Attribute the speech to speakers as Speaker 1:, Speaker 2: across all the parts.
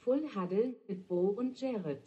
Speaker 1: Full Huddle mit Bo und Jared.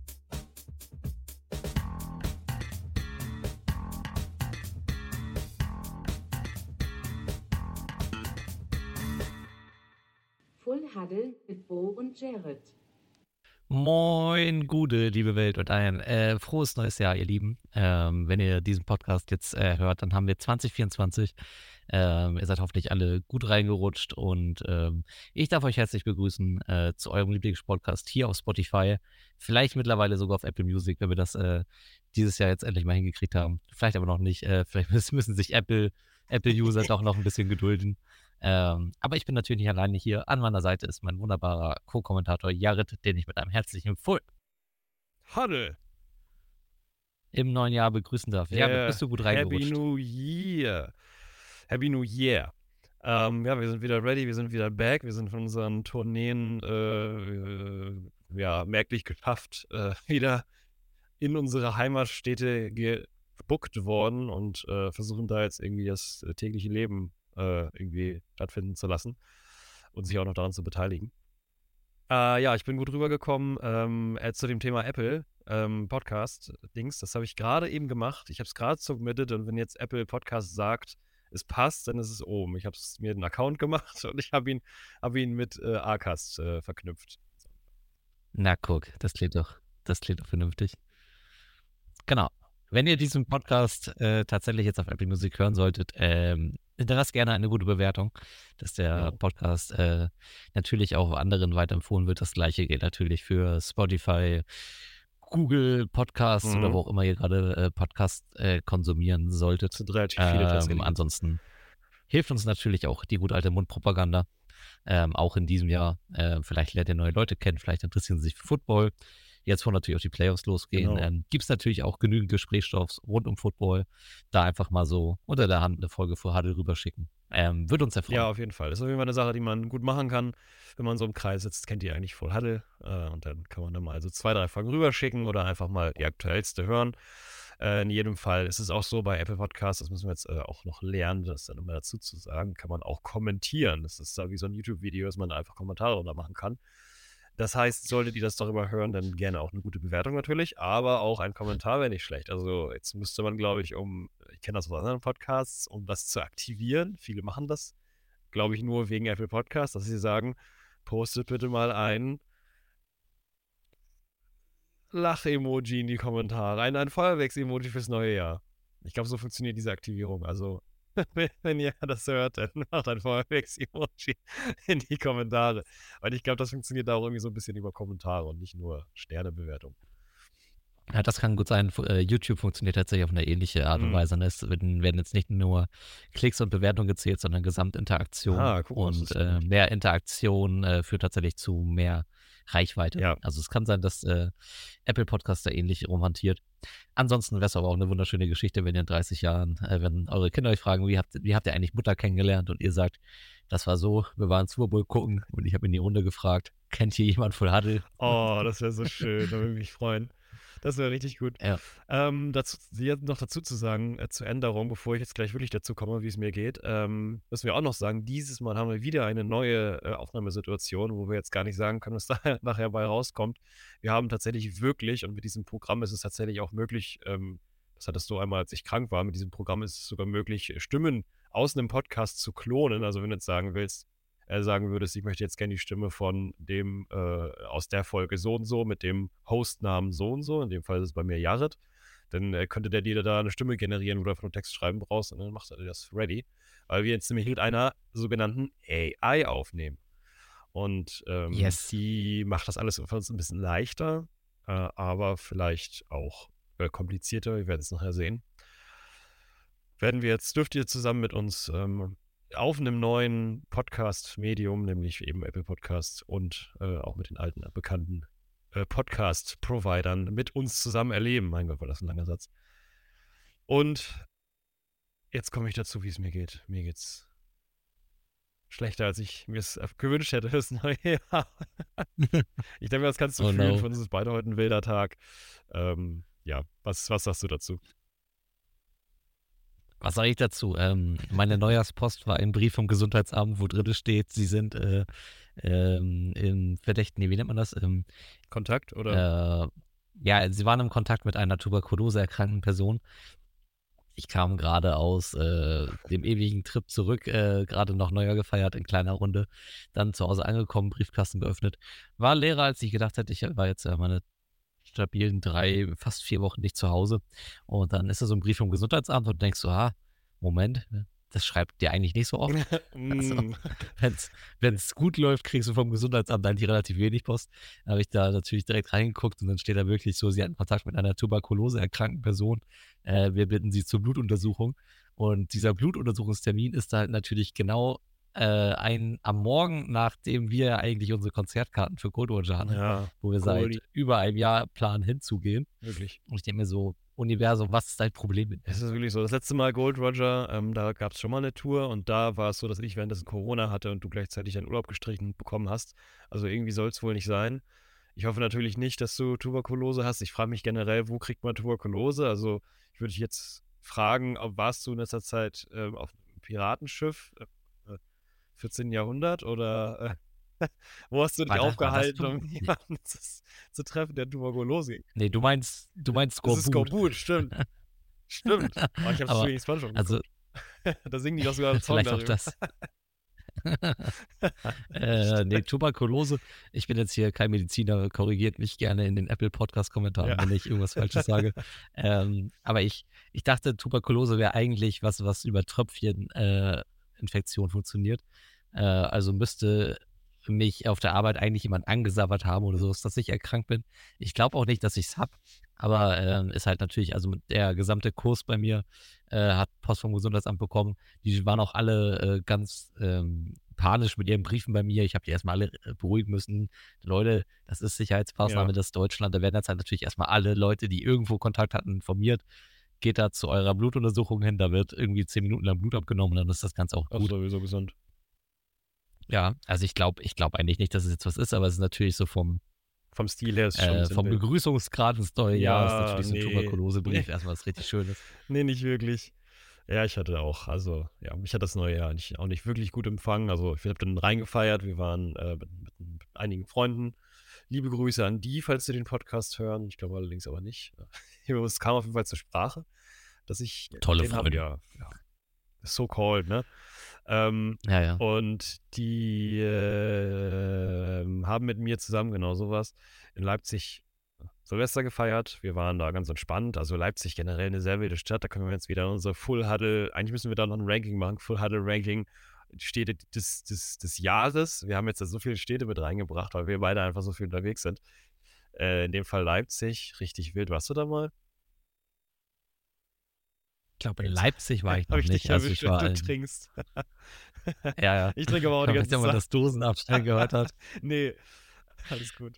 Speaker 1: Full Huddle mit Bo und Jared.
Speaker 2: Moin, gute, liebe Welt und ein frohes neues Jahr, ihr Lieben. Wenn ihr diesen Podcast jetzt hört, dann haben wir 2024. Ihr seid hoffentlich alle gut reingerutscht und ich darf euch herzlich begrüßen zu eurem Lieblingspodcast hier auf Spotify. Vielleicht mittlerweile sogar auf Apple Music, wenn wir das dieses Jahr jetzt endlich mal hingekriegt haben. Vielleicht aber noch nicht. Vielleicht müssen sich Apple-User doch noch ein bisschen gedulden. Aber ich bin natürlich nicht alleine hier. An meiner Seite ist mein wunderbarer Co-Kommentator Jared, den ich mit einem herzlichen Full
Speaker 3: Huddle
Speaker 2: im neuen Jahr begrüßen darf. Jared, bist du gut reingerutscht?
Speaker 3: Happy New Year. Happy New Year. Ja, wir sind wieder ready, wir sind wieder back, wir sind von unseren Tourneen merklich geschafft, wieder in unsere Heimatstädte gebuckt worden und versuchen da jetzt irgendwie das tägliche Leben irgendwie stattfinden zu lassen und sich auch noch daran zu beteiligen. Ja, ich bin gut rübergekommen zu dem Thema Apple Podcast-Dings. Das habe ich gerade eben gemacht. Ich habe es gerade submitted und wenn jetzt Apple Podcast sagt, es passt, dann ist es oben. Ich habe mir einen Account gemacht und ich habe ihn mit Acast verknüpft.
Speaker 2: Na guck, das klingt doch vernünftig. Genau. Wenn ihr diesen Podcast tatsächlich jetzt auf Apple Music hören solltet, hinterlasst gerne eine gute Bewertung, dass der Podcast natürlich auch anderen weiterempfohlen wird. Das gleiche gilt natürlich für Spotify, Google Podcasts oder wo auch immer ihr gerade Podcast konsumieren solltet.
Speaker 3: Das sind relativ viele tatsächlich.
Speaker 2: Ansonsten hilft uns natürlich auch die gute alte Mundpropaganda. Auch in diesem Jahr. Vielleicht lernt ihr neue Leute kennen, vielleicht interessieren sie sich für Football. Jetzt, wo natürlich auch die Playoffs losgehen, gibt es natürlich auch genügend Gesprächsstoffs rund um Football. Da einfach mal so unter der Hand eine Folge für Huddle rüberschicken. Würde uns erfreuen.
Speaker 3: Ja, auf jeden Fall. Das ist auf jeden Fall eine Sache, die man gut machen kann. Wenn man so im Kreis sitzt, kennt ihr eigentlich Full Huddle. Und dann kann man da mal so 2, 3 Folgen rüberschicken oder einfach mal die aktuellste hören. In jedem Fall ist es auch so bei Apple Podcasts, das müssen wir jetzt auch noch lernen, das dann immer dazu zu sagen, kann man auch kommentieren. Das ist da wie so ein YouTube-Video, dass man da einfach Kommentare unter machen kann. Das heißt, solltet ihr das darüber hören, dann gerne auch eine gute Bewertung natürlich, aber auch ein Kommentar wäre nicht schlecht. Also jetzt müsste man, glaube ich, ich kenne das aus anderen Podcasts, um das zu aktivieren, viele machen das, glaube ich, nur wegen Apple Podcasts, dass sie sagen, postet bitte mal ein Lach-Emoji in die Kommentare, ein Feuerwerks-Emoji fürs neue Jahr. Ich glaube, so funktioniert diese Aktivierung. Also, wenn ihr das hört, dann macht ein Feuerwerks-Emoji in die Kommentare. Weil ich glaube, das funktioniert auch irgendwie so ein bisschen über Kommentare und nicht nur Sternebewertung.
Speaker 2: Ja, das kann gut sein. YouTube funktioniert tatsächlich auf eine ähnliche Art und Weise. Es werden jetzt nicht nur Klicks und Bewertungen gezählt, sondern Gesamtinteraktion. Und mehr Interaktion führt tatsächlich zu mehr Reichweite.
Speaker 3: Ja.
Speaker 2: Also es kann sein, dass Apple Podcast da ähnlich romantiert. Ansonsten wäre es aber auch eine wunderschöne Geschichte, wenn ihr in 30 Jahren, wenn eure Kinder euch fragen, wie habt ihr eigentlich Mutter kennengelernt und ihr sagt, das war so, wir waren Super Bowl gucken und ich habe in die Runde gefragt, kennt hier jemand Full Huddle?
Speaker 3: Oh, das wäre so schön, da würde ich mich freuen. Das wäre richtig gut.
Speaker 2: Ja.
Speaker 3: Dazu zu sagen, zur Änderung, bevor ich jetzt gleich wirklich dazu komme, wie es mir geht, müssen wir auch noch sagen, dieses Mal haben wir wieder eine neue Aufnahmesituation, wo wir jetzt gar nicht sagen können, was da nachher bei rauskommt. Wir haben tatsächlich wirklich, und mit diesem Programm ist es tatsächlich auch möglich, das hattest du einmal, als ich krank war, mit diesem Programm ist es sogar möglich, Stimmen aus einem Podcast zu klonen. Also wenn du jetzt sagen würdest, ich möchte jetzt gerne die Stimme von dem aus der Folge so und so mit dem Hostnamen so und so, in dem Fall ist es bei mir Jared, dann könnte der dir da eine Stimme generieren, wo du einfach nur Text schreiben brauchst und dann macht er dir das ready, weil wir jetzt nämlich mit einer sogenannten AI aufnehmen. Und die macht das alles für uns ein bisschen leichter, aber vielleicht auch komplizierter, wir werden es nachher sehen. Dürft ihr zusammen mit uns auf einem neuen Podcast-Medium, nämlich eben Apple Podcasts und auch mit den alten bekannten Podcast-Providern mit uns zusammen erleben. Mein Gott, war das ein langer Satz. Und jetzt komme ich dazu, wie es mir geht. Mir geht's schlechter, als ich mir es gewünscht hätte fürs neue Jahr. Ich denke, das kannst du fühlen. Für uns ist beide heute ein wilder Tag. Was sagst du dazu?
Speaker 2: Was sage ich dazu? Meine Neujahrspost war ein Brief vom Gesundheitsamt, wo drin steht, sie sind im verdächtigen, nee, wie nennt man das?
Speaker 3: Kontakt oder?
Speaker 2: Ja, sie waren im Kontakt mit einer tuberkuloseerkrankten Person. Ich kam gerade aus dem ewigen Trip zurück, gerade noch Neujahr gefeiert in kleiner Runde, dann zu Hause angekommen, Briefkasten geöffnet. War leerer, als ich gedacht hätte. Ich war jetzt meine stabilen 3, fast 4 Wochen nicht zu Hause. Und dann ist da so ein Brief vom Gesundheitsamt und du denkst so, Moment, das schreibt dir eigentlich nicht so oft. Also,
Speaker 3: Mm.
Speaker 2: wenn es gut läuft, kriegst du vom Gesundheitsamt eigentlich relativ wenig Post. Da habe ich da natürlich direkt reingeguckt und dann steht da wirklich so, sie hatten Kontakt mit einer tuberkuloseerkrankten Person. Wir bitten sie zur Blutuntersuchung. Und dieser Blutuntersuchungstermin ist da halt natürlich genau am Morgen, nachdem wir eigentlich unsere Konzertkarten für Cold Roger hatten,
Speaker 3: Ja,
Speaker 2: wo wir
Speaker 3: Goldie,
Speaker 2: seit über einem Jahr planen hinzugehen.
Speaker 3: wirklich.
Speaker 2: Und ich denke mir so, Universum, was ist dein Problem mit
Speaker 3: Es
Speaker 2: mir?
Speaker 3: ist wirklich so. Das letzte Mal Gold Roger, da gab es schon mal eine Tour und da war es so, dass ich währenddessen Corona hatte und du gleichzeitig einen Urlaub gestrichen bekommen hast. Also irgendwie soll es wohl nicht sein. Ich hoffe natürlich nicht, dass du Tuberkulose hast. Ich frage mich generell, wo kriegt man Tuberkulose? Also ich würde dich jetzt fragen, warst du in letzter Zeit auf einem Piratenschiff, 14. Jahrhundert oder wo hast du dich
Speaker 2: War das
Speaker 3: aufgehalten,
Speaker 2: du?
Speaker 3: um jemanden zu treffen, der Tuberkulose?
Speaker 2: Nee, du meinst
Speaker 3: Das ist
Speaker 2: Skorbut.
Speaker 3: Skorbut, stimmt. Stimmt. Oh, ich habe
Speaker 2: Aber,
Speaker 3: Swinging SpongeBob
Speaker 2: also,
Speaker 3: geguckt. Da singen die doch sogar einen Song
Speaker 2: vielleicht auch
Speaker 3: darüber.
Speaker 2: das. Nee, Tuberkulose. Ich bin jetzt hier kein Mediziner, korrigiert mich gerne in den Apple Podcast-Kommentaren,
Speaker 3: Ja.
Speaker 2: wenn ich irgendwas Falsches sage. Aber ich dachte, Tuberkulose wäre eigentlich was über Tröpfcheninfektion funktioniert. Also müsste mich auf der Arbeit eigentlich jemand angesabbert haben oder so, dass ich erkrankt bin. Ich glaube auch nicht, dass ich es habe. Aber ist halt natürlich, also der gesamte Kurs bei mir hat Post vom Gesundheitsamt bekommen. Die waren auch alle ganz panisch mit ihren Briefen bei mir. Ich habe die erstmal alle beruhigen müssen. Leute, das ist Sicherheitsmaßnahme,
Speaker 3: Ja.
Speaker 2: das ist Deutschland. Da werden jetzt halt natürlich erstmal alle Leute, die irgendwo Kontakt hatten, informiert. Geht da zu eurer Blutuntersuchung hin, da wird irgendwie 10 Minuten lang Blut abgenommen, dann ist das Ganze auch
Speaker 3: Auch
Speaker 2: gut.
Speaker 3: sowieso gesund.
Speaker 2: Ja, also ich glaube eigentlich nicht, dass es jetzt was ist, aber es ist natürlich so vom
Speaker 3: Stil her ist es schon ein bisschen
Speaker 2: vom
Speaker 3: wild.
Speaker 2: Begrüßungsgrad ins neue Jahr ist
Speaker 3: Ja,
Speaker 2: natürlich so ein
Speaker 3: nee.
Speaker 2: Tuberkulosebrief erstmal was richtig Schönes.
Speaker 3: Nee, nicht wirklich. Ja, ich hatte auch, also, ja, mich hat das neue Jahr auch nicht wirklich gut empfangen. Also, ich habe dann reingefeiert. Wir waren mit einigen Freunden. Liebe Grüße an die, falls sie den Podcast hören. Ich glaube allerdings aber nicht. Es kam auf jeden Fall zur Sprache, dass ich
Speaker 2: Tolle
Speaker 3: den habe.
Speaker 2: Freunde.
Speaker 3: Ja, so called, ne?
Speaker 2: Ja.
Speaker 3: Und die haben mit mir zusammen genau sowas in Leipzig Silvester gefeiert. Wir waren da ganz entspannt. Also Leipzig generell eine sehr wilde Stadt. Da können wir jetzt wieder unser Full Huddle, eigentlich müssen wir da noch ein Ranking machen, Full Huddle Ranking Städte des Jahres. Wir haben jetzt da so viele Städte mit reingebracht, weil wir beide einfach so viel unterwegs sind. In dem Fall Leipzig, richtig wild. Warst du da mal?
Speaker 2: Ich glaube, in Leipzig war ich noch
Speaker 3: Habe ich
Speaker 2: nicht.
Speaker 3: dich
Speaker 2: Also
Speaker 3: erwischt,
Speaker 2: ich
Speaker 3: wenn
Speaker 2: war
Speaker 3: du
Speaker 2: in,
Speaker 3: trinkst.
Speaker 2: ja.
Speaker 3: Ich trinke aber auch die
Speaker 2: Ich weiß
Speaker 3: ganze
Speaker 2: nicht, ob man
Speaker 3: Zeit.
Speaker 2: das Dosenabstellen gehört hat.
Speaker 3: Nee, alles gut.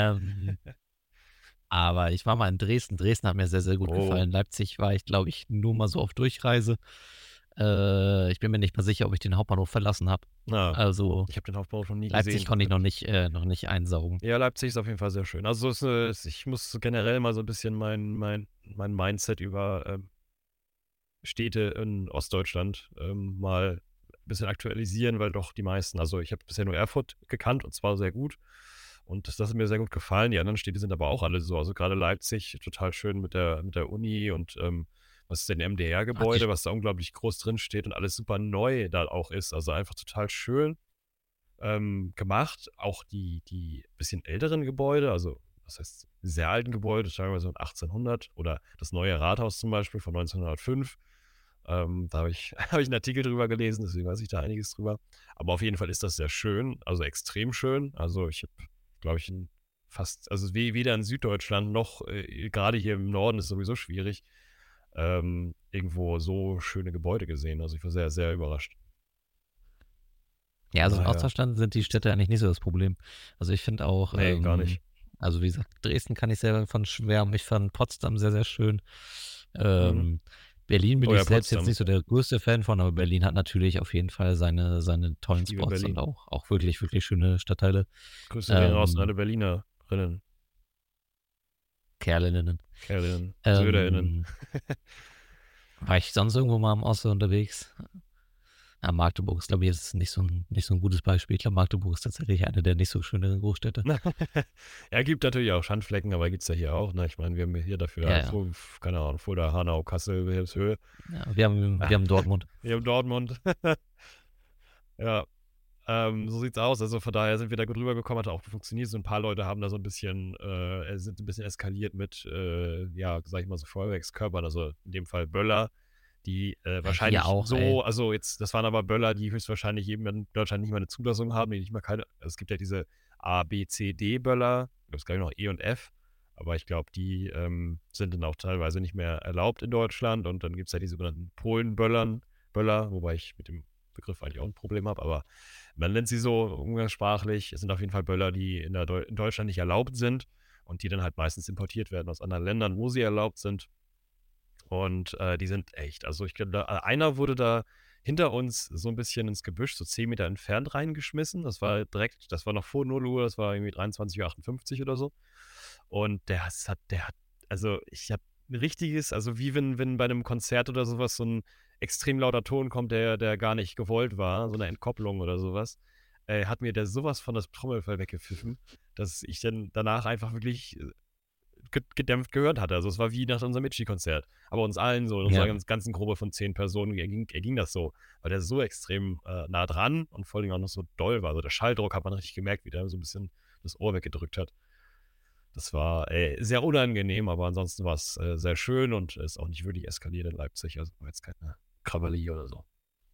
Speaker 2: Aber ich war mal in Dresden. Dresden hat mir sehr, sehr gut gefallen. Leipzig war ich, glaube ich, nur mal so auf Durchreise. Ich bin mir nicht mal sicher, ob ich den Hauptbahnhof verlassen habe. Also
Speaker 3: ich habe den Hauptbahnhof noch nie
Speaker 2: Leipzig
Speaker 3: gesehen.
Speaker 2: konnte ich noch nicht einsaugen.
Speaker 3: Ja, Leipzig ist auf jeden Fall sehr schön. Also ich muss generell mal so ein bisschen mein Mindset über Städte in Ostdeutschland mal ein bisschen aktualisieren, weil doch die meisten, also ich habe bisher nur Erfurt gekannt und zwar sehr gut. Und das hat mir sehr gut gefallen. Die anderen Städte sind aber auch alle so. Also gerade Leipzig, total schön mit der Uni und was ist denn MDR-Gebäude, was da unglaublich groß drin steht und alles super neu da auch ist. Also einfach total schön gemacht. Auch die bisschen älteren Gebäude, also das heißt sehr alten Gebäude, teilweise von 1800 oder das neue Rathaus zum Beispiel von 1905. Da habe ich einen Artikel drüber gelesen, deswegen weiß ich da einiges drüber. Aber auf jeden Fall ist das sehr schön, also extrem schön. Also ich habe, glaube ich, also weder in Süddeutschland noch gerade hier im Norden ist sowieso schwierig, irgendwo so schöne Gebäude gesehen. Also ich war sehr, sehr überrascht.
Speaker 2: Ja, also in Ostdeutschland sind die Städte eigentlich nicht so das Problem. Also ich finde auch,
Speaker 3: Nee, gar nicht.
Speaker 2: Also wie gesagt, Dresden kann ich selber von schwärmen. Ich fand Potsdam sehr, sehr schön. Berlin bin ich selbst jetzt nicht so der größte Fan von, aber Berlin hat natürlich auf jeden Fall seine tollen Spots und auch wirklich, wirklich schöne Stadtteile.
Speaker 3: Grüße gehen raus an alle Berlinerinnen.
Speaker 2: Kerlinnen.
Speaker 3: Söderinnen.
Speaker 2: War ich sonst irgendwo mal im Osten unterwegs? Magdeburg ist, glaube ich, jetzt nicht so ein gutes Beispiel. Ich glaube, Magdeburg ist tatsächlich eine der nicht so schöneren Großstädte.
Speaker 3: Ja, gibt natürlich auch Schandflecken, aber gibt es ja hier auch. Ne? Ich meine, wir haben hier dafür,
Speaker 2: Ja, ja.
Speaker 3: keine Ahnung, Fulda, Hanau, Kassel, Wilhelmshöhe.
Speaker 2: Ja, wir haben Dortmund.
Speaker 3: Wir haben Dortmund. Ja, so sieht's aus. Also von daher sind wir da gut rübergekommen, hat auch funktioniert. So ein paar Leute haben da so ein bisschen, sind ein bisschen eskaliert mit, ja, sag ich mal so Feuerwerkskörpern, also in dem Fall Böller, die wahrscheinlich
Speaker 2: Hier auch, ey.
Speaker 3: so, also jetzt, das waren aber Böller, die höchstwahrscheinlich eben in Deutschland nicht mal eine Zulassung haben, die nicht mal keine, also es gibt ja diese A, B, C, D Böller, es gibt noch E und F, aber ich glaube, die sind dann auch teilweise nicht mehr erlaubt in Deutschland und dann gibt es ja die sogenannten Böller, wobei ich mit dem Begriff eigentlich auch ein Problem habe, aber man nennt sie so umgangssprachlich. Es sind auf jeden Fall Böller, die in Deutschland nicht erlaubt sind und die dann halt meistens importiert werden aus anderen Ländern, wo sie erlaubt sind. Und die sind echt. Also ich glaube, einer wurde da hinter uns so ein bisschen ins Gebüsch, so 10 Meter entfernt reingeschmissen. Das war noch vor 0 Uhr, das war irgendwie 23:58 Uhr oder so. Und also ich habe ein richtiges, also wie wenn bei einem Konzert oder sowas so ein extrem lauter Ton kommt, der gar nicht gewollt war, so eine Entkopplung oder sowas, hat mir der sowas von das Trommelfell weggepfiffen, dass ich dann danach einfach wirklich gedämpft gehört hatte. Also es war wie nach unserem Itchy-Konzert. Aber uns allen so, in unserer ganzen Gruppe von 10 Personen erging das so, weil der so extrem nah dran und vor allem auch noch so doll war. Also der Schalldruck hat man richtig gemerkt, wie der so ein bisschen das Ohr weggedrückt hat. Das war sehr unangenehm, aber ansonsten war es sehr schön und ist auch nicht wirklich eskaliert in Leipzig. Also war jetzt keine Krawallie oder so.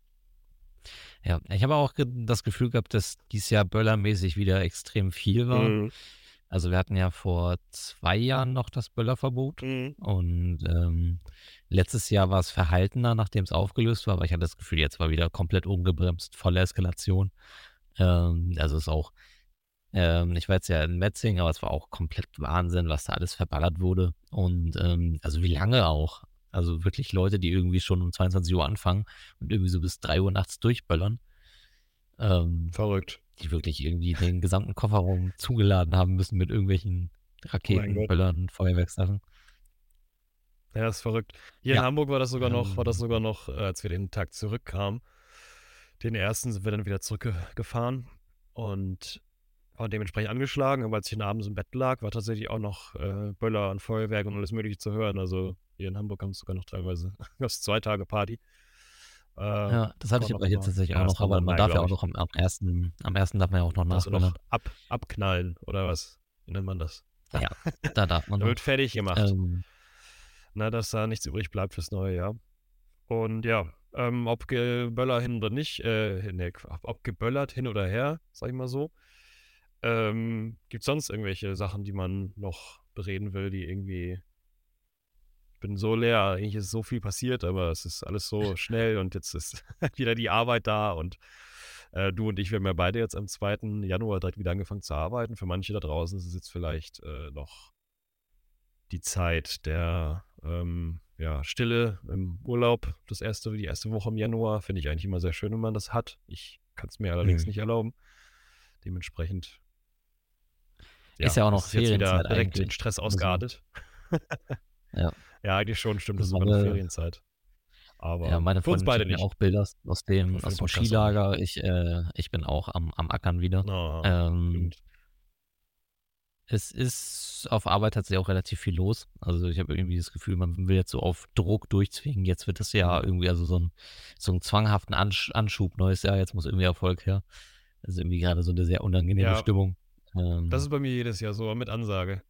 Speaker 2: Ja, ich habe auch das Gefühl gehabt, dass dieses Jahr böllermäßig wieder extrem viel war.
Speaker 3: Mhm.
Speaker 2: Also wir hatten ja vor 2 Jahren noch das Böllerverbot
Speaker 3: Mhm.
Speaker 2: und letztes Jahr war es verhaltener, nachdem es aufgelöst war, aber ich hatte das Gefühl, jetzt war wieder komplett ungebremst, volle Eskalation. Also ist auch, ich war jetzt ja in Metzingen, aber es war auch komplett Wahnsinn, was da alles verballert wurde und also wie lange auch. Also wirklich Leute, die irgendwie schon um 22 Uhr anfangen und irgendwie so bis 3 Uhr nachts durchböllern.
Speaker 3: Verrückt.
Speaker 2: Die wirklich irgendwie den gesamten Kofferraum zugeladen haben müssen mit irgendwelchen Raketen,
Speaker 3: Gott.
Speaker 2: Böllern, Feuerwerkssachen.
Speaker 3: Ja, das ist verrückt. Hier in
Speaker 2: Ja.
Speaker 3: Hamburg war das sogar noch, als wir den Tag zurückkamen. Den ersten sind wir dann wieder zurückgefahren und waren dementsprechend angeschlagen. Aber als ich abends im Bett lag, war tatsächlich auch noch Böller und Feuerwerk und alles Mögliche zu hören. Also hier in Hamburg haben es sogar noch teilweise, gab's 2 Tage Party.
Speaker 2: Ja, das hatte ich aber hier tatsächlich auch
Speaker 3: das
Speaker 2: noch,
Speaker 3: war
Speaker 2: aber man
Speaker 3: normal,
Speaker 2: darf ja
Speaker 3: glaube
Speaker 2: auch
Speaker 3: ich.
Speaker 2: noch am ersten darf man ja auch noch
Speaker 3: Also
Speaker 2: nachböllern.
Speaker 3: noch abknallen oder was? Wie nennt man das?
Speaker 2: Ja, da darf man
Speaker 3: Da wird
Speaker 2: noch.
Speaker 3: fertig gemacht.
Speaker 2: Ähm,
Speaker 3: Na, dass da nichts übrig bleibt fürs neue Jahr. Und ja, ob Böller hin oder nicht, ob geböllert hin oder her, sag ich mal so. Gibt es sonst irgendwelche Sachen, die man noch bereden will, die irgendwie. Ich bin so leer, eigentlich ist so viel passiert, aber es ist alles so schnell und jetzt ist wieder die Arbeit da und du und ich, wir haben ja beide jetzt am 2. Januar direkt wieder angefangen zu arbeiten. Für manche da draußen ist es jetzt vielleicht noch die Zeit der Stille im Urlaub, die erste Woche im Januar, finde ich eigentlich immer sehr schön, wenn man das hat. Ich kann es mir allerdings nicht erlauben. Dementsprechend,
Speaker 2: ist ja auch noch
Speaker 3: ist es jetzt wieder
Speaker 2: Ferienzeit
Speaker 3: direkt in
Speaker 2: eigentlich.
Speaker 3: Stress
Speaker 2: Also,
Speaker 3: ausgeartet.
Speaker 2: ja.
Speaker 3: Ja, eigentlich schon, stimmt, das ist
Speaker 2: Also
Speaker 3: sogar eine
Speaker 2: meine,
Speaker 3: Ferienzeit. Aber
Speaker 2: ja, meine
Speaker 3: für uns
Speaker 2: Freundin
Speaker 3: beide
Speaker 2: schickt mir
Speaker 3: nicht.
Speaker 2: auch Bilder aus dem,
Speaker 3: Und für
Speaker 2: aus
Speaker 3: den
Speaker 2: dem
Speaker 3: Podcast auch nicht.
Speaker 2: Skilager. Ich bin auch am Ackern wieder.
Speaker 3: Stimmt.
Speaker 2: Es ist auf Arbeit tatsächlich auch relativ viel los. Also ich habe irgendwie das Gefühl, man will jetzt so auf Druck durchzwingen. Jetzt wird das Jahr irgendwie, also so einen zwanghaften Anschub, neues Jahr, jetzt muss irgendwie Erfolg her. Also irgendwie gerade so eine sehr unangenehme
Speaker 3: Ja,
Speaker 2: Stimmung.
Speaker 3: das ist bei mir jedes Jahr so, mit Ansage.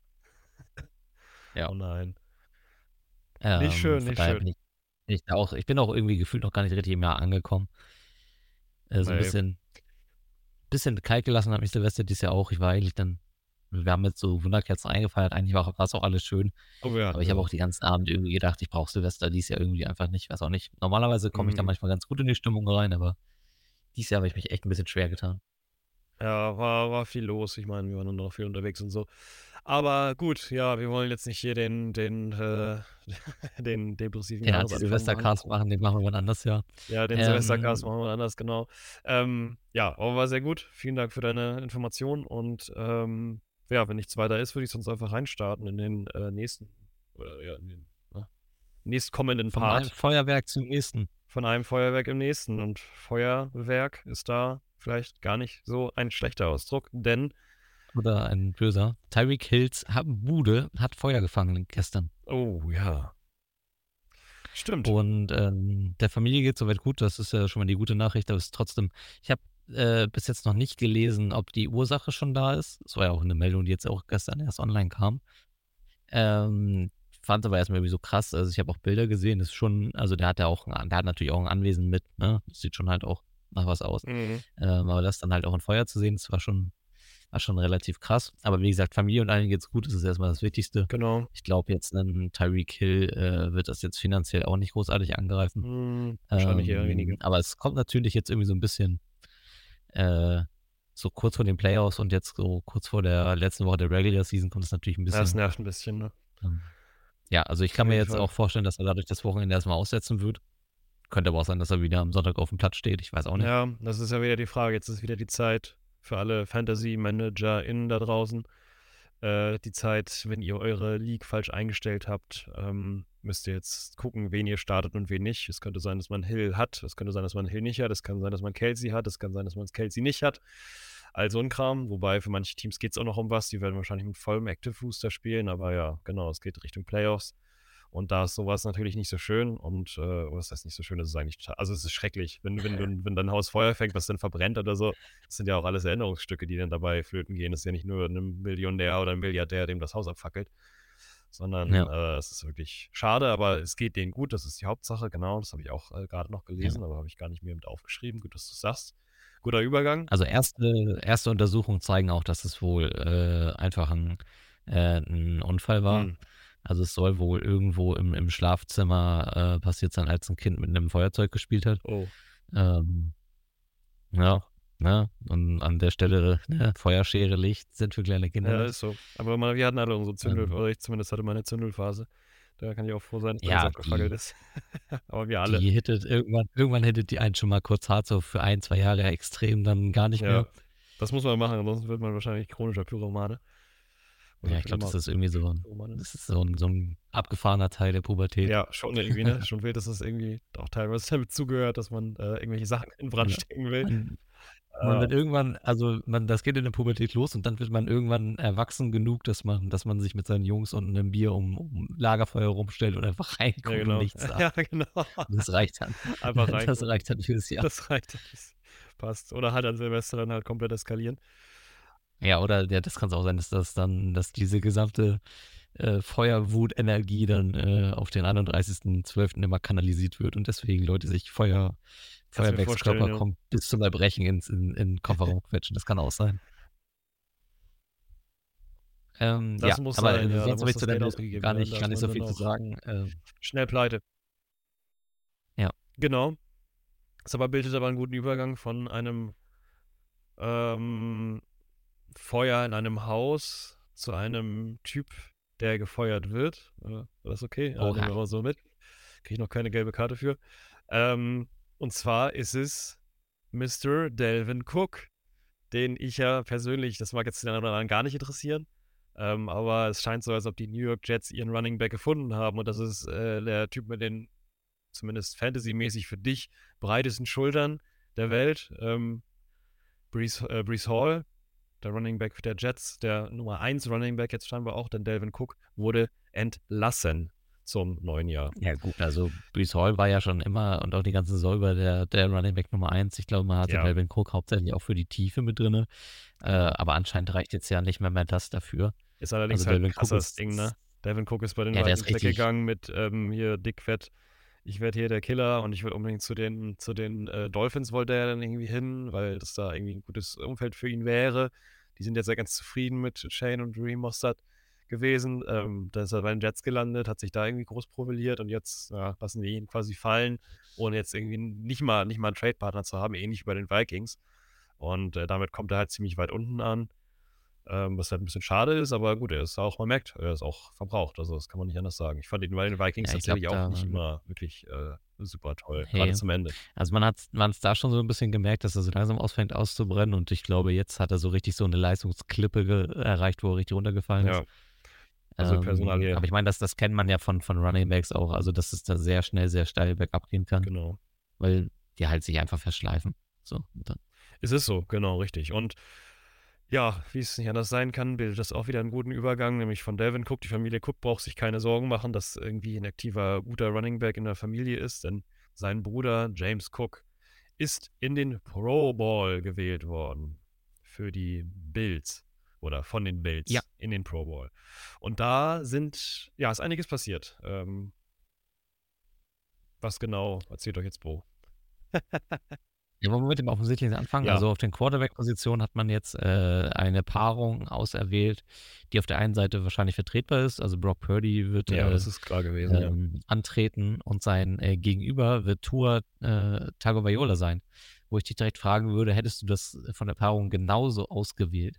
Speaker 2: Ja,
Speaker 3: Oh nein. Nicht schön,
Speaker 2: von
Speaker 3: nicht
Speaker 2: daher
Speaker 3: schön.
Speaker 2: ich bin auch irgendwie gefühlt noch gar nicht richtig im Jahr angekommen. So ein
Speaker 3: Nee.
Speaker 2: bisschen kalt gelassen hat mich Silvester dieses Jahr auch. Ich war eigentlich dann, wir haben jetzt so Wunderkerzen eingefeiert, eigentlich war es auch alles schön.
Speaker 3: Oh ja,
Speaker 2: Aber ich habe auch die ganzen Abende irgendwie gedacht, ich brauche Silvester dieses Jahr irgendwie einfach nicht. Weiß auch nicht. Normalerweise komme ich da manchmal ganz gut in die Stimmung rein, aber dieses Jahr habe ich mich echt ein bisschen schwer getan.
Speaker 3: Ja, war viel los. Ich meine, wir waren noch viel unterwegs und so. Aber gut, ja, wir wollen jetzt nicht hier den depressiven
Speaker 2: Den
Speaker 3: Jahresanfang machen.
Speaker 2: Anti-Silvester-Cast machen, den machen wir wann anders, ja.
Speaker 3: Ja, den Silvestercast machen wir anders, genau. Ja, aber war sehr gut. Vielen Dank für deine Informationen und ja, wenn nichts weiter ist, würde ich sonst einfach reinstarten in den nächsten oder ja, in den nächstkommenden
Speaker 2: Von einem
Speaker 3: Part.
Speaker 2: Feuerwerk zum nächsten.
Speaker 3: von einem Feuerwerk im nächsten. Und Feuerwerk ist da vielleicht gar nicht so ein schlechter Ausdruck, denn,
Speaker 2: Oder ein böser. Tyreek Hills Bude hat Feuer gefangen gestern.
Speaker 3: oh ja, stimmt.
Speaker 2: Und der Familie geht soweit gut. Das ist ja schon mal die gute Nachricht. Aber es ist trotzdem, ich habe bis jetzt noch nicht gelesen, ob die Ursache schon da ist. Das war ja auch eine Meldung, die jetzt auch gestern erst online kam. Fand aber erstmal irgendwie so krass. Also ich habe auch Bilder gesehen. Das ist schon, also der hat natürlich auch ein Anwesen mit. Ne? Das sieht schon halt auch nach was aus.
Speaker 3: Mhm.
Speaker 2: Aber das dann halt auch ein Feuer zu sehen, das war schon relativ krass. Aber wie gesagt, Familie und allen geht's gut. Das ist erstmal das Wichtigste.
Speaker 3: Genau.
Speaker 2: Ich glaube jetzt, Tyreek Hill wird das jetzt finanziell auch nicht großartig angreifen.
Speaker 3: Wahrscheinlich eher weniger.
Speaker 2: Aber es kommt natürlich jetzt irgendwie so ein bisschen so kurz vor den Playoffs und jetzt so kurz vor der letzten Woche der Regular Season kommt es natürlich ein
Speaker 3: Das
Speaker 2: bisschen.
Speaker 3: nervt ein bisschen, ne?
Speaker 2: Ja, also ich kann
Speaker 3: Auf
Speaker 2: mir
Speaker 3: jeden
Speaker 2: jetzt
Speaker 3: Fall.
Speaker 2: auch vorstellen, dass er dadurch das Wochenende erstmal aussetzen wird. Könnte aber auch sein, dass er wieder am Sonntag auf dem Platz steht. Ich weiß auch nicht.
Speaker 3: Ja, das ist ja wieder die Frage. Jetzt ist wieder die Zeit für alle Fantasy-ManagerInnen da draußen. Die Zeit, wenn ihr eure League falsch eingestellt habt, müsst ihr jetzt gucken, wen ihr startet und wen nicht. Es könnte sein, dass man Hill hat. Es könnte sein, dass man Hill nicht hat. Es kann sein, dass man Kelsey hat. Es kann sein, dass man Kelsey nicht hat. All so ein Kram. Wobei für manche Teams geht es auch noch um was. Die werden wahrscheinlich mit vollem Active Booster spielen. Aber ja, genau, es geht Richtung Playoffs. Und da ist sowas natürlich nicht so schön. Und was heißt nicht so schön? Das ist eigentlich total, also es ist schrecklich, wenn dein Haus Feuer fängt, was dann verbrennt oder so. Das sind ja auch alles Erinnerungsstücke, die dann dabei flöten gehen. Das ist ja nicht nur ein Millionär oder ein Milliardär, dem das Haus abfackelt, sondern es ist wirklich schade, aber es geht denen gut. Das ist die Hauptsache, genau. Das habe ich auch gerade noch gelesen, aber habe ich gar nicht mehr mit aufgeschrieben. Gut, dass du es sagst. Guter Übergang.
Speaker 2: Also erste Untersuchungen zeigen auch, dass es wohl einfach ein Unfall war. Also es soll wohl irgendwo im Schlafzimmer passiert sein, als ein Kind mit einem Feuerzeug gespielt hat.
Speaker 3: Oh.
Speaker 2: Ja, ne? Und an der Stelle, ne, Feuerschere, Licht sind für kleine Kinder.
Speaker 3: Ja,
Speaker 2: nicht.
Speaker 3: ist so. Aber wir hatten alle unsere Zündel, oder ich zumindest hatte meine Zündelphase. Da kann ich auch froh sein, dass
Speaker 2: Ja,
Speaker 3: alles abgefackelt ist. Aber wir alle.
Speaker 2: Die hittet irgendwann hittet die einen schon mal kurz hart, so für 1-2 Jahre extrem, dann gar nicht
Speaker 3: Ja,
Speaker 2: mehr.
Speaker 3: das muss man machen, ansonsten wird man wahrscheinlich chronischer Pyromane.
Speaker 2: Ja, ich glaube, das ist irgendwie so, das ist so ein abgefahrener Teil der Pubertät.
Speaker 3: Ja, schon irgendwie, ne? Schon wild, dass das irgendwie auch teilweise damit zugehört, dass man irgendwelche Sachen in Brand stecken will.
Speaker 2: Man wird irgendwann, also das geht in der Pubertät los und dann wird man irgendwann erwachsen genug, dass man sich mit seinen Jungs und einem Bier um Lagerfeuer rumstellt und einfach reinguckt
Speaker 3: Ja, genau.
Speaker 2: und nichts sagt.
Speaker 3: Ja, genau.
Speaker 2: Das reicht dann.
Speaker 3: Einfach rein.
Speaker 2: Das reicht dann fürs Jahr.
Speaker 3: Das reicht. Das passt. Oder halt an Silvester dann halt komplett eskalieren.
Speaker 2: Ja, oder das kann es auch sein, dass diese gesamte Feuerwutenergie dann auf den 31.12. immer kanalisiert wird und deswegen Leute sich Feuerwerkskörper kommt bis zum Erbrechen in den Kofferraum quetschen. Das kann auch sein.
Speaker 3: Das muss
Speaker 2: aber
Speaker 3: sein,
Speaker 2: sonst habe ich zu
Speaker 3: Geld
Speaker 2: dem gar nicht so viel zu sagen.
Speaker 3: Schnell pleite.
Speaker 2: Ja.
Speaker 3: Genau. Das bildet aber einen guten Übergang von einem Feuer in einem Haus zu einem Typ, der gefeuert wird. War das okay? Ja, nehmen wir mal so mit. Kriege ich noch keine gelbe Karte für. Und zwar ist es Mr. Dalvin Cook, den ich ja persönlich, das mag jetzt den anderen oder anderen gar nicht interessieren, aber es scheint so, als ob die New York Jets ihren Running Back gefunden haben und das ist der Typ mit den, zumindest fantasymäßig für dich, breitesten Schultern der Welt. Breece Hall, der Running Back der Jets, der Nummer 1 Running Back jetzt scheinbar auch, denn Dalvin Cook wurde entlassen zum neuen Jahr.
Speaker 2: Ja gut, also Breece Hall war ja schon immer und auch die ganze Saison über der Running Back Nummer 1. Ich glaube, man hatte Dalvin Cook hauptsächlich auch für die Tiefe mit drin. Aber anscheinend reicht jetzt ja nicht mehr das dafür.
Speaker 3: Ist allerdings halt ein krasses Ding, ne? Dalvin Cook ist bei den Vikings weggegangen mit hier dickfett, ich werde hier der Killer und ich will unbedingt zu den Dolphins wollte er dann irgendwie hin, weil das da irgendwie ein gutes Umfeld für ihn wäre. Die sind jetzt ja ganz zufrieden mit Shane und Raheem Mostert gewesen. Da ist er bei den Jets gelandet, hat sich da irgendwie groß profiliert und jetzt lassen die ihn quasi fallen, ohne jetzt irgendwie nicht mal einen Trade-Partner zu haben, ähnlich wie bei den Vikings. Und damit kommt er halt ziemlich weit unten an. Was halt ein bisschen schade ist, aber gut, er ist auch, man merkt, er ist auch verbraucht, also das kann man nicht anders sagen. Ich fand ihn bei den Vikings tatsächlich auch nicht immer wirklich super toll, gerade zum Ende.
Speaker 2: Also man hat es da schon so ein bisschen gemerkt, dass er so langsam ausfängt auszubrennen und ich glaube, jetzt hat er so richtig so eine Leistungsklippe erreicht, wo er richtig runtergefallen ist.
Speaker 3: Also Personal
Speaker 2: aber ich meine, das kennt man ja von Running Backs auch, also dass es da sehr schnell, sehr steil bergab gehen kann.
Speaker 3: Genau.
Speaker 2: weil die halt sich einfach verschleifen. So, und dann,
Speaker 3: Es ist so, genau, richtig. Und ja, wie es nicht anders sein kann, bildet das auch wieder einen guten Übergang, nämlich von Dalvin Cook. Die Familie Cook braucht sich keine Sorgen machen, dass irgendwie ein aktiver, guter Running Back in der Familie ist, denn sein Bruder James Cook ist in den Pro Bowl gewählt worden für die Bills oder von den
Speaker 2: ja.
Speaker 3: Bills in den Pro Bowl. Und da ist einiges passiert. Was genau erzählt euch jetzt Bo?
Speaker 2: Ja, wollen wir mit dem Offensichtlichen anfangen?
Speaker 3: Ja.
Speaker 2: Also auf den Quarterback-Positionen hat man jetzt eine Paarung auserwählt, die auf der einen Seite wahrscheinlich vertretbar ist. Also Brock Purdy wird
Speaker 3: Ja, das ist klar gewesen, ja.
Speaker 2: antreten und sein Gegenüber wird Tua Tagovailoa sein. Wo ich dich direkt fragen würde, hättest du das von der Paarung genauso ausgewählt?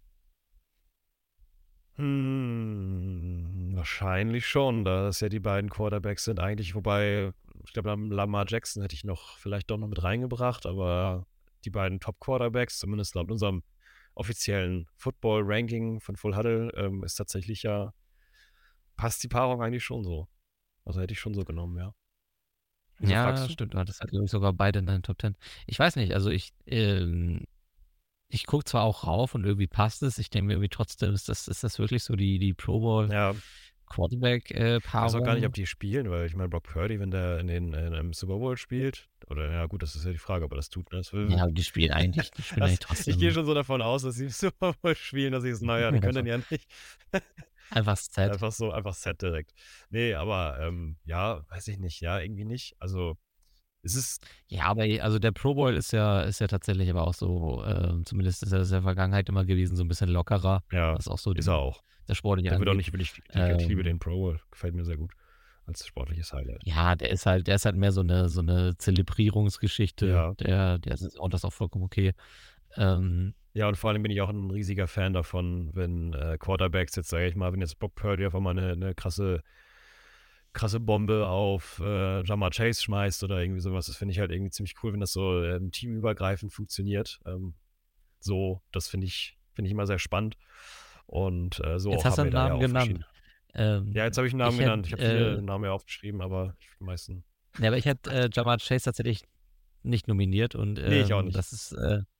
Speaker 3: Wahrscheinlich schon, da das ja die beiden Quarterbacks sind eigentlich, wobei, ich glaube, Lamar Jackson hätte ich vielleicht doch noch mit reingebracht, aber die beiden Top-Quarterbacks, zumindest laut unserem offiziellen Football-Ranking von Full Huddle, ist tatsächlich passt die Paarung eigentlich schon so. Also hätte ich schon so genommen, ja. Wieso fragst
Speaker 2: Ja,
Speaker 3: du?
Speaker 2: stimmt. Du hattest halt, glaube ich, sogar beide in deinen Top 10. Ich weiß nicht, also ich gucke zwar auch rauf und irgendwie passt es. Ich denke mir irgendwie trotzdem, ist das wirklich so die Pro Bowl
Speaker 3: Ja, ich weiß auch gar nicht, ob
Speaker 2: Quarterback-Paarung?
Speaker 3: die spielen, weil ich meine, Brock Purdy, wenn der im Super Bowl spielt, oder ja gut, das ist ja die Frage, ob er das tut. Ne?
Speaker 2: Ja, aber die spielen eigentlich
Speaker 3: Ich
Speaker 2: trotzdem
Speaker 3: gehe schon so davon aus, dass sie im Super Bowl spielen, dass sie es, naja, die können ja nicht.
Speaker 2: einfach Set.
Speaker 3: Einfach Set direkt. Nee, aber ja, weiß ich nicht, ja, irgendwie nicht. Also, es ist,
Speaker 2: Ja, aber also der Pro Bowl ist ja tatsächlich aber auch so, zumindest ist er das in der Vergangenheit immer gewesen, so ein bisschen lockerer,
Speaker 3: ja,
Speaker 2: was auch so
Speaker 3: ist er auch.
Speaker 2: der sportliche
Speaker 3: Der wird auch
Speaker 2: angeht.
Speaker 3: nicht, ich liebe den Pro Bowl, gefällt mir sehr gut als sportliches Highlight.
Speaker 2: Ja, der ist halt mehr so eine Zelebrierungsgeschichte
Speaker 3: Ja.
Speaker 2: der Saison, und das ist auch vollkommen okay.
Speaker 3: Ja, und vor allem bin ich auch ein riesiger Fan davon, wenn Quarterbacks jetzt, sage ich mal, wenn jetzt Brock Purdy auf einmal eine krasse Bombe auf Ja'Marr Chase schmeißt oder irgendwie sowas. Das finde ich halt irgendwie ziemlich cool, wenn das so teamübergreifend funktioniert. Das finde ich immer sehr spannend. Und so
Speaker 2: Jetzt
Speaker 3: auch
Speaker 2: hast
Speaker 3: haben
Speaker 2: du
Speaker 3: wir
Speaker 2: einen
Speaker 3: da ja
Speaker 2: Namen
Speaker 3: auch
Speaker 2: genannt.
Speaker 3: verschiedene. Ja, jetzt habe ich einen Namen
Speaker 2: Ich
Speaker 3: genannt. Ich habe viele
Speaker 2: hätte,
Speaker 3: Namen ja aufgeschrieben, aber die meisten.
Speaker 2: aber ich hätte Ja'Marr Chase tatsächlich nicht nominiert und
Speaker 3: Nee, ich auch nicht.
Speaker 2: das ist,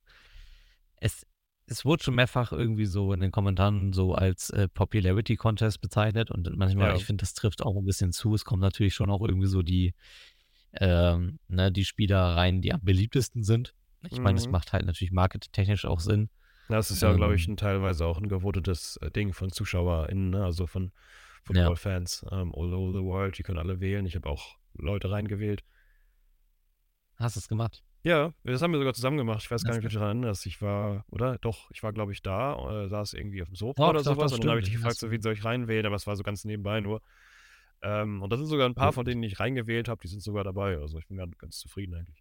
Speaker 2: es wurde schon mehrfach irgendwie so in den Kommentaren so als Popularity Contest bezeichnet und manchmal,
Speaker 3: Ja.
Speaker 2: ich finde, das trifft auch ein bisschen zu. Es kommen natürlich schon auch irgendwie so die Spieler rein, die am beliebtesten sind. Ich meine, es macht halt natürlich marketingtechnisch auch Sinn.
Speaker 3: Das ist ja, glaube ich, teilweise auch ein gewotetes Ding von ZuschauerInnen, ne? Also von
Speaker 2: Ja.
Speaker 3: Football-Fans all over the world. Die können alle wählen. Ich habe auch Leute reingewählt.
Speaker 2: Hast du es gemacht?
Speaker 3: Ja, das haben wir sogar zusammen gemacht. Ich weiß gar
Speaker 2: Das-
Speaker 3: nicht, ob du dich daran erinnerst. Ich war, oder? Doch, ich war, glaube ich, da, saß irgendwie auf dem Sofa
Speaker 2: Doch,
Speaker 3: oder
Speaker 2: doch,
Speaker 3: sowas.
Speaker 2: das
Speaker 3: Und dann habe ich
Speaker 2: stimmt.
Speaker 3: dich gefragt, so, wen soll ich reinwählen? Aber es war so ganz nebenbei nur. Und da sind sogar ein paar von denen, die ich reingewählt habe, die sind sogar dabei. Also ich bin ganz zufrieden eigentlich.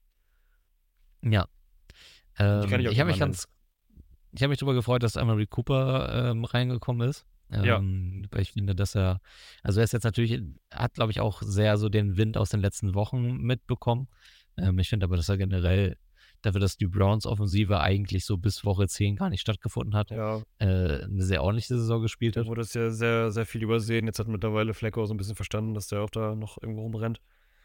Speaker 2: Ja.
Speaker 3: Die kann ich auch
Speaker 2: Ich habe
Speaker 3: immer
Speaker 2: mich darüber gefreut, dass Emery Cooper reingekommen ist.
Speaker 3: Ja.
Speaker 2: Weil ich finde, dass also er ist jetzt natürlich, hat glaube ich auch sehr so den Wind aus den letzten Wochen mitbekommen. Ich finde aber, dass er generell, dafür, dass die Browns-Offensive eigentlich so bis Woche 10 gar nicht stattgefunden hat,
Speaker 3: Ja,
Speaker 2: eine sehr ordentliche Saison gespielt
Speaker 3: da
Speaker 2: hat.
Speaker 3: wurde es ja sehr, sehr viel übersehen. Jetzt hat mittlerweile Flacco so ein bisschen verstanden, dass der auch da noch irgendwo rumrennt.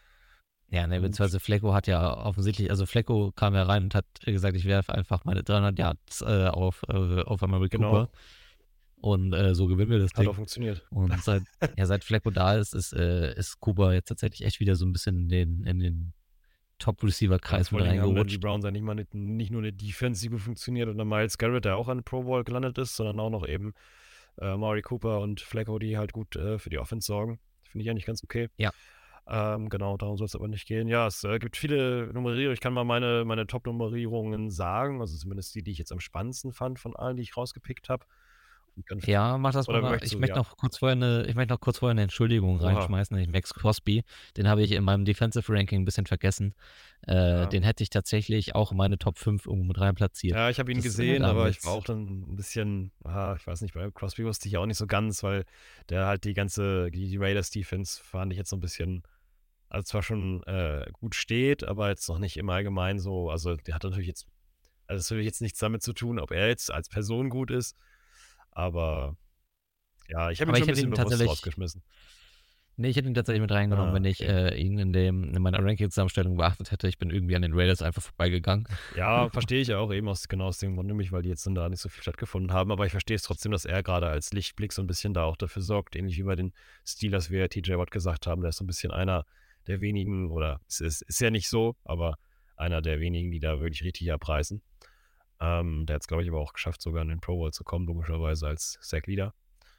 Speaker 2: Ja, ne, beziehungsweise Flecko hat ja offensichtlich, also Flecko kam ja rein und hat gesagt, ich werfe einfach meine 300 Yards auf Emery
Speaker 3: Genau.
Speaker 2: Cooper. Und so gewinnen wir das
Speaker 3: Hat
Speaker 2: Ding.
Speaker 3: auch funktioniert.
Speaker 2: Und seit Flecko da ist Cooper jetzt tatsächlich echt wieder so ein bisschen in den Top-Receiver-Kreis
Speaker 3: Vor
Speaker 2: mit
Speaker 3: allen Dingen haben dann die
Speaker 2: reingerutscht.
Speaker 3: Browns ja nicht nur eine Defense, die gut funktioniert und dann Myles Garrett, der auch an Pro Bowl gelandet ist, sondern auch noch eben Amari Cooper und Flacco, die halt gut für die Offense sorgen. Finde ich eigentlich ganz okay.
Speaker 2: Ja.
Speaker 3: Genau, darum soll es aber nicht gehen. Ja, es gibt viele Nummerierungen. Ich kann mal meine Top-Nummerierungen sagen, also zumindest die ich jetzt am spannendsten fand von allen, die ich rausgepickt habe.
Speaker 2: Ja, mach das
Speaker 3: Oder
Speaker 2: mal.
Speaker 3: möchtest
Speaker 2: Ich
Speaker 3: du,
Speaker 2: möchte
Speaker 3: ja.
Speaker 2: noch kurz vorher eine Entschuldigung
Speaker 3: Oha.
Speaker 2: reinschmeißen, nämlich Max Crosby. Den habe ich in meinem Defensive Ranking ein bisschen vergessen.
Speaker 3: Ja.
Speaker 2: Den hätte ich tatsächlich auch in meine Top 5 irgendwo mit rein platziert.
Speaker 3: Ja, ich habe ihn
Speaker 2: Das,
Speaker 3: gesehen,
Speaker 2: da haben wir
Speaker 3: aber ich
Speaker 2: jetzt-
Speaker 3: war auch dann ein bisschen, ich weiß nicht, bei Crosby wusste ich auch nicht so ganz, weil der halt die Raiders Defense fand ich jetzt so ein bisschen, also zwar schon gut steht, aber jetzt noch nicht im Allgemeinen so, also der hat natürlich jetzt, also es hat jetzt nichts damit zu tun, ob er jetzt als Person gut ist, aber ja, ich habe ihn
Speaker 2: Aber
Speaker 3: schon
Speaker 2: ich
Speaker 3: ein
Speaker 2: hätte
Speaker 3: bisschen
Speaker 2: ihn
Speaker 3: bewusst
Speaker 2: tatsächlich,
Speaker 3: rausgeschmissen.
Speaker 2: Nee, ich hätte ihn tatsächlich mit reingenommen, wenn ich ihn in meiner Ranking-Zusammenstellung beachtet hätte. Ich bin irgendwie an den Raiders einfach vorbeigegangen.
Speaker 3: Ja, verstehe ich ja auch eben genau aus dem Grund, nämlich weil die jetzt dann da nicht so viel stattgefunden haben. Aber ich verstehe es trotzdem, dass er gerade als Lichtblick so ein bisschen da auch dafür sorgt, ähnlich wie bei den Steelers, wie ja TJ Watt gesagt haben. Der ist so ein bisschen einer der wenigen, oder es ist ja nicht so, aber einer der wenigen, die da wirklich richtig abreißen. Der hat es, glaube ich, aber auch geschafft, sogar in den Pro Bowl zu kommen, logischerweise als Sack-Leader.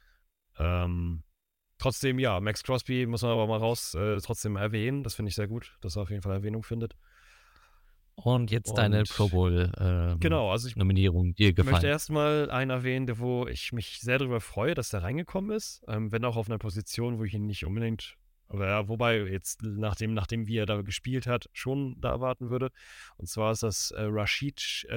Speaker 3: Trotzdem, ja, Max Crosby muss man aber mal trotzdem erwähnen. Das finde ich sehr gut, dass er auf jeden Fall Erwähnung findet.
Speaker 2: Und jetzt deine Pro Bowl
Speaker 3: Genau, also ich
Speaker 2: Nominierung dir
Speaker 3: möchte
Speaker 2: gefallen.
Speaker 3: erstmal einen erwähnen, wo ich mich sehr darüber freue, dass der reingekommen ist. Wenn auch auf einer Position, wo ich ihn nicht unbedingt, aber ja, wobei jetzt nachdem wie er da gespielt hat, schon da erwarten würde. Und zwar ist das Rashid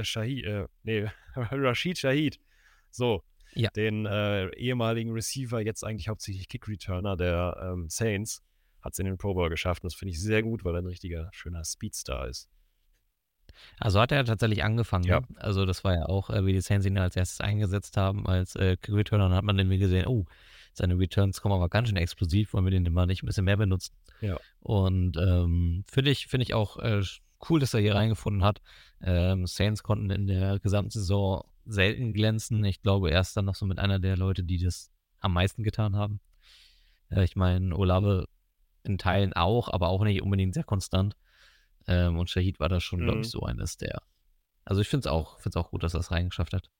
Speaker 3: Shaheed. So,
Speaker 2: Ja.
Speaker 3: den ehemaligen Receiver, jetzt eigentlich hauptsächlich Kick-Returner der Saints, hat es in den Pro Bowl geschafft. Und das finde ich sehr gut, weil er ein richtiger, schöner Speedstar ist.
Speaker 2: Also hat er tatsächlich angefangen.
Speaker 3: Ja.
Speaker 2: Ne? Also das war ja auch, wie die Saints ihn als erstes eingesetzt haben als Kick-Returner. Dann hat man irgendwie gesehen, oh, seine Returns kommen aber ganz schön explosiv, wollen wir den mal nicht ein bisschen mehr benutzen.
Speaker 3: Ja.
Speaker 2: Und finde ich auch cool, dass er hier reingefunden hat. Saints konnten in der gesamten Saison selten glänzen. Ich glaube, er ist dann noch so mit einer der Leute, die das am meisten getan haben. Ich meine, Olave in Teilen auch, aber auch nicht unbedingt sehr konstant. Und Shaheed war da schon, glaube ich, so eines der. Also ich finde es auch gut, dass er es reingeschafft hat.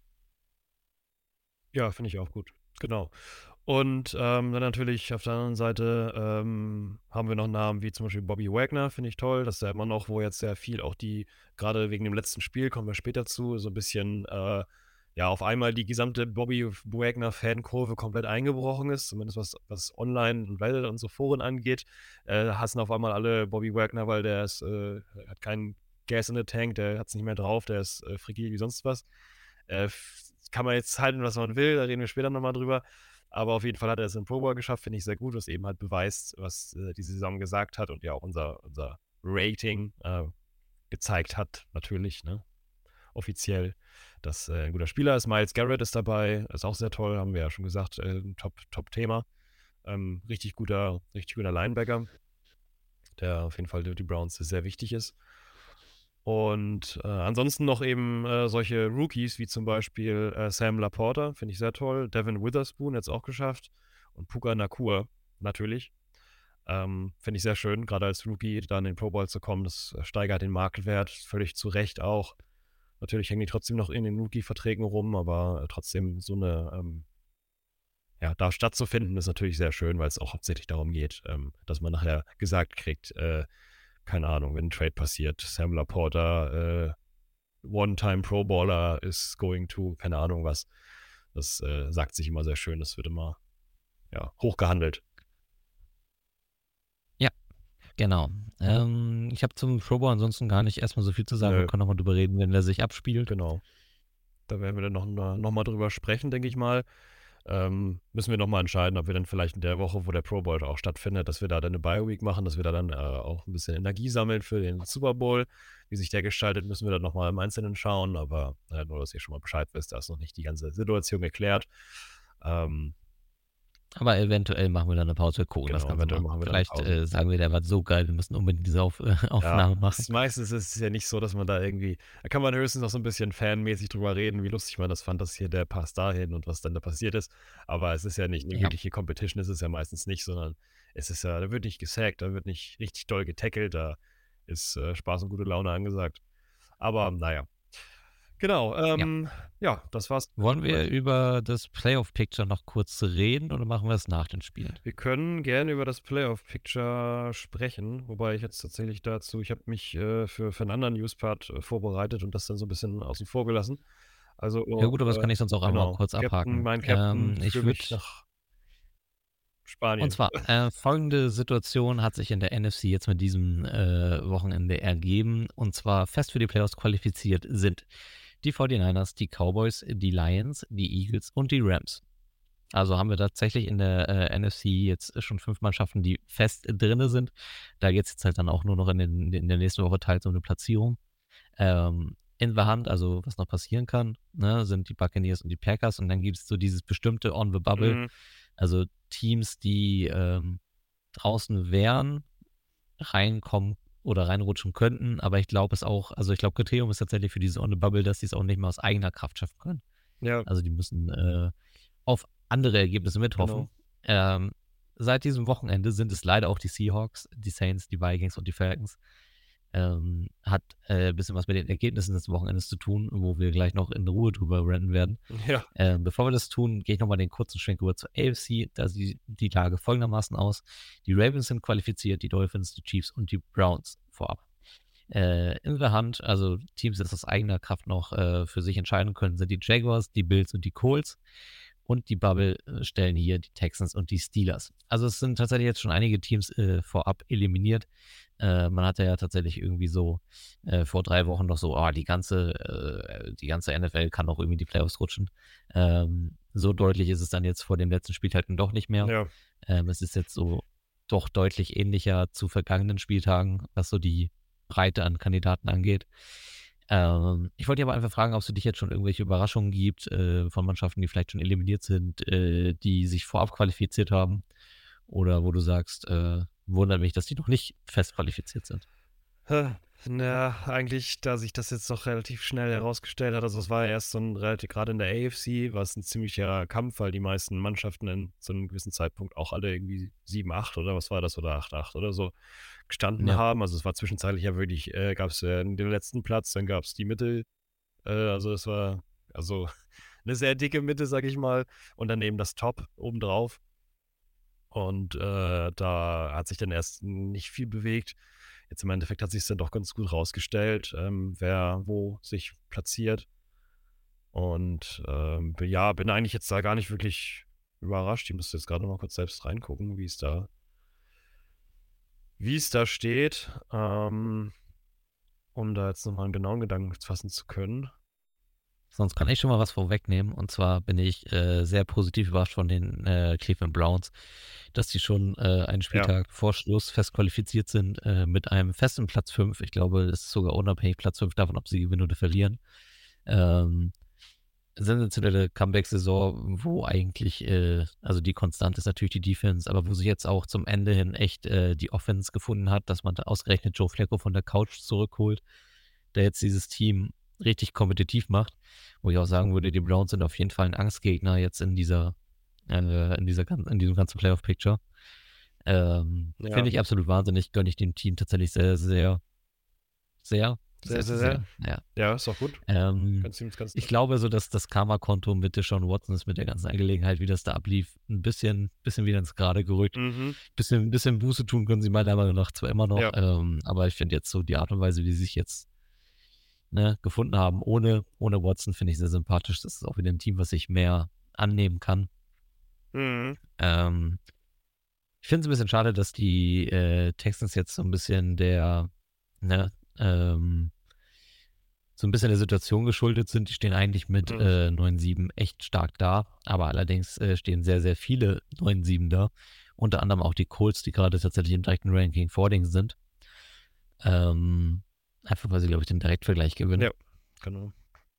Speaker 3: Ja, finde ich auch gut. Genau. Und dann natürlich auf der anderen Seite haben wir noch Namen wie zum Beispiel Bobby Wagner, finde ich toll. Das ist ja immer noch, wo jetzt sehr viel auch gerade wegen dem letzten Spiel, kommen wir später zu, so ein bisschen, auf einmal die gesamte Bobby Wagner-Fankurve komplett eingebrochen ist, zumindest was online und Reddit und so Foren angeht. Hassen auf einmal alle Bobby Wagner, weil der hat keinen Gas in the Tank, der hat es nicht mehr drauf, der ist frigil wie sonst was. Kann man jetzt halten, was man will, da reden wir später nochmal drüber. Aber auf jeden Fall hat er es im Pro Bowl geschafft, finde ich sehr gut, was eben halt beweist, was diese Saison gesagt hat und ja auch unser Rating gezeigt hat, natürlich, ne? Offiziell, dass ein guter Spieler ist. Myles Garrett ist dabei, ist auch sehr toll, haben wir ja schon gesagt, Top-Thema. Richtig guter Linebacker, der auf jeden Fall für die Browns sehr wichtig ist. Und ansonsten noch eben solche Rookies wie zum Beispiel Sam Laporta, finde ich sehr toll. Devin Witherspoon jetzt auch geschafft. Und Puka Nacua natürlich. Finde ich sehr schön, gerade als Rookie dann in den Pro Bowl zu kommen. Das steigert den Marktwert, völlig zu Recht auch. Natürlich hängen die trotzdem noch in den Rookie-Verträgen rum, aber trotzdem so eine, da stattzufinden, ist natürlich sehr schön, weil es auch hauptsächlich darum geht, dass man nachher gesagt kriegt, keine Ahnung, wenn ein Trade passiert, Sam Laporta, One-Time Pro-Baller is going to, keine Ahnung was. Das sagt sich immer sehr schön, das wird immer hoch gehandelt.
Speaker 2: Ja, genau. Ich habe zum Pro Bowl ansonsten gar nicht erstmal so viel zu sagen. Wir können nochmal drüber reden, wenn der sich abspielt.
Speaker 3: Genau. Da werden wir dann noch mal drüber sprechen, denke ich mal. Müssen wir nochmal entscheiden, ob wir dann vielleicht in der Woche, wo der Pro Bowl auch stattfindet, dass wir da dann eine Bye-Week machen, dass wir da dann auch ein bisschen Energie sammeln für den Super Bowl. Wie sich der gestaltet, müssen wir dann nochmal im Einzelnen schauen, aber nur, dass ihr schon mal Bescheid wisst, da ist noch nicht die ganze Situation geklärt.
Speaker 2: Aber eventuell machen wir dann eine Pause, wir gucken das Ganze mal. Vielleicht sagen wir, der war so geil, wir müssen unbedingt diese Aufnahme machen.
Speaker 3: Meistens ist es ja nicht so, dass man da irgendwie, da kann man höchstens noch so ein bisschen fanmäßig drüber reden, wie lustig man das fand, dass hier der passt dahin und was dann da passiert ist. Aber es ist ja nicht eine wirkliche Competition, ist es ja meistens nicht, sondern es ist ja, da wird nicht gesackt, da wird nicht richtig doll getackelt, da ist Spaß und gute Laune angesagt. Aber naja. Genau, das war's.
Speaker 2: Wollen wir über das Playoff-Picture noch kurz reden oder machen wir es nach den Spielen?
Speaker 3: Wir können gerne über das Playoff-Picture sprechen, wobei ich jetzt tatsächlich ich habe mich für einen anderen News-Part vorbereitet und das dann so ein bisschen außen vor gelassen. Also,
Speaker 2: ja gut, aber das kann ich sonst auch einmal kurz abhaken.
Speaker 3: Mein Captain für mich nach Spanien.
Speaker 2: Und zwar, folgende Situation hat sich in der NFC jetzt mit diesem Wochenende ergeben. Und zwar fest für die Playoffs qualifiziert sind die 49ers, die Cowboys, die Lions, die Eagles und die Rams. Also haben wir tatsächlich in der NFC jetzt schon 5 Mannschaften, die fest drinne sind. Da geht es jetzt halt dann auch nur noch in der nächsten Woche teils um eine Platzierung. In der Hand, also was noch passieren kann, ne, sind die Buccaneers und die Packers. Und dann gibt es so dieses bestimmte On the Bubble. Also Teams, die draußen wären, reinkommen oder reinrutschen könnten, aber ich glaube es auch, also ich glaube, Kriterium ist tatsächlich für diese On-the-Bubble, dass sie es auch nicht mehr aus eigener Kraft schaffen können.
Speaker 3: Ja,
Speaker 2: Also die müssen auf andere Ergebnisse mithoffen. Seit diesem Wochenende sind es leider auch die Seahawks, die Saints, die Vikings und die Falcons. Hat ein bisschen was mit den Ergebnissen des Wochenendes zu tun, wo wir gleich noch in Ruhe drüber reden werden.
Speaker 3: Ja.
Speaker 2: Bevor wir das tun, gehe ich nochmal den kurzen Schwenk über zur AFC. Da sieht die Lage folgendermaßen aus. Die Ravens sind qualifiziert, die Dolphins, die Chiefs und die Browns vorab. In der Hand, also Teams, die das aus eigener Kraft noch für sich entscheiden können, sind die Jaguars, die Bills und die Colts. Und die Bubble stellen hier die Texans und die Steelers. Also es sind tatsächlich jetzt schon einige Teams vorab eliminiert. Man hatte ja tatsächlich irgendwie so vor 3 Wochen noch so, die ganze NFL kann noch irgendwie in die Playoffs rutschen. So deutlich ist es dann jetzt vor dem letzten Spieltag doch nicht mehr.
Speaker 3: Ja.
Speaker 2: Es ist jetzt so doch deutlich ähnlicher zu vergangenen Spieltagen, was so die Breite an Kandidaten angeht. Ich wollte dich aber einfach fragen, ob es für dich jetzt schon irgendwelche Überraschungen gibt von Mannschaften, die vielleicht schon eliminiert sind, die sich vorab qualifiziert haben oder wo du sagst, wundert mich, dass die noch nicht fest qualifiziert sind.
Speaker 3: Na, eigentlich, da sich das jetzt doch relativ schnell herausgestellt hat, also es war ja erst so ein relativ, gerade in der AFC, war es ein ziemlicher Kampf, weil die meisten Mannschaften in so einem gewissen Zeitpunkt auch alle irgendwie 7-8 oder was war das, oder 8-8 oder so gestanden haben. Also es war zwischenzeitlich ja wirklich, gab es den letzten Platz, dann gab es die Mitte, also es war also eine sehr dicke Mitte, sag ich mal, und dann eben das Top obendrauf. Und da hat sich dann erst nicht viel bewegt. Jetzt im Endeffekt hat sich es dann doch ganz gut rausgestellt, wer wo sich platziert. Und ja, bin eigentlich jetzt da gar nicht wirklich überrascht. Ich müsste jetzt gerade mal kurz selbst reingucken, wie es da steht, um da jetzt nochmal einen genauen Gedanken fassen zu können.
Speaker 2: Sonst kann ich schon mal was vorwegnehmen. Und zwar bin ich sehr positiv überrascht von den Cleveland Browns, dass die schon einen Spieltag vor Schluss fest qualifiziert sind mit einem festen Platz 5. Ich glaube, es ist sogar unabhängig Platz 5 davon, ob sie gewinnen oder verlieren. Sensationelle Comeback-Saison, wo eigentlich, also die Konstante ist natürlich die Defense, aber wo sich jetzt auch zum Ende hin echt die Offense gefunden hat, dass man da ausgerechnet Joe Flacco von der Couch zurückholt, der jetzt dieses Team richtig kompetitiv macht, wo ich auch sagen würde, die Browns sind auf jeden Fall ein Angstgegner jetzt in diesem ganzen Playoff-Picture. Finde ich absolut wahnsinnig, gönne ich dem Team tatsächlich sehr, sehr, sehr.
Speaker 3: Ja, ist auch gut.
Speaker 2: Ich glaube so, dass das Karma-Konto mit Deshaun Watson ist, mit der ganzen Angelegenheit, wie das da ablief, ein bisschen wieder ins Gerade gerückt. Bisschen Buße tun können sie meiner Meinung nach zwar immer noch, aber ich finde jetzt so die Art und Weise, wie sie sich jetzt gefunden haben, ohne Watson, finde ich sehr sympathisch. Das ist auch wieder ein Team, was ich mehr annehmen kann. Ich finde es ein bisschen schade, dass die Texans jetzt so ein bisschen so ein bisschen der Situation geschuldet sind. Die stehen eigentlich mit 9-7 echt stark da, aber allerdings stehen sehr, sehr viele 9-7 da. Unter anderem auch die Colts, die gerade tatsächlich im direkten Ranking vor denen sind. Einfach, weil sie, glaube ich, den Direktvergleich gewinnen.
Speaker 3: Ja, genau.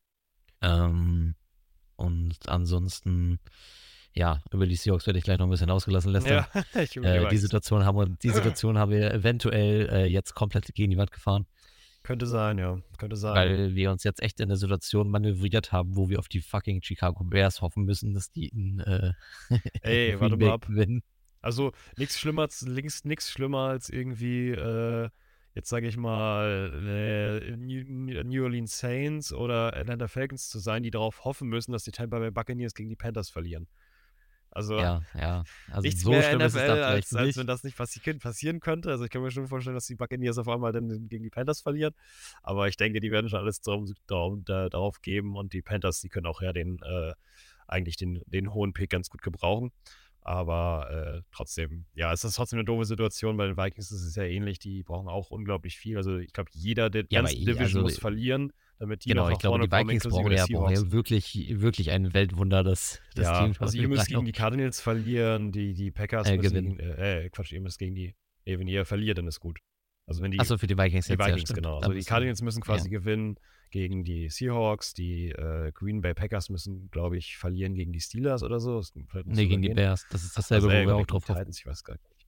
Speaker 2: Und ansonsten, ja, über die Seahawks werde ich gleich noch ein bisschen ausgelassen, Lester.
Speaker 3: Ja,
Speaker 2: die Situation haben wir eventuell jetzt komplett gegen die Wand gefahren.
Speaker 3: Könnte sein, ja. Könnte sein.
Speaker 2: Weil wir uns jetzt echt in eine Situation manövriert haben, wo wir auf die fucking Chicago Bears hoffen müssen, dass die in
Speaker 3: warte mal ab.
Speaker 2: gewinnen.
Speaker 3: Also nichts schlimmer als irgendwie, jetzt sage ich mal, New Orleans Saints oder Atlanta Falcons zu sein, die darauf hoffen müssen, dass die Tampa Bay Buccaneers gegen die Panthers verlieren. Also,
Speaker 2: ja. Also
Speaker 3: nichts
Speaker 2: so
Speaker 3: mehr
Speaker 2: schlimm
Speaker 3: NFL,
Speaker 2: ist es dann
Speaker 3: als
Speaker 2: vielleicht nicht.
Speaker 3: wenn das nicht passieren könnte. Also ich kann mir schon vorstellen, dass die Buccaneers auf einmal dann gegen die Panthers verlieren. Aber ich denke, die werden schon alles darauf geben und die Panthers, die können auch eigentlich den hohen Pick ganz gut gebrauchen. Aber trotzdem, ja, es ist trotzdem eine doofe Situation. Bei den Vikings ist es ja ähnlich, die brauchen auch unglaublich viel. Also ich glaube, jeder der ganzen Division muss verlieren, damit die noch
Speaker 2: ich glaube, die Vikings brauchen ja wirklich ein Weltwunder, das Team.
Speaker 3: Also ihr müsst gegen die Cardinals verlieren, die Packers müssen ihr müsst gegen die, wenn ihr verliert, dann ist gut. Also wenn
Speaker 2: Achso, für die Vikings
Speaker 3: die
Speaker 2: jetzt.
Speaker 3: Vikings, genau. Also die Cardinals müssen quasi gewinnen gegen die Seahawks, die Green Bay Packers müssen, glaube ich, verlieren gegen die Steelers oder so.
Speaker 2: Nee, gegen die Bears. Das ist dasselbe, wo wir auch drauf hoffen.
Speaker 3: Ich weiß gar nicht.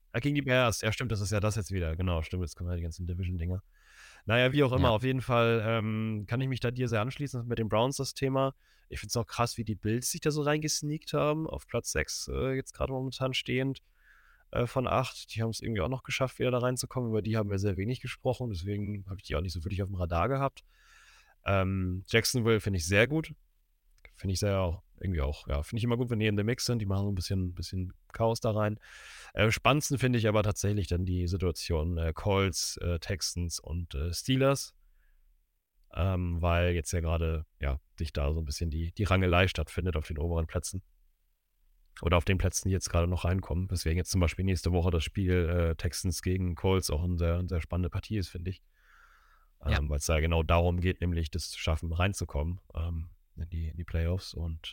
Speaker 3: Gegen die Bears, ja stimmt, das ist ja das jetzt wieder, genau, stimmt, jetzt kommen ja die ganzen Division-Dinger. Naja, wie auch immer,
Speaker 2: Ja.
Speaker 3: auf jeden Fall kann ich mich da dir sehr anschließen mit den Browns das Thema. Ich finde es auch krass, wie die Bills sich da so reingesneakt haben, auf Platz 6 jetzt gerade momentan stehend von 8. Die haben es irgendwie auch noch geschafft, wieder da reinzukommen. Über die haben wir sehr wenig gesprochen, deswegen habe ich die auch nicht so wirklich auf dem Radar gehabt. Jacksonville finde ich sehr gut. Finde ich irgendwie auch, ja, finde ich immer gut, wenn die in der Mix sind. Die machen so ein bisschen Chaos da rein. Spannendsten finde ich aber tatsächlich dann die Situation Colts, Texans und Steelers. Weil jetzt ja gerade, ja, sich da so ein bisschen die Rangelei stattfindet auf den oberen Plätzen. Oder auf den Plätzen, die jetzt gerade noch reinkommen. Deswegen jetzt zum Beispiel nächste Woche das Spiel Texans gegen Colts auch eine sehr spannende Partie ist, finde ich.
Speaker 2: Ja.
Speaker 3: Weil es da genau darum geht, nämlich das zu schaffen, reinzukommen in die Playoffs. Und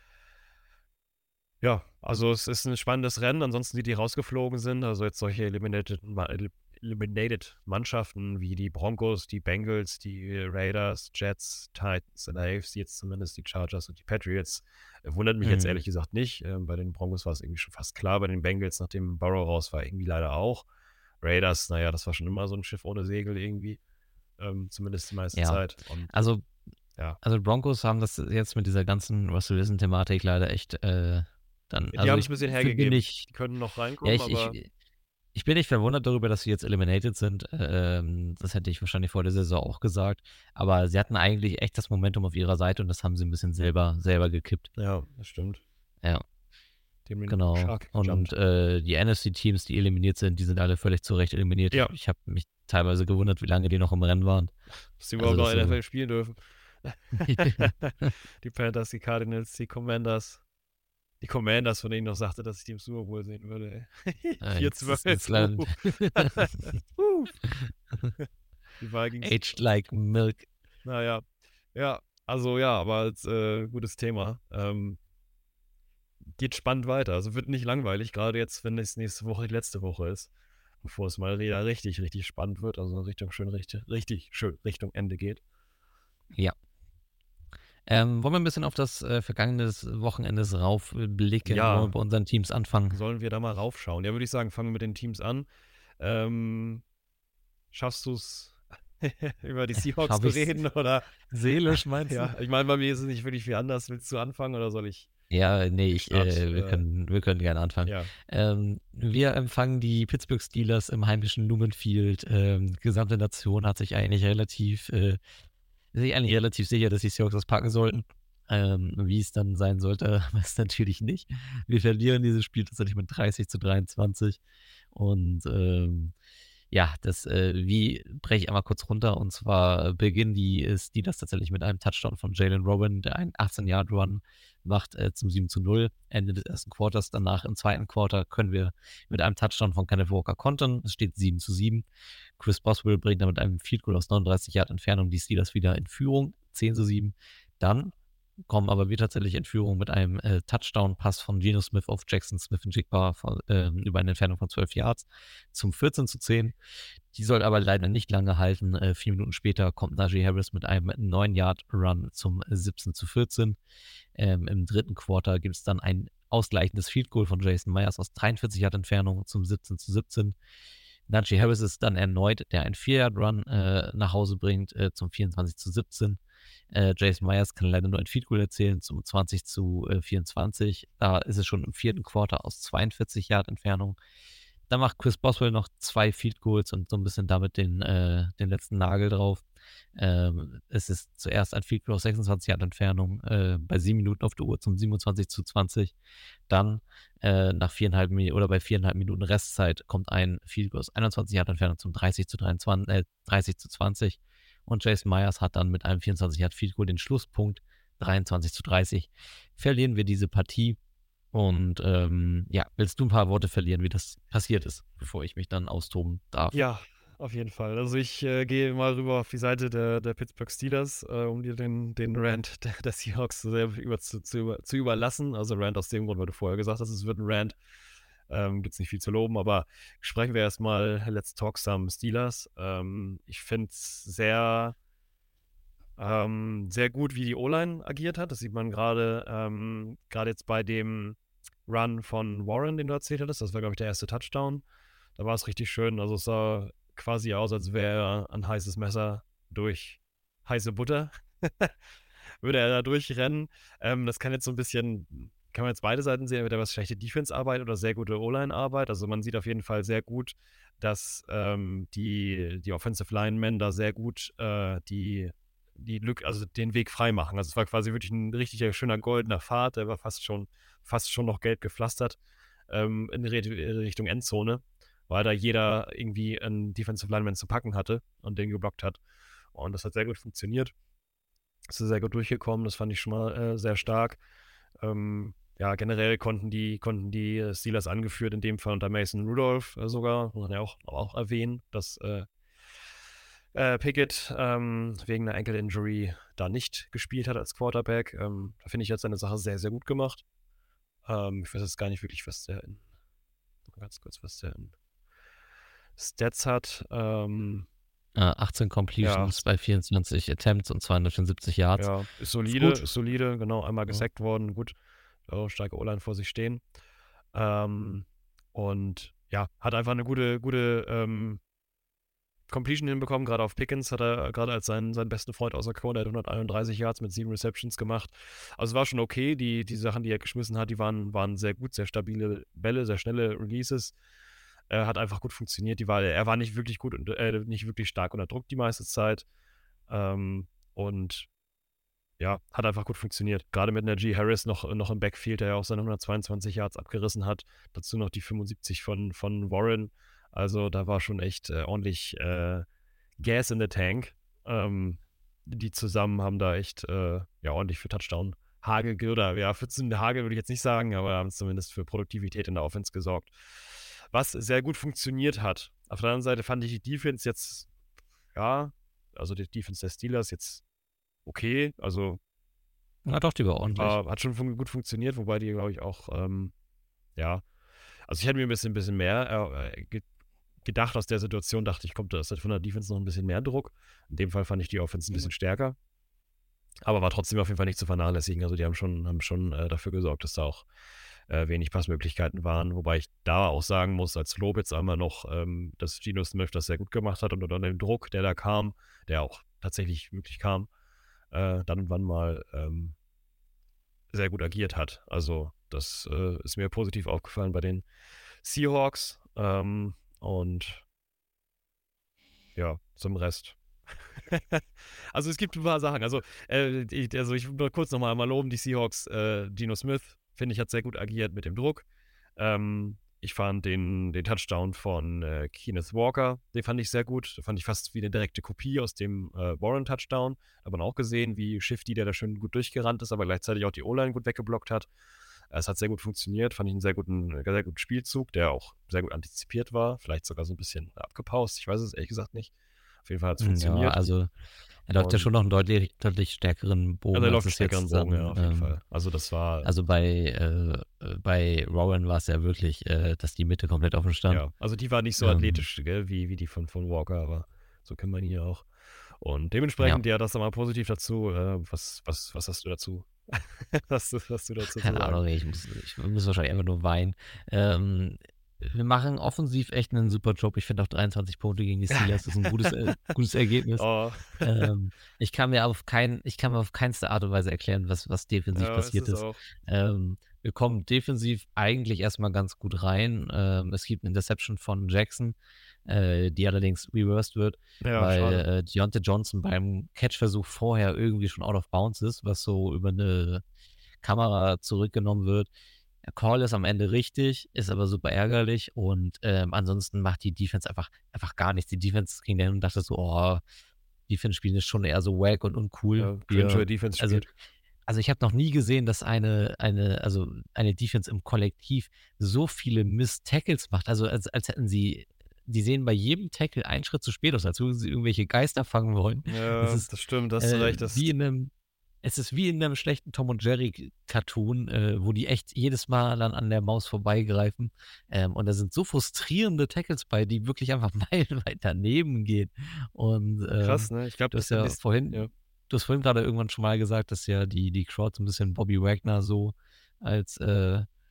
Speaker 3: ja, also es ist ein spannendes Rennen. Ansonsten, die rausgeflogen sind, also jetzt solche Eliminated Mannschaften wie die Broncos, die Bengals, die Raiders, Jets, Titans in der AFC, jetzt zumindest die Chargers und die Patriots, wundert mich jetzt ehrlich gesagt nicht. Bei den Broncos war es irgendwie schon fast klar, bei den Bengals, nachdem Burrow raus war, irgendwie leider auch. Raiders, naja, das war schon immer so ein Schiff ohne Segel irgendwie, zumindest die meiste
Speaker 2: Ja.
Speaker 3: Zeit. Und
Speaker 2: Also
Speaker 3: ja,
Speaker 2: Broncos haben das jetzt mit dieser ganzen Russell Wilson-Thematik leider echt dann,
Speaker 3: die
Speaker 2: also
Speaker 3: haben es ein bisschen hergegeben.
Speaker 2: ich,
Speaker 3: Die können noch
Speaker 2: ja,
Speaker 3: reinkommen, aber
Speaker 2: ich bin nicht verwundert darüber, dass sie jetzt eliminated sind. Das hätte ich wahrscheinlich vor der Saison auch gesagt. Aber sie hatten eigentlich echt das Momentum auf ihrer Seite und das haben sie ein bisschen selber gekippt.
Speaker 3: ja, das stimmt.
Speaker 2: Ja,
Speaker 3: Die haben den
Speaker 2: genau.
Speaker 3: Shark
Speaker 2: Und
Speaker 3: gejumpt.
Speaker 2: die NFC-Teams, die eliminiert sind, die sind alle völlig zu Recht eliminiert.
Speaker 3: Ja.
Speaker 2: Ich habe mich teilweise gewundert, wie lange die noch im Rennen waren.
Speaker 3: Dass sie überhaupt
Speaker 2: Also,
Speaker 3: noch
Speaker 2: das
Speaker 3: NFL spielen dürfen. Die Panthers, die Cardinals, die Commanders. Die Commanders, von denen ich noch sagte, dass ich die im Super Bowl sehen würde.
Speaker 2: jetzt ist
Speaker 3: 4-12.
Speaker 2: leider
Speaker 3: Die Vikings.
Speaker 2: aged like milk.
Speaker 3: Naja. Ja, also ja, aber als gutes Thema. Geht spannend weiter. Also wird nicht langweilig, gerade jetzt, wenn es nächste Woche die letzte Woche ist. Bevor es mal wieder richtig, richtig spannend wird. Also richtig schön Richtung Ende geht.
Speaker 2: Ja. Wollen wir ein bisschen auf das vergangene Wochenende raufblicken?
Speaker 3: Ja.
Speaker 2: Wollen wir bei unseren Teams anfangen?
Speaker 3: Sollen wir da mal raufschauen? Ja, würde ich sagen, fangen wir mit den Teams an. Schaffst du es, über die Seahawks zu reden? Oder?
Speaker 2: Seelisch meinst du?
Speaker 3: Ja, ich meine, bei mir ist es nicht wirklich viel anders. Willst du anfangen oder soll ich?
Speaker 2: Ja, nee, wir können gerne anfangen.
Speaker 3: Ja.
Speaker 2: Wir empfangen die Pittsburgh Steelers im heimischen Lumen Field. Die gesamte Nation hat sich eigentlich relativ sicher, dass die Seahawks das packen sollten. Wie es dann sein sollte, weiß natürlich nicht. Wir verlieren dieses Spiel tatsächlich mit 30-23. Und ja, wie breche ich einmal kurz runter. Und zwar beginnen die Steelers tatsächlich mit einem Touchdown von Jalen Robin, der einen 18-Yard-Run macht zum 7-0, Ende des ersten Quarters. Danach im zweiten Quarter können wir mit einem Touchdown von Kenneth Walker kontern. Es steht 7-7. Chris Boswell bringt dann mit einem Field Goal aus 39 Yard Entfernung die Steelers wieder in Führung, 10-7. Dann kommen aber wir tatsächlich in Führung mit einem Touchdown-Pass von Geno Smith auf Jackson Smith-Njigba über eine Entfernung von 12 Yards zum 14-10. Die soll aber leider nicht lange halten. 4 Minuten später kommt Najee Harris mit einem 9-Yard-Run zum 17-14. Im dritten Quarter gibt es dann ein ausgleichendes Field Goal von Jason Myers aus 43 Yard Entfernung zum 17-17. Najee Harris ist dann erneut, der einen 4-Yard-Run nach Hause bringt zum 24-17. Jason Myers kann leider nur ein Field Goal erzielen zum 20-24. Da ist es schon im vierten Quarter aus 42 Yard Entfernung. Da macht Chris Boswell noch 2 Field Goals und so ein bisschen damit den letzten Nagel drauf. Es ist zuerst ein Field Goal aus 26 Yard Entfernung bei 7 Minuten auf der Uhr zum 27-20. Dann bei 4,5 Minuten Restzeit kommt ein Field Goal aus 21 Yard Entfernung zum 30-20. Und Jason Myers hat dann mit einem 24 Yard Field Goal den Schlusspunkt 23-30. Verlieren wir diese Partie. Und willst du ein paar Worte verlieren, wie das passiert ist, bevor ich mich dann austoben darf?
Speaker 3: Ja, auf jeden Fall. Also ich gehe mal rüber auf die Seite der Pittsburgh Steelers, um dir den Rant der Seahawks zu überlassen. Also Rant aus dem Grund, weil du vorher gesagt hast, es wird ein Rant. Gibt es nicht viel zu loben, aber sprechen wir erstmal Let's Talk Some Steelers. Ich finde es sehr gut, wie die O-Line agiert hat. Das sieht man gerade jetzt bei dem Run von Warren, den du erzählt hattest. Das war, glaube ich, der erste Touchdown. Da war es richtig schön. Also es sah quasi aus, als wäre er ein heißes Messer durch heiße Butter. Würde er da durchrennen. Das kann jetzt so ein bisschen, kann man jetzt beide Seiten sehen, entweder was schlechte Defense-Arbeit oder sehr gute O-Line-Arbeit. Also man sieht auf jeden Fall sehr gut, dass die Offensive Linemen da sehr gut die Lücke, also den Weg frei machen. Also es war quasi wirklich ein richtiger schöner goldener Pfad, der war fast schon noch gelb gepflastert in Richtung Endzone, weil da jeder irgendwie einen Defensive Lineman zu packen hatte und den geblockt hat. Und das hat sehr gut funktioniert. Es ist sehr gut durchgekommen, das fand ich schon mal sehr stark. Ja, generell konnten die Steelers angeführt, in dem Fall unter Mason Rudolph sogar, muss man ja auch erwähnen, dass Pickett wegen einer Ankle-Injury da nicht gespielt hat als Quarterback. Da finde ich jetzt seine Sache sehr, sehr gut gemacht. Ich weiß jetzt gar nicht wirklich, was der in Stats hat.
Speaker 2: 18 Completions bei 24 Attempts und 275 Yards.
Speaker 3: Ja, ist solide, genau, einmal gesackt worden, gut, starke O-Line vor sich stehen. Und ja, hat einfach eine gute Completion hinbekommen, gerade auf Pickens hat er gerade als seinen besten Freund außer Corner 131 Yards mit 7 Receptions gemacht. Also es war schon okay, die Sachen, die er geschmissen hat, die waren sehr gut, sehr stabile Bälle, sehr schnelle Releases. Hat einfach gut funktioniert. Er war nicht wirklich gut und nicht wirklich stark unter Druck die meiste Zeit. Und ja, hat einfach gut funktioniert. Gerade mit Najee Harris noch im Backfield, der ja auch seine 122 Yards abgerissen hat. Dazu noch die 75 von Warren. Also da war schon echt ordentlich Gas in the Tank. Die zusammen haben da echt ordentlich für Touchdown Hagel oder ja, für Hagel würde ich jetzt nicht sagen, aber haben zumindest für Produktivität in der Offense gesorgt. Was sehr gut funktioniert hat. Auf der anderen Seite fand ich die Defense jetzt, ja, also die Defense der Steelers jetzt okay. Also
Speaker 2: ja, doch, die war ordentlich.
Speaker 3: Hat schon gut funktioniert, wobei die, glaube ich, auch, ja, also ich hätte mir ein bisschen mehr gedacht aus der Situation, dachte ich, kommt das von der Defense noch ein bisschen mehr Druck. In dem Fall fand ich die Offense ein bisschen stärker. Aber war trotzdem auf jeden Fall nicht zu vernachlässigen. Also die haben schon dafür gesorgt, dass da auch wenig Passmöglichkeiten waren. Wobei ich da auch sagen muss, als Lob jetzt einmal noch, dass Geno Smith das sehr gut gemacht hat und unter dem Druck, der da kam, der auch tatsächlich wirklich kam, dann und wann mal sehr gut agiert hat. Also das ist mir positiv aufgefallen bei den Seahawks. Und ja, zum Rest. Also es gibt ein paar Sachen. Also ich will kurz nochmal loben, die Seahawks, Geno Smith, finde ich, hat sehr gut agiert mit dem Druck. Ich fand den Touchdown von Kenneth Walker, den fand ich sehr gut. Den fand ich fast wie eine direkte Kopie aus dem Warren-Touchdown. Hat man auch gesehen, wie Shifty, der da schön gut durchgerannt ist, aber gleichzeitig auch die O-Line gut weggeblockt hat. Es hat sehr gut funktioniert, fand ich einen sehr guten Spielzug, der auch sehr gut antizipiert war. Vielleicht sogar so ein bisschen abgepaust, ich weiß es ehrlich gesagt nicht. Auf jeden Fall hat es funktioniert.
Speaker 2: Ja, also er läuft ja schon noch einen deutlich stärkeren Bogen.
Speaker 3: Also er läuft stärkeren Bogen, ja, auf jeden Fall. Also das war...
Speaker 2: Also bei Rowan war es ja wirklich, dass die Mitte komplett offen stand.
Speaker 3: Ja, also die war nicht so athletisch, gell, wie die von Walker, aber so kennt man ihn hier auch. Und dementsprechend, ja, das nochmal positiv dazu. Was hast du dazu? was du dazu
Speaker 2: Keine Ahnung, ich muss wahrscheinlich einfach nur weinen. Wir machen offensiv echt einen super Job. Ich finde auch 23 Punkte gegen die Steelers ist ein gutes Ergebnis.
Speaker 3: Oh.
Speaker 2: Ich kann mir auf keinste Art und Weise erklären, was defensiv passiert ist. Wir kommen defensiv eigentlich erstmal ganz gut rein. Es gibt eine Interception von Jackson, die allerdings reversed wird, weil Deontay Johnson beim Catchversuch vorher irgendwie schon out of bounds ist, was so über eine Kamera zurückgenommen wird. Der Call ist am Ende richtig, ist aber super ärgerlich und ansonsten macht die Defense einfach gar nichts. Die Defense ging dahin und dachte so, Defense spielen ist schon eher so wack und uncool.
Speaker 3: Ja, Defense spielt.
Speaker 2: Also ich habe noch nie gesehen, dass eine Defense im Kollektiv so viele Miss-Tackles macht. Also als hätten die sehen bei jedem Tackle einen Schritt zu spät aus, als würden sie irgendwelche Geister fangen wollen.
Speaker 3: Ja, das stimmt, das ist recht.
Speaker 2: Es ist wie in einem schlechten Tom und Jerry Cartoon, wo die echt jedes Mal dann an der Maus vorbeigreifen. Und da sind so frustrierende Tackles bei, die wirklich einfach meilenweit daneben gehen. Und
Speaker 3: krass, ne? Ich glaube,
Speaker 2: du hast vorhin gerade irgendwann schon mal gesagt, dass ja die Crowd so ein bisschen Bobby Wagner so als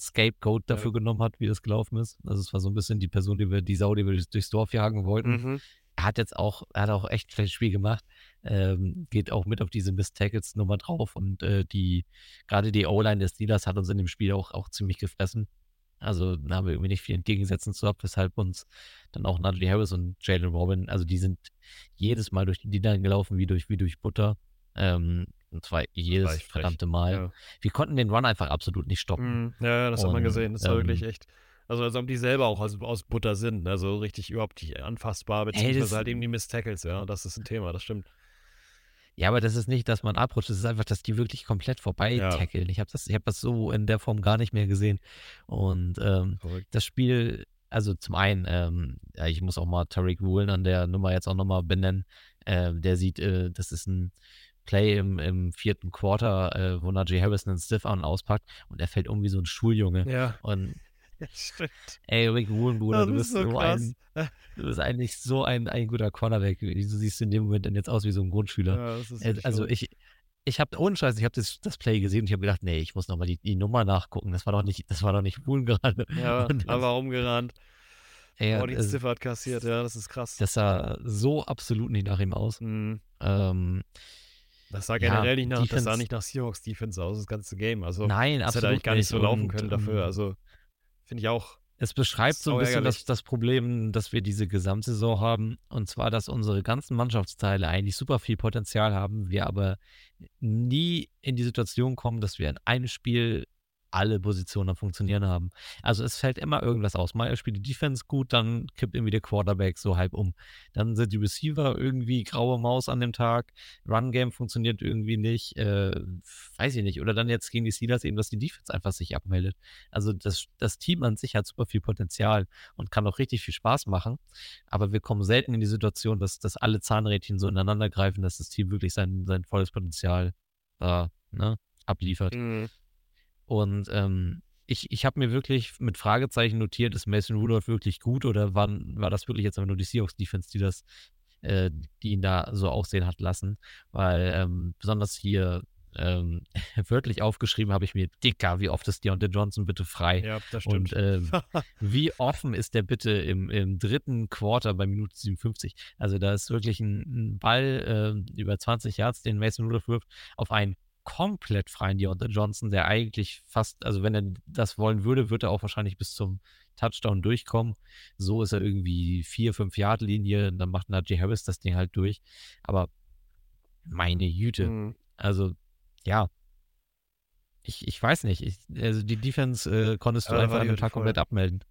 Speaker 2: Scapegoat
Speaker 3: Ja.
Speaker 2: dafür genommen hat, wie das gelaufen ist. Also es war so ein bisschen die Person, die Sau, die wir durchs Dorf jagen wollten.
Speaker 3: Mhm.
Speaker 2: Er hat auch echt ein schlechtes Spiel gemacht. Geht auch mit auf diese Missed Tackles Nummer drauf und gerade die O-Line des Steelers hat uns in dem Spiel auch ziemlich gefressen. Also da haben wir irgendwie nicht viel entgegensetzen zu gehabt, weshalb uns dann auch Najee Harris und Jalen Robin, also die sind jedes Mal durch die D-Line gelaufen, wie durch Butter. Und zwar
Speaker 3: war
Speaker 2: jedes
Speaker 3: echt frech.
Speaker 2: verdammte Mal.
Speaker 3: Ja.
Speaker 2: Wir konnten den Run einfach absolut nicht stoppen.
Speaker 3: Ja, das hat man
Speaker 2: Und
Speaker 3: gesehen. Das war wirklich echt. Also als ob die selber auch aus Butter sind, ne? So richtig überhaupt nicht anfassbar, beziehungsweise halt eben die Missed Tackles, ja. Das ist ein Thema, das stimmt.
Speaker 2: ja, aber das ist nicht, dass man abrutscht, es ist einfach, dass die wirklich komplett vorbei
Speaker 3: Ja.
Speaker 2: tackeln. Ich hab das so in der Form gar nicht mehr gesehen. Und
Speaker 3: Verrückt.
Speaker 2: das Spiel, also zum einen, ja, ich muss auch mal Tariq Woolen an der Nummer jetzt auch nochmal benennen. Der sieht, das ist ein Play im vierten Quarter, wo Najee Harris einen Stiff-Arm auspackt und er fällt irgendwie so ein Schuljunge.
Speaker 3: Ja.
Speaker 2: Und
Speaker 3: Ja, stimmt.
Speaker 2: ey, Rick Woolen, Bruder,
Speaker 3: Ja,
Speaker 2: du
Speaker 3: das
Speaker 2: bist
Speaker 3: ist so
Speaker 2: so
Speaker 3: krass.
Speaker 2: du bist eigentlich so ein guter Cornerback. Du siehst in dem Moment dann jetzt aus wie so ein Grundschüler.
Speaker 3: Ja, das ist wirklich
Speaker 2: Also
Speaker 3: verrückt.
Speaker 2: ich habe ohne Scheiß, ich habe das Play gesehen und ich habe gedacht, nee, ich muss nochmal die Nummer nachgucken. Das war doch nicht Woolen gerade.
Speaker 3: Ja,
Speaker 2: Und
Speaker 3: aber rumgerannt.
Speaker 2: ey,
Speaker 3: Oh, den Stiff hat kassiert, ja, das ist krass.
Speaker 2: das sah so absolut nicht nach ihm aus.
Speaker 3: Mhm. Das sah
Speaker 2: Ja,
Speaker 3: generell nicht das sah
Speaker 2: Defense,
Speaker 3: nicht nach Seahawks Defense aus, das ganze Game. Also,
Speaker 2: nein,
Speaker 3: das hätte eigentlich
Speaker 2: absolut
Speaker 3: gar nicht
Speaker 2: nicht.
Speaker 3: so laufen
Speaker 2: Und
Speaker 3: können dafür. Also, finde ich auch
Speaker 2: es beschreibt so ein
Speaker 3: sau
Speaker 2: bisschen
Speaker 3: ärgerlich.
Speaker 2: das Problem, dass wir diese Gesamtsaison haben. Und zwar, dass unsere ganzen Mannschaftsteile eigentlich super viel Potenzial haben, wir aber nie in die Situation kommen, dass wir in einem Spiel alle Positionen am Funktionieren haben. Also es fällt immer irgendwas aus. Mal spielt die Defense gut, dann kippt irgendwie der Quarterback so halb um. Dann sind die Receiver irgendwie graue Maus an dem Tag. Run-Game funktioniert irgendwie nicht. Weiß ich nicht. Oder dann jetzt gegen die Steelers eben, dass die Defense einfach sich abmeldet. Also das Team an sich hat super viel Potenzial und kann auch richtig viel Spaß machen. Aber wir kommen selten in die Situation, dass alle Zahnrädchen so ineinander greifen, dass das Team wirklich sein volles Potenzial abliefert.
Speaker 3: Mhm.
Speaker 2: Und ich habe mir wirklich mit Fragezeichen notiert, ist Mason Rudolph wirklich gut oder war das wirklich jetzt aber nur die Seahawks-Defense, die ihn da so aussehen hat lassen? Weil besonders hier wörtlich aufgeschrieben habe ich mir, Dicker, wie oft ist Deontay Johnson bitte frei?
Speaker 3: Ja, das stimmt.
Speaker 2: Und wie offen ist der bitte im dritten Quarter bei Minute 57? Also da ist wirklich ein Ball über 20 Yards, den Mason Rudolph wirft, auf einen komplett freien Deontay Johnson, der eigentlich fast, also wenn er das wollen würde, würde er auch wahrscheinlich bis zum Touchdown durchkommen. So ist er irgendwie 4-5 Yard Linie, dann macht Najee Harris das Ding halt durch. Aber meine Güte,
Speaker 3: Mhm.
Speaker 2: also ja, ich weiß nicht. Also die Defense konntest du
Speaker 3: Ja, da
Speaker 2: einfach
Speaker 3: war
Speaker 2: an
Speaker 3: die
Speaker 2: dem
Speaker 3: Hütte
Speaker 2: Tag
Speaker 3: voll.
Speaker 2: komplett abmelden.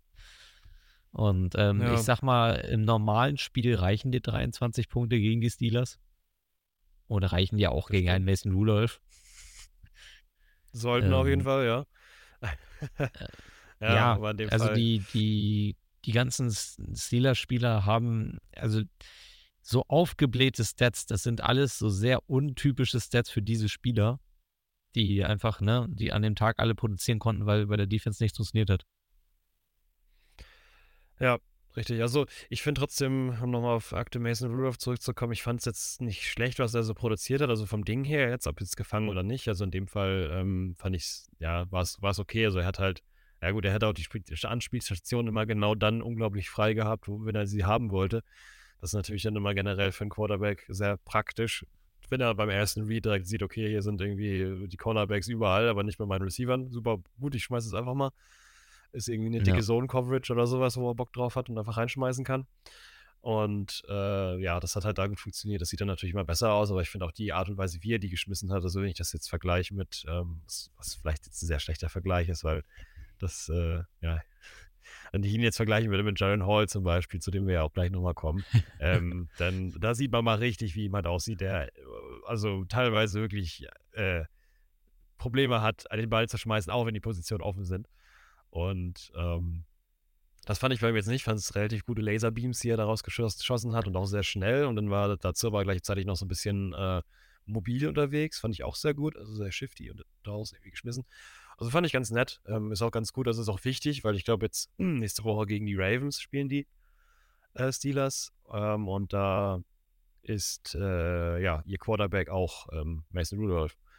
Speaker 2: Und
Speaker 3: Ja.
Speaker 2: ich sag mal, im normalen Spiel reichen dir 23 Punkte gegen die Steelers. Oder reichen die auch
Speaker 3: Das
Speaker 2: gegen einen
Speaker 3: stimmt.
Speaker 2: Mason Rudolph.
Speaker 3: Sollten auf jeden Fall, ja. Ja,
Speaker 2: Ja,
Speaker 3: aber in dem
Speaker 2: also
Speaker 3: Fall.
Speaker 2: die ganzen Steelers-Spieler haben, also so aufgeblähte Stats, das sind alles so sehr untypische Stats für diese Spieler, die einfach, die an dem Tag alle produzieren konnten, weil bei der Defense nichts funktioniert hat.
Speaker 3: Ja, richtig. Also, ich finde trotzdem, um nochmal auf Akte Mason Rudolph zurückzukommen, ich fand es jetzt nicht schlecht, was er so produziert hat, also vom Ding her jetzt, ob jetzt gefangen oder nicht. Also in dem Fall fand ich es, ja, war es okay. Also er hat halt, ja gut, er hätte auch die Anspielstation immer genau dann unglaublich frei gehabt, wenn er sie haben wollte. Das ist natürlich dann immer generell für einen Quarterback sehr praktisch. Wenn er beim ersten Read direkt sieht, okay, hier sind irgendwie die Cornerbacks überall, aber nicht bei meinen Receivern. Super gut, ich schmeiße es einfach mal. Ist irgendwie eine dicke
Speaker 2: Ja.
Speaker 3: Zone-Coverage oder sowas, wo er Bock drauf hat und einfach reinschmeißen kann. Und ja, das hat halt da gut funktioniert. Das sieht dann natürlich immer besser aus, aber ich finde auch die Art und Weise, wie er die geschmissen hat, also wenn ich das jetzt vergleiche mit, was vielleicht jetzt ein sehr schlechter Vergleich ist, weil das, ja, wenn ich ihn jetzt vergleichen würde mit Jaren Hall zum Beispiel, zu dem wir ja auch gleich nochmal kommen, dann da sieht man mal richtig, wie jemand aussieht, der also teilweise wirklich Probleme hat, den Ball zu schmeißen, auch wenn die Positionen offen sind. Und das fand ich bei ihm jetzt nicht. Ich fand es relativ gute Laserbeams, die er daraus geschossen hat und auch sehr schnell. Und dann war dazu aber gleichzeitig noch so ein bisschen mobil unterwegs. Fand ich auch sehr gut, also sehr shifty und daraus irgendwie geschmissen. Also fand ich ganz nett. Ist auch ganz gut, das ist auch wichtig, weil ich glaube jetzt nächste Woche gegen die Ravens spielen die Steelers. Und da ist ja ihr Quarterback auch Mason Rudolph.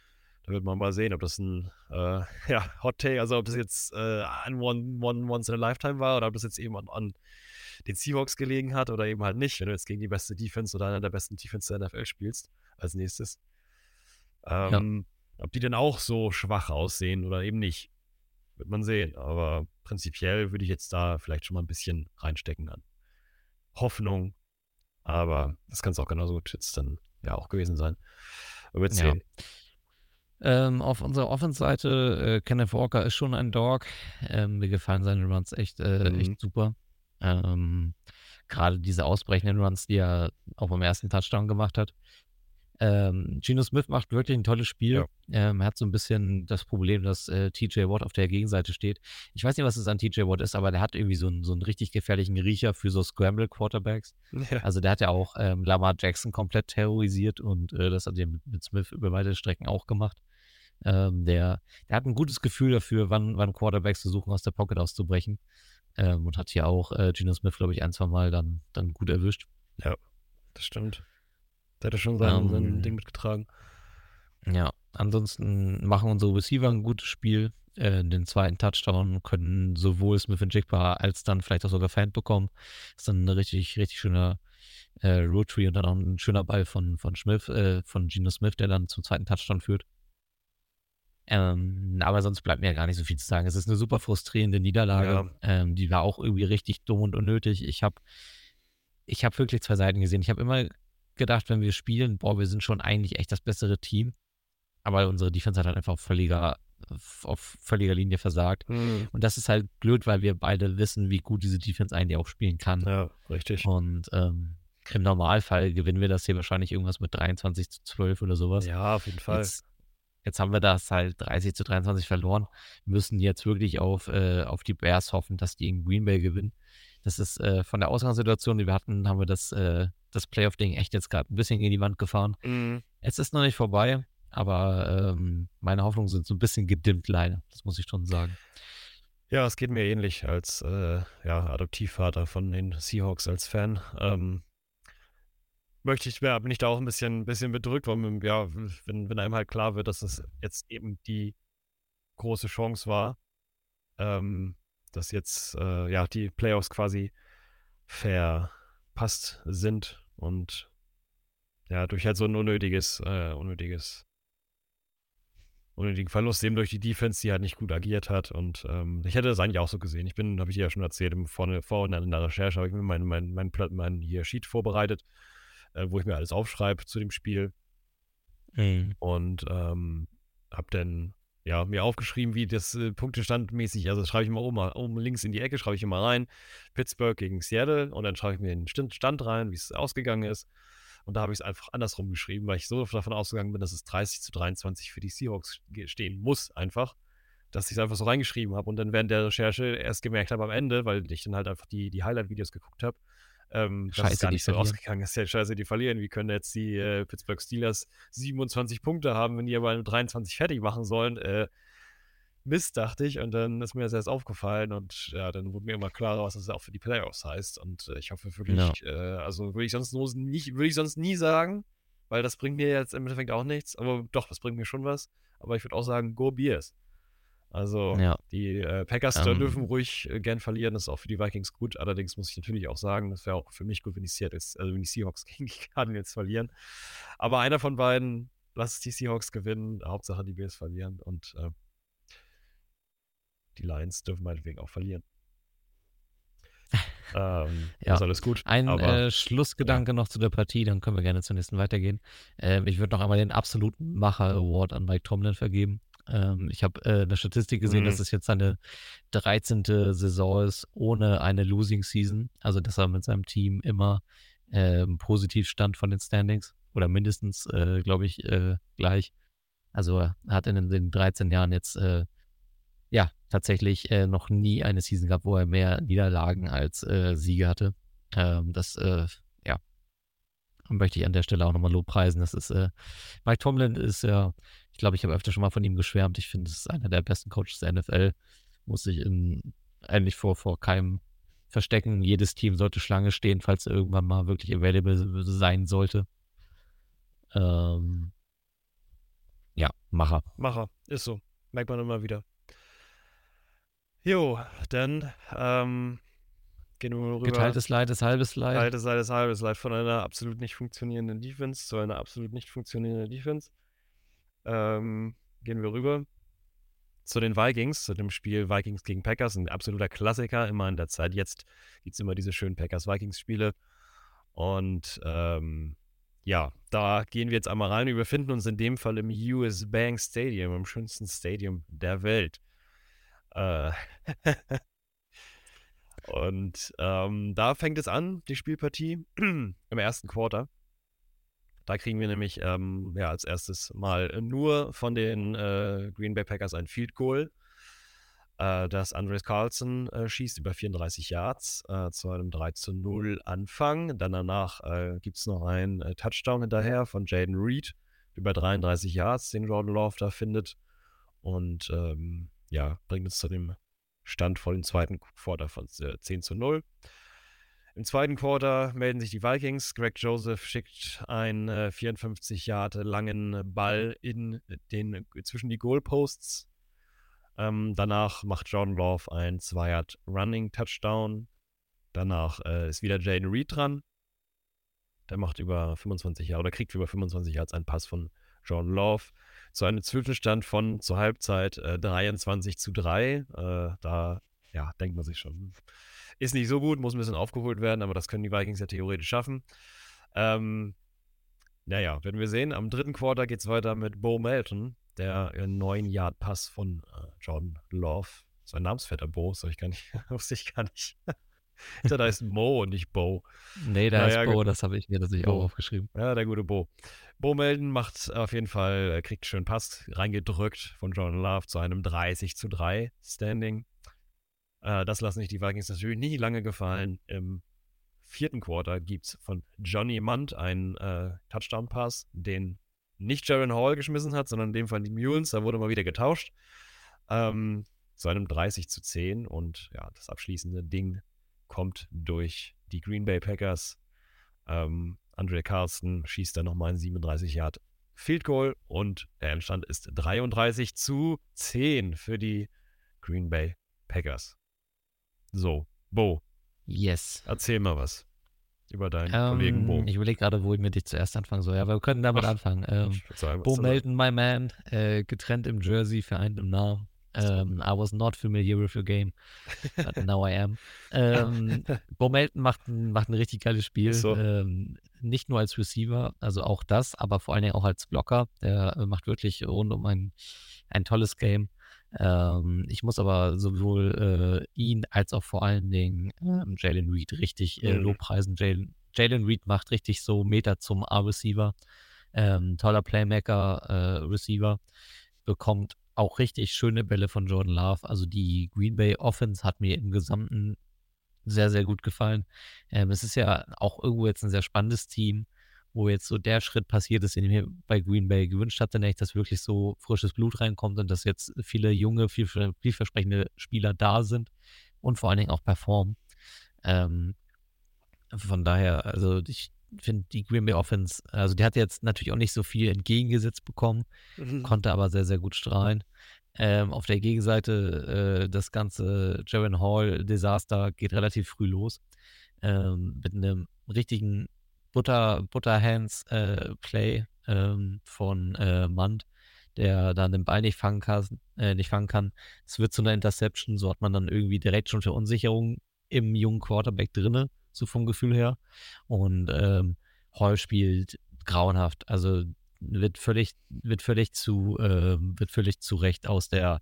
Speaker 3: Da wird man mal sehen, ob das ein ja, Hot Take, also ob das jetzt ein Once in a Lifetime war oder ob das jetzt eben an den Seahawks gelegen hat oder eben halt nicht, wenn du jetzt gegen die beste Defense oder einer der besten Defense der NFL spielst als nächstes.
Speaker 2: Ja.
Speaker 3: Ob die denn auch so schwach aussehen oder eben nicht, wird man sehen. Aber prinzipiell würde ich jetzt da vielleicht schon mal ein bisschen reinstecken an Hoffnung. Aber das kann es auch genauso gut jetzt dann ja auch gewesen sein. Wir werden
Speaker 2: Ja.
Speaker 3: sehen.
Speaker 2: Auf unserer Offense-Seite, Kenneth Walker ist schon ein Dog. Mir gefallen seine Runs echt super. Gerade diese ausbrechenden Runs, die er auch beim ersten Touchdown gemacht hat. Geno Smith macht wirklich ein tolles Spiel. Er hat so ein bisschen das Problem, dass TJ Watt auf der Gegenseite steht. Ich weiß nicht, was es an TJ Watt ist, aber der hat irgendwie so einen richtig gefährlichen Riecher für so Scramble-Quarterbacks.
Speaker 3: Ja.
Speaker 2: Also der hat ja auch Lamar Jackson komplett terrorisiert und das hat er mit Smith über weite Strecken auch gemacht. Der hat ein gutes Gefühl dafür, wann Quarterbacks versuchen, aus der Pocket auszubrechen. Und hat hier auch Geno Smith, glaube ich, 1-2 Mal dann gut erwischt.
Speaker 3: Ja, das stimmt. Der hat ja schon sein Ding mitgetragen.
Speaker 2: Ja, ansonsten machen unsere Receiver ein gutes Spiel. Den zweiten Touchdown können sowohl Smith und Jigba als dann vielleicht auch sogar Fan bekommen. Ist dann ein richtig, richtig schöner Rotary und dann auch ein schöner Ball von Geno Smith, der dann zum zweiten Touchdown führt. Aber sonst bleibt mir ja gar nicht so viel zu sagen. Es ist eine super frustrierende Niederlage. Die war auch irgendwie richtig dumm und unnötig. Ich hab wirklich zwei Seiten gesehen. Ich habe immer gedacht, wenn wir spielen, wir sind schon eigentlich echt das bessere Team. Aber unsere Defense hat halt einfach auf völliger Linie versagt. Und das ist halt blöd, weil wir beide wissen, wie gut diese Defense eigentlich auch spielen kann.
Speaker 3: Ja, richtig.
Speaker 2: Und im Normalfall gewinnen wir das hier wahrscheinlich irgendwas mit 23-12 oder sowas.
Speaker 3: Ja, auf jeden Fall.
Speaker 2: Jetzt haben wir das halt 30-23 verloren. Müssen jetzt wirklich auf die Bears hoffen, dass die in Green Bay gewinnen. Das ist von der Ausgangssituation, die wir hatten, haben wir das Playoff-Ding echt jetzt gerade ein bisschen gegen die Wand gefahren. Es ist noch nicht vorbei, aber meine Hoffnungen sind so ein bisschen gedimmt leider. Das muss ich schon sagen.
Speaker 3: Ja, es geht mir ähnlich als Adoptivvater von den Seahawks als Fan. Bin ich da auch ein bisschen bedrückt, weil wenn einem halt klar wird, dass es jetzt eben die große Chance war, dass jetzt die Playoffs quasi verpasst sind und ja, durch halt so ein unnötigen Verlust eben durch die Defense, die halt nicht gut agiert hat. Und ich hätte das eigentlich auch so gesehen. Habe ich dir ja schon erzählt, vorhin in der Recherche habe ich mir mein hier Sheet vorbereitet, wo ich mir alles aufschreibe zu dem Spiel. Und habe dann mir aufgeschrieben, wie das Punktestandmäßig, also das schreibe ich mal oben links in die Ecke, schreibe ich immer rein, Pittsburgh gegen Seattle, und dann schreibe ich mir den Stand rein, wie es ausgegangen ist. Und da habe ich es einfach andersrum geschrieben, weil ich so davon ausgegangen bin, dass es 30-23 für die Seahawks stehen muss, einfach, dass ich es einfach so reingeschrieben habe und dann während der Recherche erst gemerkt habe am Ende, weil ich dann halt einfach die Highlight-Videos geguckt habe, dass es gar nicht so ausgegangen ist. Ja, scheiße, die verlieren. Wie können jetzt die Pittsburgh Steelers 27 Punkte haben, wenn die aber 23 fertig machen sollen? Mist, dachte ich. Und dann ist mir das erst aufgefallen und ja, dann wurde mir immer klarer, was das auch für die Playoffs heißt. Und ich hoffe wirklich, also würde ich sonst nie sagen, weil das bringt mir jetzt im Endeffekt auch nichts. Aber doch, das bringt mir schon was. Aber ich würde auch sagen, go Bears. Also die Packers dürfen ruhig gern verlieren, das ist auch für die Vikings gut. Allerdings muss ich natürlich auch sagen, das wäre auch für mich gut, wenn die Seahawks gegen die Cardinals verlieren. Aber einer von beiden, lass es die Seahawks gewinnen, Hauptsache die Bears verlieren und die Lions dürfen meinetwegen auch verlieren. Ist alles gut.
Speaker 2: Ein Schlussgedanke noch zu der Partie, dann können wir gerne zur nächsten weitergehen. Ich würde noch einmal den absoluten Macher-Award an Mike Tomlin vergeben. Ich habe eine Statistik gesehen, dass es jetzt seine 13. Saison ist ohne eine Losing Season. Also, dass er mit seinem Team immer positiv stand von den Standings oder mindestens, glaube ich, gleich. Also, er hat in den 13 Jahren jetzt tatsächlich noch nie eine Season gehabt, wo er mehr Niederlagen als Siege hatte. Möchte ich an der Stelle auch nochmal lobpreisen. Das ist Mike Tomlin ist ja, ich glaube, ich habe öfter schon mal von ihm geschwärmt. Ich finde, es ist einer der besten Coaches der NFL. Muss sich eigentlich vor keinem verstecken. Jedes Team sollte Schlange stehen, falls er irgendwann mal wirklich available sein sollte. Ja, Macher.
Speaker 3: Macher, ist so. Merkt man immer wieder. Jo, dann gehen wir mal rüber.
Speaker 2: Geteiltes Leid ist halbes Leid.
Speaker 3: Halbes Leid von einer absolut nicht funktionierenden Defense zu einer absolut nicht funktionierenden Defense. Gehen wir rüber zu den Vikings, zu dem Spiel Vikings gegen Packers, ein absoluter Klassiker immer in der Zeit. Jetzt gibt es immer diese schönen Packers-Vikings-Spiele. Und ja, da gehen wir jetzt einmal rein. Wir befinden uns in dem Fall im US Bank Stadium, im schönsten Stadium der Welt. Und da fängt es an, die Spielpartie, im ersten Quarter. Da kriegen wir nämlich als erstes mal nur von den Green Bay Packers ein Field Goal, das Andres Carlson schießt über 34 Yards zu einem 3:0 Anfang. Dann danach gibt es noch einen Touchdown hinterher von Jaden Reed über 33 Yards, den Jordan Love da findet. Und bringt uns zu dem Stand vor dem zweiten Quarter von 10:0. Im zweiten Quarter melden sich die Vikings. Greg Joseph schickt einen 54 Yard langen Ball zwischen die Goalposts. Danach macht Jordan Love ein 2 Yard Running Touchdown. Danach ist wieder Jaden Reed dran. Der macht über 25 Yards oder kriegt über 25 Yards einen Pass von Jordan Love zu einem Zwischenstand von zur Halbzeit 23:3. Da denkt man sich schon, ist nicht so gut, muss ein bisschen aufgeholt werden, aber das können die Vikings ja theoretisch schaffen. Werden wir sehen. Am dritten Quarter geht es weiter mit Bo Melton, der 9-Yard-Pass von Jordan Love. Sein Namensvetter Bo, wusste ich gar nicht. Da heißt Mo und nicht Bo.
Speaker 2: Nee, da ist Bo, das habe ich mir natürlich auch aufgeschrieben.
Speaker 3: Ja, der gute Bo. Bo Melton macht auf jeden Fall, kriegt schön Pass reingedrückt von Jordan Love zu einem 30:3 Standing. Das lassen sich die Vikings natürlich nicht lange gefallen. Im vierten Quarter gibt es von Johnny Munt einen Touchdown-Pass, den nicht Jaren Hall geschmissen hat, sondern in dem Fall die Mules. Da wurde mal wieder getauscht. Zu einem 30:10. Und ja, das abschließende Ding kommt durch die Green Bay Packers. Andre Carlson schießt dann nochmal ein 37 Yard Field Goal und der Endstand ist 33:10 für die Green Bay Packers. So, Bo.
Speaker 2: Yes.
Speaker 3: Erzähl mal was über deinen Kollegen Bo.
Speaker 2: Ich überlege gerade, wo ich mit dich zuerst anfangen soll. Ja, aber wir können damit anfangen. Bo Melton, my man, getrennt im Jersey, vereint im Namen. I was not familiar with your game, but now I am. Bo Melton macht ein richtig geiles Spiel.
Speaker 3: So.
Speaker 2: Nicht nur als Receiver, also auch das, aber vor allen Dingen auch als Blocker. Der macht wirklich rund um ein tolles Game. Ich muss aber sowohl ihn als auch vor allen Dingen Jalen Reed richtig lobpreisen. Jalen Reed macht richtig so Meter zum A-Receiver. Toller Playmaker, Receiver. Bekommt auch richtig schöne Bälle von Jordan Love. Also die Green Bay Offense hat mir im Gesamten sehr, sehr gut gefallen. Es ist ja auch irgendwo jetzt ein sehr spannendes Team, wo jetzt so der Schritt passiert ist, den ich mir bei Green Bay gewünscht hatte, nämlich, dass wirklich so frisches Blut reinkommt und dass jetzt viele junge, vielversprechende Spieler da sind und vor allen Dingen auch performen. Von daher, also ich finde die Green Bay Offense, also die hat jetzt natürlich auch nicht so viel entgegengesetzt bekommen, konnte aber sehr, sehr gut strahlen. Auf der Gegenseite das ganze Jaren Hall-Desaster geht relativ früh los. Mit einem richtigen Butter-Hands-Play von Munt, der dann den Ball nicht fangen kann. Es wird zu einer Interception, so hat man dann irgendwie direkt schon Verunsicherung im jungen Quarterback drinne, so vom Gefühl her. Und Hall spielt grauenhaft, also wird völlig zu Recht aus der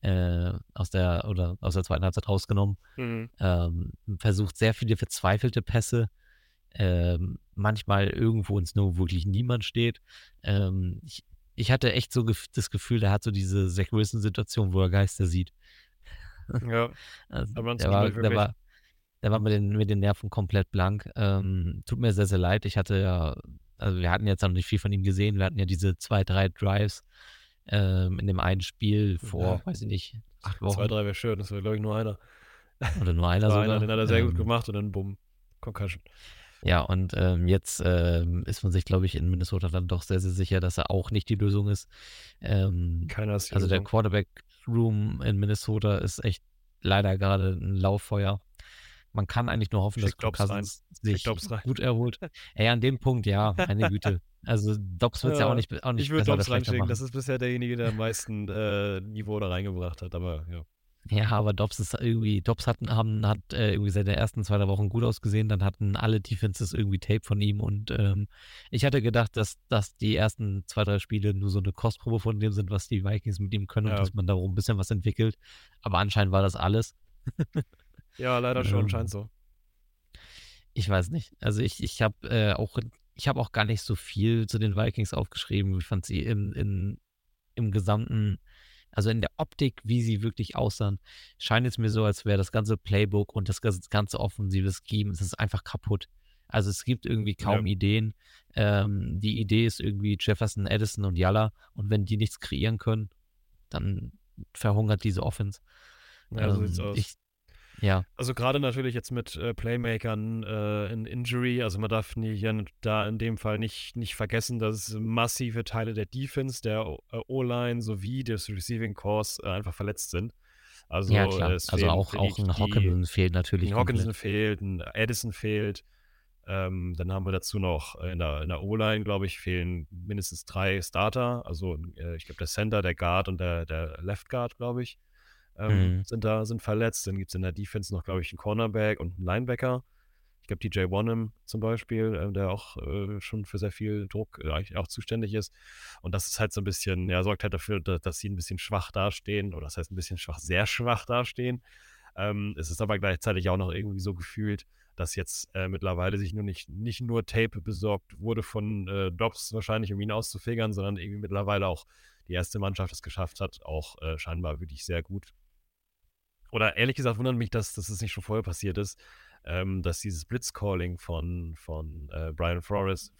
Speaker 2: zweiten Halbzeit rausgenommen. Versucht sehr viele verzweifelte Pässe, manchmal irgendwo ins No wirklich niemand steht. Ich hatte echt so das Gefühl, der hat so diese Zach Wilson-Situation, wo er Geister sieht.
Speaker 3: Ja,
Speaker 2: also, der war mit den Nerven komplett blank. Tut mir sehr, sehr leid. Wir hatten jetzt noch nicht viel von ihm gesehen. Wir hatten ja diese 2-3 Drives in dem einen Spiel vor, weiß ich nicht, 8 Wochen.
Speaker 3: 2-3 wäre schön, das wäre, glaube ich, nur einer.
Speaker 2: Oder nur einer sogar.
Speaker 3: Den hat er sehr gut gemacht und dann bumm, Concussion.
Speaker 2: Ja, und jetzt ist man sich, glaube ich, in Minnesota dann doch sehr, sehr sicher, dass er auch nicht die Lösung ist.
Speaker 3: Keiner ist die
Speaker 2: Also der
Speaker 3: Lösung.
Speaker 2: Quarterback-Room in Minnesota ist echt leider gerade ein Lauffeuer. Man kann eigentlich nur hoffen, dass
Speaker 3: Schick
Speaker 2: Kirk
Speaker 3: Dobbs rein.
Speaker 2: Cousins
Speaker 3: Schick
Speaker 2: sich
Speaker 3: Dobbs rein.
Speaker 2: gut erholt. Ey, an dem Punkt, ja, meine Güte. Also Dobbs wird es ja auch
Speaker 3: Ja,
Speaker 2: nicht
Speaker 3: ich würde
Speaker 2: besser oder
Speaker 3: Dobbs
Speaker 2: schlechter
Speaker 3: reinschicken. Das
Speaker 2: machen.
Speaker 3: ist bisher derjenige, der am meisten Niveau da reingebracht hat. Aber ja.
Speaker 2: Ja, aber Dobbs ist irgendwie, hat irgendwie seit der ersten 2 Wochen gut ausgesehen, dann hatten alle Defenses irgendwie Tape von ihm und ich hatte gedacht, dass die ersten 2, 3 Spiele nur so eine Kostprobe von dem sind, was die Vikings mit ihm können und
Speaker 3: Ja,
Speaker 2: dass man darum ein bisschen was entwickelt, aber anscheinend war das alles.
Speaker 3: ja, leider schon, scheint
Speaker 2: Ähm,
Speaker 3: so.
Speaker 2: Ich weiß nicht, also ich habe auch gar nicht so viel zu den Vikings aufgeschrieben, ich fand sie im Gesamten, also in der Optik, wie sie wirklich aussahen, scheint es mir so, als wäre das ganze Playbook und das ganze offensive Scheme, es ist einfach kaputt. Also es gibt irgendwie
Speaker 3: Ja.
Speaker 2: kaum Ideen. Die Idee ist irgendwie Jefferson, Addison und Yalla und wenn die nichts kreieren können, dann verhungert diese Offense.
Speaker 3: Ja, so sieht's aus.
Speaker 2: Ja,
Speaker 3: Also gerade natürlich jetzt mit Playmakern in Injury, also man darf da in dem Fall nicht vergessen, dass massive Teile der Defense, der O-Line sowie des Receiving Cores einfach verletzt sind.
Speaker 2: ja
Speaker 3: Also
Speaker 2: klar.
Speaker 3: es
Speaker 2: Also
Speaker 3: fehlen
Speaker 2: auch ein Hockenson fehlt natürlich
Speaker 3: ein Hockenson
Speaker 2: komplett.
Speaker 3: fehlt, ein Addison fehlt. Dann haben wir dazu noch in der O-Line, glaube ich, fehlen mindestens 3 Starter. Also ich glaube der Center, der Guard und der Left Guard, glaube ich,
Speaker 2: Mhm.
Speaker 3: sind verletzt. Dann gibt es in der Defense noch, glaube ich, einen Cornerback und einen Linebacker. Ich glaube, DJ Wonnum zum Beispiel, der auch schon für sehr viel Druck eigentlich auch zuständig ist. Und das ist halt so ein bisschen, ja, sorgt halt dafür, dass sie ein bisschen schwach dastehen. Oder das heißt ein bisschen schwach, sehr schwach dastehen. Es ist aber gleichzeitig auch noch irgendwie so gefühlt, dass jetzt mittlerweile sich nicht nur Tape besorgt wurde von Dobbs wahrscheinlich, um ihn auszufigern, sondern irgendwie mittlerweile auch die erste Mannschaft es geschafft hat, auch scheinbar wirklich sehr gut. Oder ehrlich gesagt wundert mich, dass das nicht schon vorher passiert ist, dass dieses Blitzcalling von Brian Flores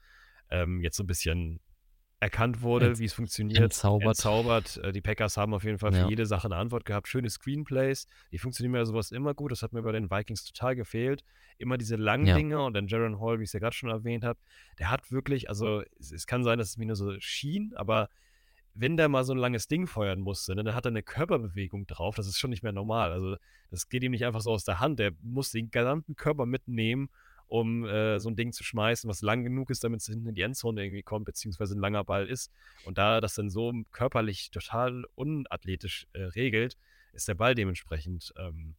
Speaker 3: jetzt so ein bisschen erkannt wurde,
Speaker 2: Ent,
Speaker 3: wie es funktioniert,
Speaker 2: entzaubert.
Speaker 3: entzaubert. Die Packers haben auf jeden Fall für
Speaker 2: Ja,
Speaker 3: jede Sache eine Antwort gehabt. Schöne Screenplays, die funktionieren mir sowas immer gut. Das hat mir bei den Vikings total gefehlt. Immer diese langen
Speaker 2: ja.
Speaker 3: Dinge und dann Jaron Hall, wie ich es ja gerade schon erwähnt habe, der hat wirklich, also es kann sein, dass es mir nur so schien, aber wenn der mal so ein langes Ding feuern musste, ne, dann hat er eine Körperbewegung drauf. Das ist schon nicht mehr normal. Also das geht ihm nicht einfach so aus der Hand. Der muss den gesamten Körper mitnehmen, um so ein Ding zu schmeißen, was lang genug ist, damit es hinten in die Endzone irgendwie kommt, beziehungsweise ein langer Ball ist. Und da das dann so körperlich total unathletisch regelt, ist der Ball dementsprechend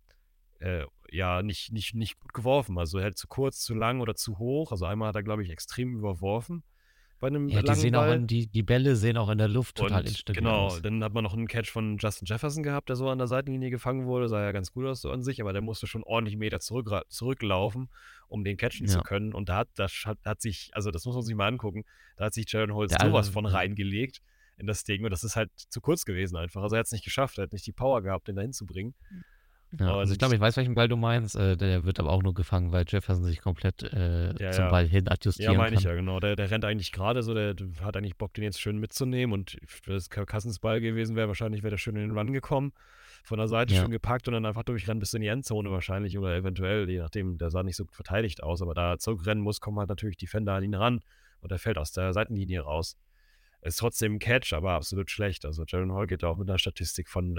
Speaker 3: ja nicht gut geworfen. Also halt zu kurz, zu lang oder zu hoch. Also einmal hat er, glaube ich, extrem überworfen bei einem
Speaker 2: Ja,
Speaker 3: langen Ball.
Speaker 2: die Bälle sehen auch in der Luft total
Speaker 3: Und
Speaker 2: instabil
Speaker 3: genau,
Speaker 2: aus.
Speaker 3: dann hat man noch einen Catch von Justin Jefferson gehabt, der so an der Seitenlinie gefangen wurde. Sah ja ganz gut aus so an sich, aber der musste schon ordentlich Meter zurücklaufen, um den catchen zu
Speaker 2: Ja.
Speaker 3: können. Und hat sich, also das muss man sich mal angucken, da hat sich Jaron Holz
Speaker 2: Der
Speaker 3: sowas
Speaker 2: alle,
Speaker 3: von
Speaker 2: ja.
Speaker 3: reingelegt in das Ding. Und das ist halt zu kurz gewesen einfach. Also er hat es nicht geschafft, er hat nicht die Power gehabt, den da hinzubringen.
Speaker 2: Ja, also ich
Speaker 3: Und
Speaker 2: glaube, ich weiß, welchen Ball du meinst. Der wird aber auch nur gefangen, weil Jefferson sich komplett
Speaker 3: ja,
Speaker 2: zum
Speaker 3: ja.
Speaker 2: Ball hin
Speaker 3: Ja,
Speaker 2: adjustieren
Speaker 3: meine ich
Speaker 2: kann.
Speaker 3: ja, genau. Der rennt eigentlich gerade so, der hat eigentlich Bock, den jetzt schön mitzunehmen. Und wenn das Cousins Ball gewesen wäre, wahrscheinlich wäre der schön in den Run gekommen, von der Seite
Speaker 2: Ja,
Speaker 3: schön gepackt und dann einfach durchrennen bis in die Endzone wahrscheinlich oder eventuell, je nachdem, der sah nicht so gut verteidigt aus, aber da er zurückrennen muss, kommen halt natürlich Defender an ihn ran und er fällt aus der Seitenlinie raus. Ist trotzdem ein Catch, aber absolut schlecht. Also Jaron Hall geht auch mit einer Statistik von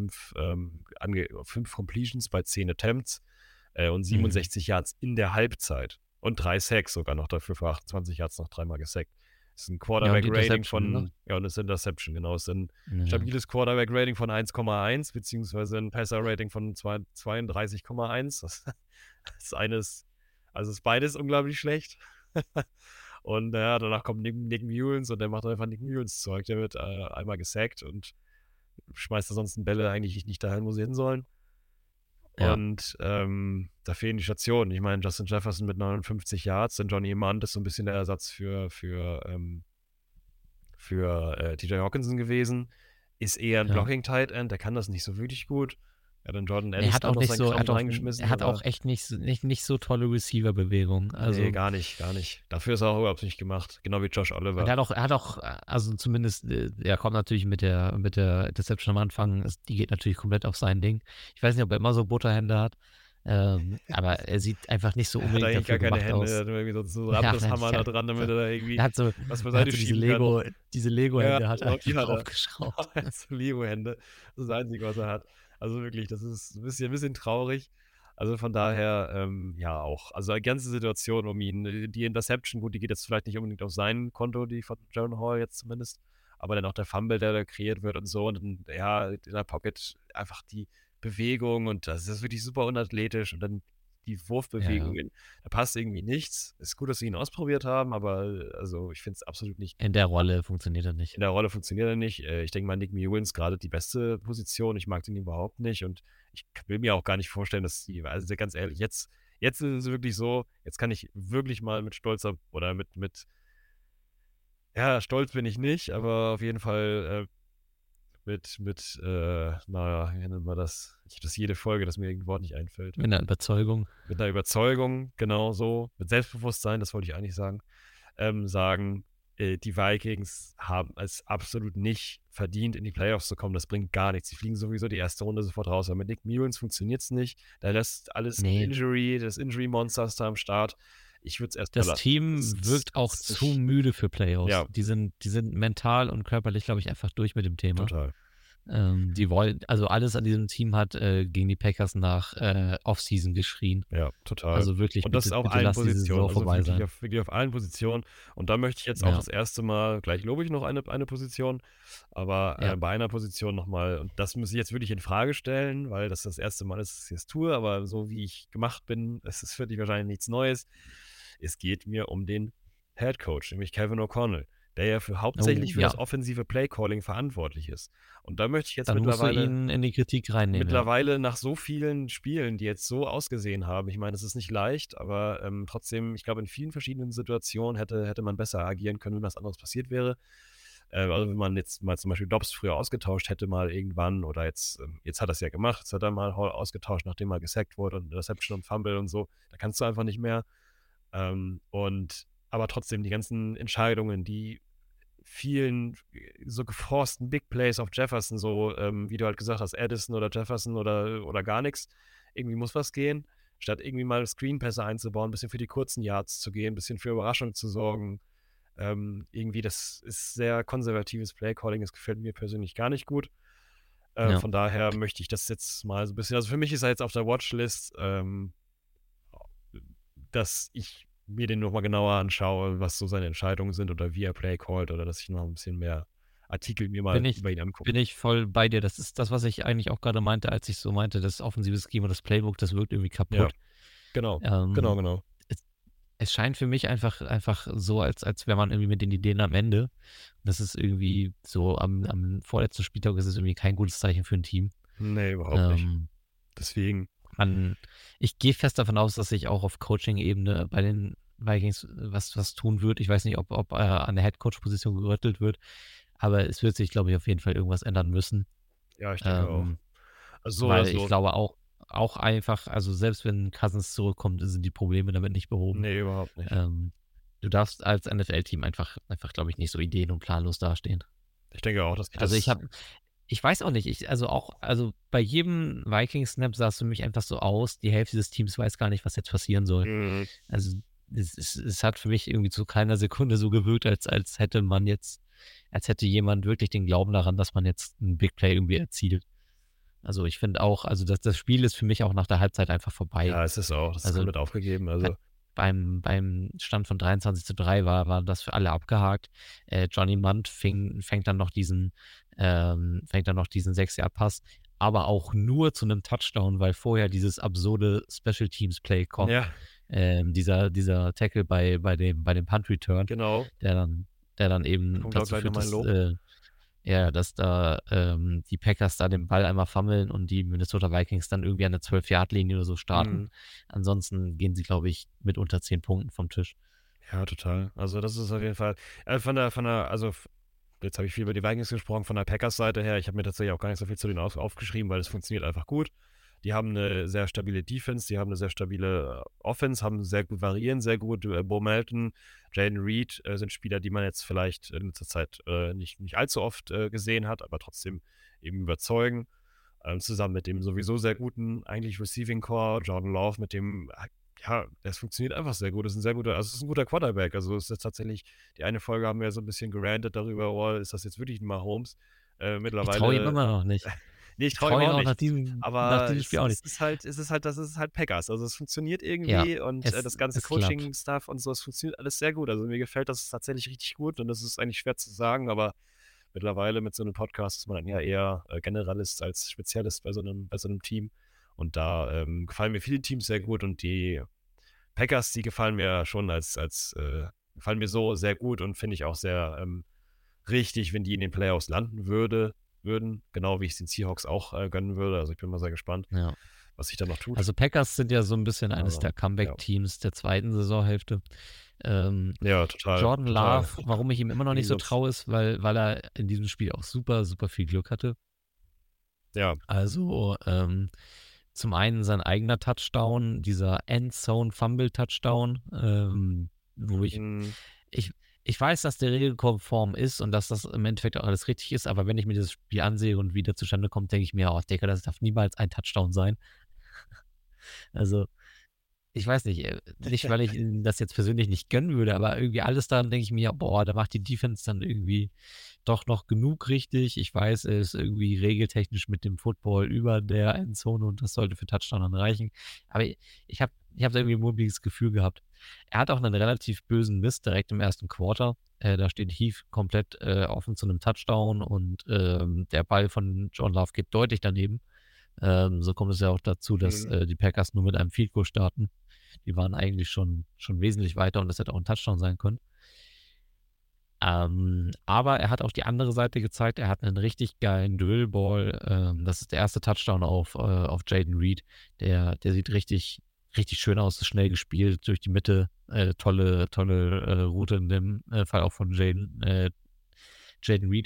Speaker 3: 5 Completions bei 10 Attempts und 67 Yards in der Halbzeit. Und 3 Sacks sogar noch dafür für 28 Yards noch 3-mal gesackt. Das ist ein
Speaker 2: ja, und die
Speaker 3: Quarterback-Rating
Speaker 2: Interception, ne?
Speaker 3: von, ja, und das ist Interception, genau. Das ist ein
Speaker 2: Ja.
Speaker 3: stabiles Quarterback-Rating von 1,1, beziehungsweise ein Passer-Rating von 32,1. Das ist also ist beides unglaublich schlecht. Und ja, danach kommt Nick Mullens und der macht einfach Nick Mullens Zeug. Der wird einmal gesackt und schmeißt ansonsten Bälle eigentlich nicht dahin, wo sie hin sollen.
Speaker 2: Ja.
Speaker 3: Und da fehlen die Stationen. Ich meine, Justin Jefferson mit 59 Yards, und Johnny Mant ist so ein bisschen der Ersatz für TJ Hawkinson gewesen. Ist eher ein
Speaker 2: Ja.
Speaker 3: Blocking-Tight End, der kann das nicht so wirklich gut. Ja, dann Jordan
Speaker 2: Er hat
Speaker 3: Addison
Speaker 2: auch
Speaker 3: hat noch
Speaker 2: nicht
Speaker 3: seinen
Speaker 2: so,
Speaker 3: Kram reingeschmissen,
Speaker 2: er hat auch
Speaker 3: aber
Speaker 2: echt nicht so tolle Receiver-Bewegungen.
Speaker 3: nee,
Speaker 2: Also,
Speaker 3: gar nicht. Dafür ist er auch überhaupt nicht gemacht. Genau wie Josh
Speaker 2: und
Speaker 3: Oliver.
Speaker 2: er hat auch, also zumindest, er kommt natürlich mit der Interception am Anfang, die geht natürlich komplett auf sein Ding. Ich weiß nicht, ob er immer so Butterhände hat. Aber er sieht einfach nicht so
Speaker 3: Er hat
Speaker 2: unbedingt
Speaker 3: eigentlich
Speaker 2: dafür
Speaker 3: gar keine
Speaker 2: gemacht
Speaker 3: Hände, er
Speaker 2: aus.
Speaker 3: hat nur irgendwie so einen
Speaker 2: Ja,
Speaker 3: Abrisshammer da
Speaker 2: ja,
Speaker 3: dran, damit er da irgendwie
Speaker 2: er hat so,
Speaker 3: was
Speaker 2: er hat
Speaker 3: beiseite
Speaker 2: so
Speaker 3: schieben kann.
Speaker 2: Diese
Speaker 3: Ja,
Speaker 2: Lego-Hände hat er
Speaker 3: genau, die
Speaker 2: einfach
Speaker 3: hat er.
Speaker 2: draufgeschraubt.
Speaker 3: Er hat so Lego-Hände. Das ist das Einzige, was er hat. Also wirklich, das ist ein bisschen traurig. Also von daher, ja auch. Also die ganze Situation um ihn, die Interception, gut, die geht jetzt vielleicht nicht unbedingt auf sein Konto, die von Jaron Hall jetzt zumindest, aber dann auch der Fumble, der da kreiert wird und so und dann, ja, in der Pocket einfach die Bewegung und das ist wirklich super unathletisch und dann die
Speaker 2: Ja, ja.
Speaker 3: Wurfbewegungen, da passt irgendwie nichts. Ist gut, dass sie ihn ausprobiert haben, aber also ich finde es absolut nicht
Speaker 2: In der Rolle funktioniert er
Speaker 3: in
Speaker 2: nicht.
Speaker 3: der Rolle funktioniert er nicht. Ich denke mal, Nick Mullins gerade die beste Position. Ich mag den überhaupt nicht und ich will mir auch gar nicht vorstellen, dass die, also ganz ehrlich, jetzt ist es wirklich so, jetzt kann ich wirklich mal mit Stolz oder ja, stolz bin ich nicht, aber auf jeden Fall naja, wie nennt man das? Ich habe das jede Folge, dass mir irgendein Wort nicht einfällt.
Speaker 2: Mit einer Überzeugung.
Speaker 3: Mit einer Überzeugung, genau so, mit Selbstbewusstsein, das wollte ich eigentlich sagen, sagen, die Vikings haben es absolut nicht verdient, in die Playoffs zu kommen. Das bringt gar nichts. Sie fliegen sowieso die erste Runde sofort raus. Aber mit Nick Mullins funktioniert es nicht. Da lässt alles
Speaker 2: Nee.
Speaker 3: das Injury-Monster ist da am Start. Ich würde es erst mal
Speaker 2: Das
Speaker 3: lassen.
Speaker 2: Team wirkt auch
Speaker 3: das ist
Speaker 2: zu
Speaker 3: nicht-
Speaker 2: müde für Playoffs.
Speaker 3: Ja.
Speaker 2: Die sind mental und körperlich, glaube ich, einfach durch mit dem Thema.
Speaker 3: Total.
Speaker 2: Die wollen, also alles an diesem Team hat gegen die Packers nach Offseason geschrien.
Speaker 3: Ja, total.
Speaker 2: Also wirklich,
Speaker 3: Und das
Speaker 2: bitte,
Speaker 3: auf
Speaker 2: bitte
Speaker 3: allen
Speaker 2: lass diese
Speaker 3: Positionen.
Speaker 2: Saison
Speaker 3: Also
Speaker 2: vorbei
Speaker 3: wirklich
Speaker 2: sein.
Speaker 3: wirklich auf allen Positionen. Und da möchte ich jetzt auch
Speaker 2: Ja.
Speaker 3: das erste Mal, gleich lobe ich noch eine Position, aber
Speaker 2: Ja.
Speaker 3: bei einer Position nochmal, und das muss ich jetzt wirklich in Frage stellen, weil das erste Mal ist, dass ich es tue, aber so wie ich gemacht bin, es ist für dich wahrscheinlich nichts Neues. Es geht mir um den Head Coach, nämlich Kevin O'Connell, der ja hauptsächlich für
Speaker 2: ja.
Speaker 3: das offensive Play-Calling verantwortlich ist. Und da möchte ich jetzt
Speaker 2: Dann musst du
Speaker 3: mittlerweile
Speaker 2: ihn in die Kritik reinnehmen.
Speaker 3: mittlerweile nach so vielen Spielen, die jetzt so ausgesehen haben, ich meine, es ist nicht leicht, aber trotzdem, ich glaube, in vielen verschiedenen Situationen hätte man besser agieren können, wenn was anderes passiert wäre. Also wenn man jetzt mal zum Beispiel Dobbs früher ausgetauscht hätte, mal irgendwann, oder jetzt hat er es ja gemacht, jetzt hat er mal Hall ausgetauscht, nachdem er gesackt wurde und Interception und Fumble und so, da kannst du einfach nicht mehr. Aber trotzdem die ganzen Entscheidungen, die vielen so geforsten Big Plays auf Jefferson, so wie du halt gesagt hast, Addison oder Jefferson oder gar nichts. Irgendwie muss was gehen, statt irgendwie mal Screenpässe einzubauen, ein bisschen für die kurzen Yards zu gehen, ein bisschen für Überraschung zu sorgen. Irgendwie, das ist sehr konservatives Playcalling, das gefällt mir persönlich gar nicht gut.
Speaker 2: Ja.
Speaker 3: Von daher möchte ich das jetzt mal so ein bisschen, also für mich ist er jetzt auf der Watchlist, dass ich mir den nochmal genauer anschaue, was so seine Entscheidungen sind oder wie er Play callt oder dass ich noch ein bisschen mehr Artikel mir mal über ihn angucke.
Speaker 2: Bin ich voll bei dir. Das ist das, was ich eigentlich auch gerade meinte, als ich so meinte, das offensive Scheme und das Playbook, das wirkt irgendwie kaputt.
Speaker 3: Ja, genau, genau.
Speaker 2: Es scheint für mich einfach so, als wäre man irgendwie mit den Ideen am Ende. Und das ist irgendwie so, am vorletzten Spieltag ist es irgendwie kein gutes Zeichen für ein Team.
Speaker 3: Nee, überhaupt nicht. Deswegen.
Speaker 2: Ich gehe fest davon aus, dass sich auch auf Coaching-Ebene bei den Vikings was tun wird. Ich weiß nicht, ob an der Head-Coach-Position gerüttelt wird, aber es wird sich, glaube ich, auf jeden Fall irgendwas ändern müssen.
Speaker 3: Ja, ich denke auch. Also
Speaker 2: weil ich glaube auch einfach, also selbst wenn Cousins zurückkommt, sind die Probleme damit nicht behoben.
Speaker 3: Nee, überhaupt nicht.
Speaker 2: Du darfst als NFL-Team einfach glaube ich, nicht so ideen- und planlos dastehen.
Speaker 3: Ich denke auch, dass
Speaker 2: ich weiß auch nicht, also bei jedem Vikings-Snap sah es für mich einfach so aus, die Hälfte des Teams weiß gar nicht, was jetzt passieren soll.
Speaker 3: Mhm.
Speaker 2: Also es hat für mich irgendwie zu keiner Sekunde so gewirkt, als hätte jemand wirklich den Glauben daran, dass man jetzt einen Big Play irgendwie erzielt. Also ich finde auch, also das Spiel ist für mich auch nach der Halbzeit einfach vorbei.
Speaker 3: Ja, es ist auch, das ist komplett aufgegeben. Also
Speaker 2: beim Stand von 23:3 war das für alle abgehakt. Johnny Munt fängt dann noch diesen 6-Yard-Pass, aber auch nur zu einem Touchdown, weil vorher dieses absurde Special Teams Play kommt.
Speaker 3: Ja.
Speaker 2: Dieser Tackle bei dem Punt Return,
Speaker 3: Genau.
Speaker 2: der dann eben dazu führt, dass da die Packers da den Ball einmal fummeln und die Minnesota Vikings dann irgendwie an der 12-Yard-Linie oder so starten. Ansonsten gehen sie, glaube ich, mit unter 10 Punkten vom Tisch.
Speaker 3: Ja, total. Also das ist auf jeden Fall also jetzt habe ich viel über die Vikings gesprochen, von der Packers-Seite her, ich habe mir tatsächlich auch gar nicht so viel zu denen aufgeschrieben, weil es funktioniert einfach gut. Die haben eine sehr stabile Defense, die haben eine sehr stabile Offense, variieren sehr gut. Bo Melton, Jaden Reed sind Spieler, die man jetzt vielleicht in letzter Zeit nicht allzu oft gesehen hat, aber trotzdem eben überzeugen. zusammen mit dem sowieso sehr guten, eigentlich Receiving Core, Jordan Love, mit dem, ja, das funktioniert einfach sehr gut. Das ist ein sehr guter, also es ist ein guter Quarterback. Also es ist jetzt tatsächlich, die eine Folge haben wir so ein bisschen gerantet darüber, oh, ist das jetzt wirklich ein Mahomes?
Speaker 2: Ich traue ihm immer
Speaker 3: Mittlerweile,
Speaker 2: noch nicht.
Speaker 3: nee, ich
Speaker 2: Ich
Speaker 3: traue ihm
Speaker 2: traue ihm
Speaker 3: auch
Speaker 2: auch
Speaker 3: nicht.
Speaker 2: nach
Speaker 3: Aber
Speaker 2: diesem Spiel auch nicht.
Speaker 3: das ist halt Packers. Also es funktioniert
Speaker 2: Ja,
Speaker 3: irgendwie und das ganze
Speaker 2: es klappt.
Speaker 3: Coaching-Stuff und so, es funktioniert alles sehr gut. Also mir gefällt das tatsächlich richtig gut und das ist eigentlich schwer zu sagen, aber mittlerweile mit so einem Podcast ist man dann ja eher Generalist als Spezialist bei so einem Team. Und da gefallen mir viele Teams sehr gut und die Packers, die gefallen mir schon gefallen mir so sehr gut und finde ich auch sehr richtig, wenn die in den Playoffs landen würden, genau wie ich es den Seahawks auch gönnen würde. Also ich bin mal sehr gespannt,
Speaker 2: Ja.
Speaker 3: was sich da noch tut.
Speaker 2: Also Packers sind ja so ein bisschen eines
Speaker 3: Aber
Speaker 2: der
Speaker 3: ja,
Speaker 2: Comeback-Teams der zweiten Saisonhälfte.
Speaker 3: ja, total,
Speaker 2: Jordan
Speaker 3: total.
Speaker 2: Love, warum ich ihm immer noch nicht so
Speaker 3: Gegensatz.
Speaker 2: traue, ist, weil er in diesem Spiel auch super, super viel Glück hatte.
Speaker 3: Ja,
Speaker 2: Also zum einen sein eigener Touchdown, dieser Endzone-Fumble-Touchdown, wo
Speaker 3: mm,
Speaker 2: ich weiß, dass der regelkonform ist und dass das im Endeffekt auch alles richtig ist, aber wenn ich mir dieses Spiel ansehe und wie der zustande kommt, denke ich mir, oh, Digga, das darf niemals ein Touchdown sein. Also, ich weiß nicht, weil ich ihm das jetzt persönlich nicht gönnen würde, aber irgendwie alles daran denke ich mir, boah, da macht die Defense dann irgendwie doch noch genug richtig. Ich weiß, er ist irgendwie regeltechnisch mit dem Football über der Endzone und das sollte für Touchdown dann reichen. Aber ich hab da irgendwie ein mulmiges Gefühl gehabt. Er hat auch einen relativ bösen Miss direkt im ersten Quarter. Da steht Heath komplett offen zu einem Touchdown und der Ball von John Love geht deutlich daneben. So kommt es ja auch dazu, dass die Packers nur mit einem Field Goal starten. Die waren eigentlich schon wesentlich weiter und das hätte auch ein Touchdown sein können. Aber er hat auch die andere Seite gezeigt. Er hat einen richtig geilen Drillball. Das ist der erste Touchdown auf Jayden Reed. Der sieht richtig, richtig schön aus, ist schnell gespielt durch die Mitte. Tolle Route in dem Fall auch von Jayden Reed.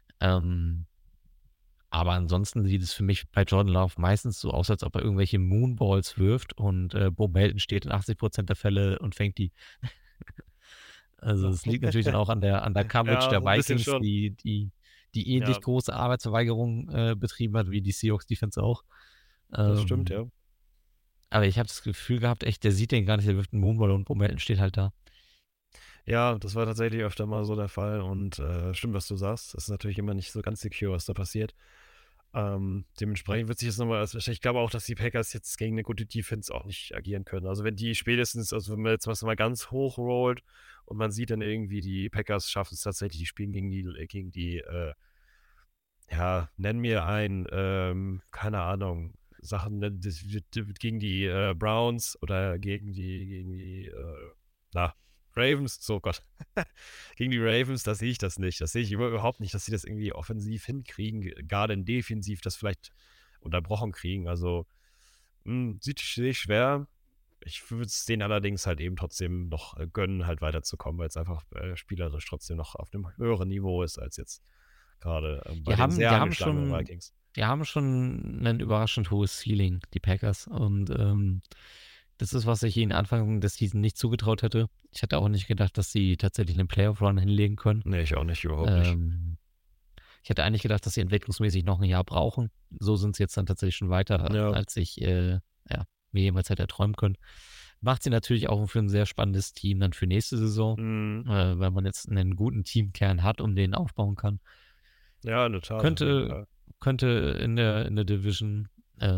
Speaker 2: Aber ansonsten sieht es für mich bei Jordan Love meistens so aus, als ob er irgendwelche Moonballs wirft und Bo Melton steht in 80% der Fälle und fängt die. Also es liegt natürlich dann auch an der Coverage
Speaker 3: ja,
Speaker 2: der
Speaker 3: so ein bisschen
Speaker 2: Vikings,
Speaker 3: schon.
Speaker 2: die ähnlich
Speaker 3: Ja,
Speaker 2: große Arbeitsverweigerung betrieben hat, wie die Seahawks Defense auch.
Speaker 3: das stimmt, ja.
Speaker 2: Aber ich habe das Gefühl gehabt, echt, der sieht den gar nicht, der wirft einen Moonball und Bo Melton steht halt da.
Speaker 3: Ja, das war tatsächlich öfter mal so der Fall und stimmt, was du sagst. Das ist natürlich immer nicht so ganz secure, was da passiert. Dementsprechend wird sich jetzt nochmal, also ich glaube auch, dass die Packers jetzt gegen eine gute Defense auch nicht agieren können. Also wenn die spätestens, also wenn man jetzt was mal ganz hoch rollt und man sieht dann irgendwie, die Packers schaffen es tatsächlich, die spielen gegen die ja, nenn mir keine Ahnung, Sachen, gegen die Browns oder gegen die Ravens, so Gott. Gegen die Ravens, da sehe ich das nicht. Das sehe ich überhaupt nicht, dass sie das irgendwie offensiv hinkriegen, gerade defensiv das vielleicht unterbrochen kriegen. Also, sehe ich schwer. Ich würde es denen allerdings halt eben trotzdem noch gönnen, halt weiterzukommen, weil es einfach spielerisch trotzdem noch auf einem höheren Niveau ist als jetzt gerade bei den sehr angeschlagenen Vikings.
Speaker 2: Die haben schon ein überraschend hohes Ceiling, die Packers. Und das ist, was ich ihnen Anfang des Season nicht zugetraut hätte. Ich hätte auch nicht gedacht, dass sie tatsächlich einen Playoff-Run hinlegen können.
Speaker 3: Nee, ich auch nicht, überhaupt nicht.
Speaker 2: Ich hätte eigentlich gedacht, dass sie entwicklungsmäßig noch ein Jahr brauchen. So sind sie jetzt dann tatsächlich schon weiter,
Speaker 3: Ja.
Speaker 2: als ich mir jemals hätte erträumen können. Macht sie natürlich auch für ein sehr spannendes Team dann für nächste Saison, weil man jetzt einen guten Teamkern hat, um den aufbauen kann.
Speaker 3: Ja, in der Tat.
Speaker 2: Könnte in der Division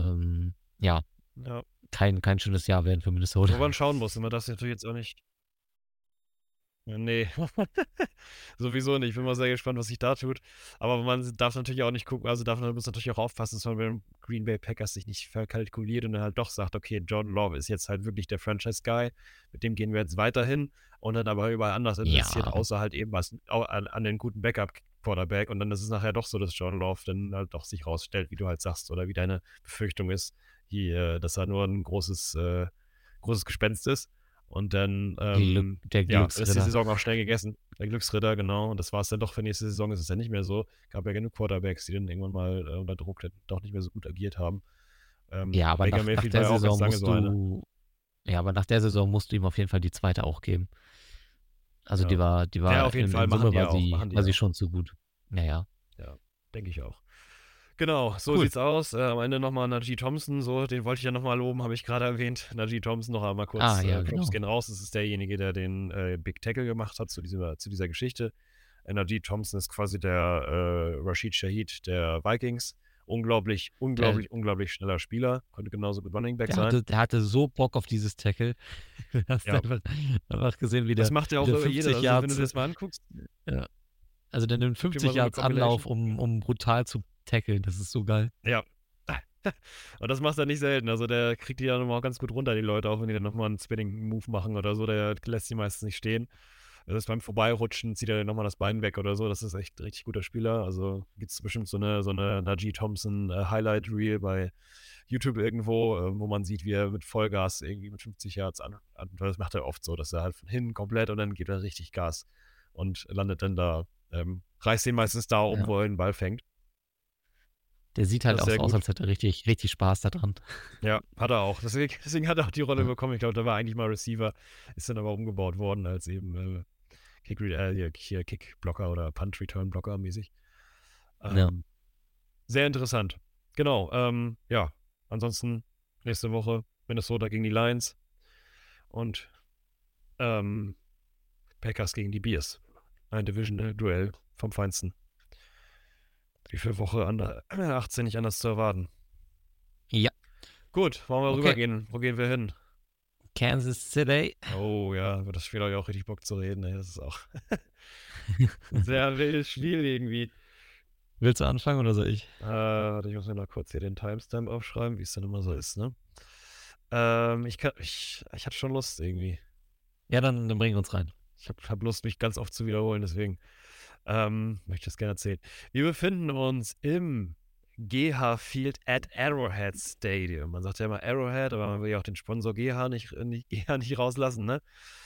Speaker 2: kein schönes Jahr werden für Minnesota.
Speaker 3: Wo man schauen muss, man darf natürlich jetzt auch nicht. Nee, sowieso nicht. Ich bin mal sehr gespannt, was sich da tut. Aber man darf natürlich auch nicht gucken, also muss natürlich auch aufpassen, dass man mit dem Green Bay Packers sich nicht verkalkuliert und dann halt doch sagt, okay, Jordan Love ist jetzt halt wirklich der Franchise-Guy, mit dem gehen wir jetzt weiterhin und dann aber überall anders investiert, außer halt eben was an den guten Backup-Quarterback und dann ist es nachher doch so, dass Jordan Love dann halt doch sich rausstellt, wie du halt sagst, oder wie deine Befürchtung ist, dass er nur ein großes Gespenst ist. Und dann
Speaker 2: der Glücksritter.
Speaker 3: ist die Saison auch schnell gegessen. Der Glücksritter, genau. Und das war es dann doch für nächste Saison. Ist es ja nicht mehr so. Gab ja genug Quarterbacks, die dann irgendwann mal unter Druck doch nicht mehr so gut agiert haben.
Speaker 2: Aber nach der Saison musst du ihm auf jeden Fall die zweite auch geben. Also die war
Speaker 3: ja, auf jeden Fall
Speaker 2: in Summe
Speaker 3: war sie
Speaker 2: schon zu gut. Ja.
Speaker 3: Ja, denke ich auch. Genau, so
Speaker 2: Cool.
Speaker 3: sieht's aus. Am Ende nochmal Najee Thompson, so, den wollte ich ja nochmal loben, habe ich gerade erwähnt. Najee Thompson noch einmal kurz,
Speaker 2: Ja,
Speaker 3: Props
Speaker 2: genau.
Speaker 3: gehen raus. Das ist derjenige, der den Big Tackle gemacht hat zu dieser Geschichte. Najee Thompson ist quasi der Rashid Shaheed der Vikings. Unglaublich schneller Spieler. Konnte genauso gut Running Back sein.
Speaker 2: Der hatte so Bock auf dieses Tackle. Du hast
Speaker 3: Ja.
Speaker 2: einfach gesehen, wie
Speaker 3: Das
Speaker 2: der
Speaker 3: macht ja auch
Speaker 2: 50
Speaker 3: jeder. Also, wenn du dir das mal anguckst,
Speaker 2: Ja. Also der nimmt 50
Speaker 3: so eine
Speaker 2: Yards Anlauf,
Speaker 3: Compilation.
Speaker 2: um brutal zu tackeln. Das ist so geil.
Speaker 3: Ja. Und das macht er nicht selten. Also der kriegt die ja nochmal ganz gut runter, die Leute, auch wenn die dann nochmal einen Spinning-Move machen oder so. Der lässt die meistens nicht stehen. Das ist beim Vorbeirutschen, zieht er nochmal das Bein weg oder so. Das ist echt ein richtig guter Spieler. Also gibt es bestimmt so eine Najee Thompson Highlight-Reel bei YouTube irgendwo, wo man sieht, wie er mit Vollgas irgendwie mit 50 Yards das macht er oft so, dass er halt von hinten komplett und dann gibt er richtig Gas und landet dann da, reißt ihn meistens da um, wo er den Ball fängt.
Speaker 2: Der sieht halt
Speaker 3: Das
Speaker 2: auch
Speaker 3: ist
Speaker 2: so
Speaker 3: sehr
Speaker 2: aus,
Speaker 3: gut.
Speaker 2: als hätte er richtig, richtig Spaß daran.
Speaker 3: Ja, hat er auch. Deswegen hat er auch die Rolle
Speaker 2: Ja.
Speaker 3: bekommen. Ich glaube, da war eigentlich mal Receiver, ist dann aber umgebaut worden als eben Kick-Blocker oder Punt-Return-Blocker mäßig.
Speaker 2: Ja.
Speaker 3: Sehr interessant. Genau. Ja, ansonsten nächste Woche Minnesota gegen die Lions und Packers gegen die Bears. Ein Division-Duell vom Feinsten. Wie für Woche 18 nicht anders zu erwarten.
Speaker 2: Ja.
Speaker 3: Gut, wollen wir
Speaker 2: Okay.
Speaker 3: rübergehen? Wo gehen wir hin?
Speaker 2: Kansas City.
Speaker 3: Oh ja, über das Spiel habe ich auch richtig Bock zu reden. Ey. Das ist auch ein sehr wildes Spiel irgendwie.
Speaker 2: Willst du anfangen oder soll ich?
Speaker 3: Warte, ich muss mir noch kurz hier den Timestamp aufschreiben, wie es dann immer so ist, ne? Ich hatte schon Lust irgendwie.
Speaker 2: Ja, dann bring uns rein.
Speaker 3: Ich hab Lust, mich ganz oft zu wiederholen, deswegen möchte ich das gerne erzählen. Wir befinden uns im GH Field at Arrowhead Stadium. Man sagt ja immer Arrowhead, aber man will ja auch den Sponsor GH nicht rauslassen, ne?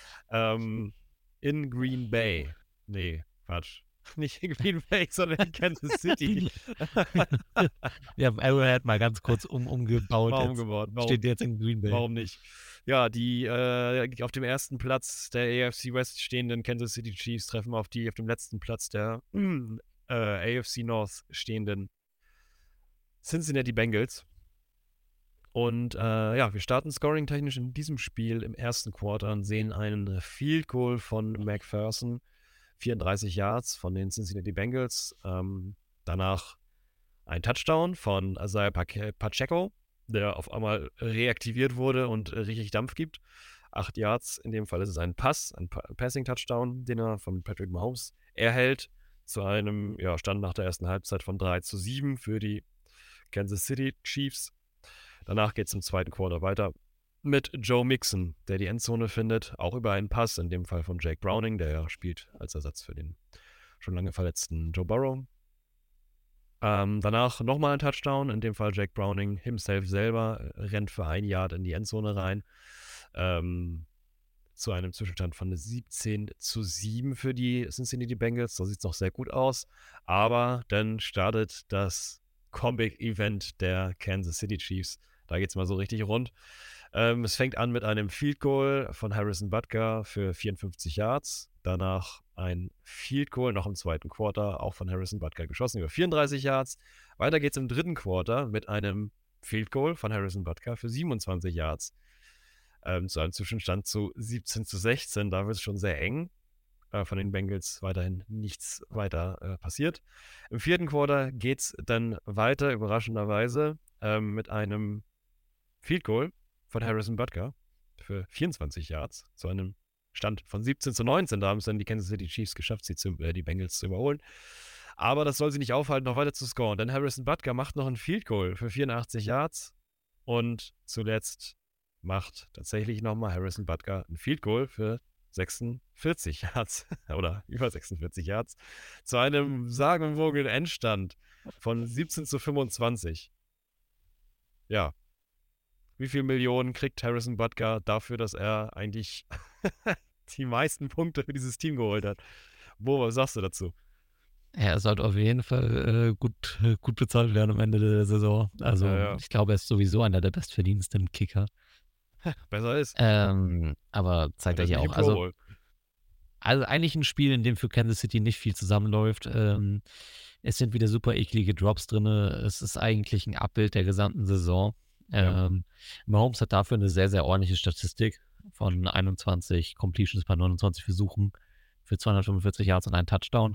Speaker 3: In Green Bay. Nee, Quatsch. Nicht in Green Bay, sondern in Kansas City.
Speaker 2: Wir haben Arrowhead mal ganz kurz umgebaut.
Speaker 3: Warum umgebaut?
Speaker 2: Steht jetzt in Green Bay.
Speaker 3: Warum nicht? Ja, die auf dem ersten Platz der AFC West stehenden Kansas City Chiefs treffen auf dem letzten Platz der AFC North stehenden Cincinnati Bengals. Und ja, wir starten scoring-technisch in diesem Spiel im ersten Quarter und sehen einen Field Goal von McPherson, 34 Yards von den Cincinnati Bengals. Danach ein Touchdown von Isaiah Pacheco, der auf einmal reaktiviert wurde und richtig Dampf gibt. 8 Yards, in dem Fall ist es ein Pass, ein Passing-Touchdown, den er von Patrick Mahomes erhält, zu einem Stand nach der ersten Halbzeit von 3-7 für die Kansas City Chiefs. Danach geht es im zweiten Quarter weiter mit Joe Mixon, der die Endzone findet, auch über einen Pass, in dem Fall von Jake Browning, der ja spielt als Ersatz für den schon lange verletzten Joe Burrow. Danach nochmal ein Touchdown, in dem Fall Jake Browning himself selber rennt für 1 Yard in die Endzone rein. Zu einem Zwischenstand von 17-7 für die Cincinnati Bengals. So sieht es noch sehr gut aus. Aber dann startet das Comeback-Event der Kansas City Chiefs. Da geht es mal so richtig rund. Es fängt an mit einem Field Goal von Harrison Butker für 54 Yards. Danach ein Field Goal noch im zweiten Quarter, auch von Harrison Butker geschossen, über 34 Yards. Weiter geht es im dritten Quarter mit einem Field Goal von Harrison Butker für 27 Yards. Zu einem Zwischenstand zu 17-16. Da wird es schon sehr eng. Von den Bengals weiterhin nichts weiter passiert. Im vierten Quarter geht es dann weiter, überraschenderweise, mit einem Field Goal von Harrison Butker für 24 Yards zu einem Stand von 17-19. Da haben es dann die Kansas City Chiefs geschafft, die Bengals zu überholen. Aber das soll sie nicht aufhalten, noch weiter zu scoren. Denn Harrison Butker macht noch ein Field Goal für 84 Yards. Und zuletzt macht tatsächlich nochmal Harrison Butker ein Field Goal für 46 Yards oder über 46 Yards zu einem sagenumwogenen Endstand von 17-25. Ja. Wie viele Millionen kriegt Harrison Butker dafür, dass er eigentlich die meisten Punkte für dieses Team geholt hat? Was sagst du dazu?
Speaker 2: Er sollte auf jeden Fall gut bezahlt werden am Ende der Saison. Also ich glaube, er ist sowieso einer der bestverdiensten Kicker.
Speaker 3: Besser ist.
Speaker 2: Aber zeigt er hier auch. Also Also eigentlich ein Spiel, in dem für Kansas City nicht viel zusammenläuft. Es sind wieder super eklige Drops drin. Es ist eigentlich ein Abbild der gesamten Saison.
Speaker 3: Ja.
Speaker 2: Mahomes hat dafür eine sehr, sehr ordentliche Statistik von 21 Completions bei 29 Versuchen für 245 Yards und einen Touchdown.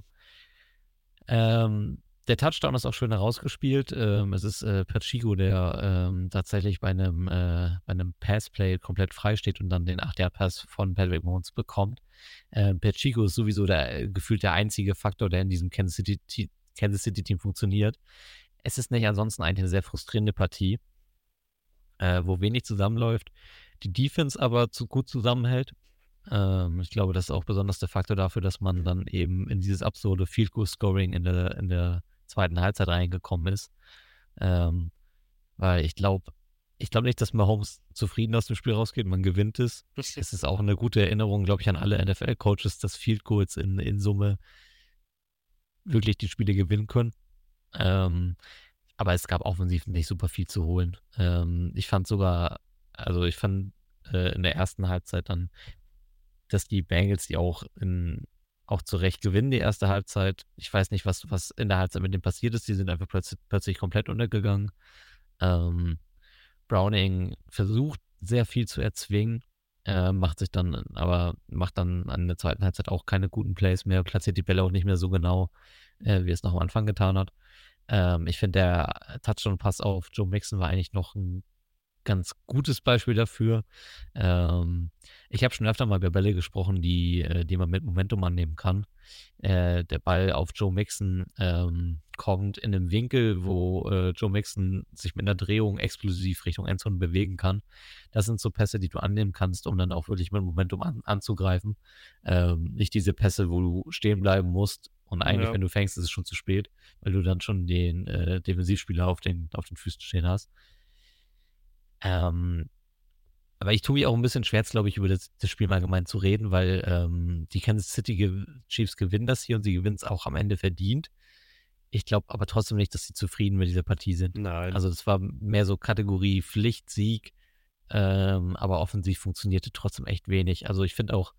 Speaker 2: Der Touchdown ist auch schön herausgespielt. Es ist Pacheco, der tatsächlich bei einem Passplay komplett frei steht und dann den 8-Yard-Pass von Patrick Mahomes bekommt. Pacheco ist sowieso gefühlt der einzige Faktor, der in diesem Kansas City-Team funktioniert. Es ist nicht ansonsten eigentlich eine sehr frustrierende Partie, wo wenig zusammenläuft. Die Defense aber gut zusammenhält. Ich glaube, das ist auch besonders der Faktor dafür, dass man dann eben in dieses absurde Field Goal Scoring in der zweiten Halbzeit reingekommen ist. Weil ich glaube nicht, dass Mahomes zufrieden aus dem Spiel rausgeht. Man gewinnt es. Es ist auch eine gute Erinnerung, glaube ich, an alle NFL-Coaches, dass Field Goals in Summe wirklich die Spiele gewinnen können. Aber es gab offensiv nicht super viel zu holen. Ich fand in der ersten Halbzeit dann, dass die Bengals die auch zu Recht gewinnen, die erste Halbzeit. Ich weiß nicht, was in der Halbzeit mit denen passiert ist. Die sind einfach plötzlich komplett untergegangen. Browning versucht sehr viel zu erzwingen, macht dann an der zweiten Halbzeit auch keine guten Plays mehr, platziert die Bälle auch nicht mehr so genau, wie es noch am Anfang getan hat. Ich finde, der Touchdown-Pass auf Joe Mixon war eigentlich noch ein ganz gutes Beispiel dafür. Ich habe schon öfter mal über Bälle gesprochen, die man mit Momentum annehmen kann. Der Ball auf Joe Mixon kommt in einem Winkel, wo Joe Mixon sich mit einer Drehung explosiv Richtung Endzone bewegen kann. Das sind so Pässe, die du annehmen kannst, um dann auch wirklich mit Momentum anzugreifen. Nicht diese Pässe, wo du stehen bleiben musst und eigentlich, wenn du fängst, ist es schon zu spät, weil du dann schon den Defensivspieler auf den Füßen stehen hast. Aber ich tue mich auch ein bisschen schwer, glaube ich, über das Spiel allgemein zu reden, weil die Kansas City Chiefs gewinnen das hier und sie gewinnen es auch am Ende verdient. Ich glaube aber trotzdem nicht, dass sie zufrieden mit dieser Partie sind.
Speaker 3: Nein.
Speaker 2: Also es war mehr so Kategorie Pflichtsieg, aber offensiv funktionierte trotzdem echt wenig. Also ich finde auch,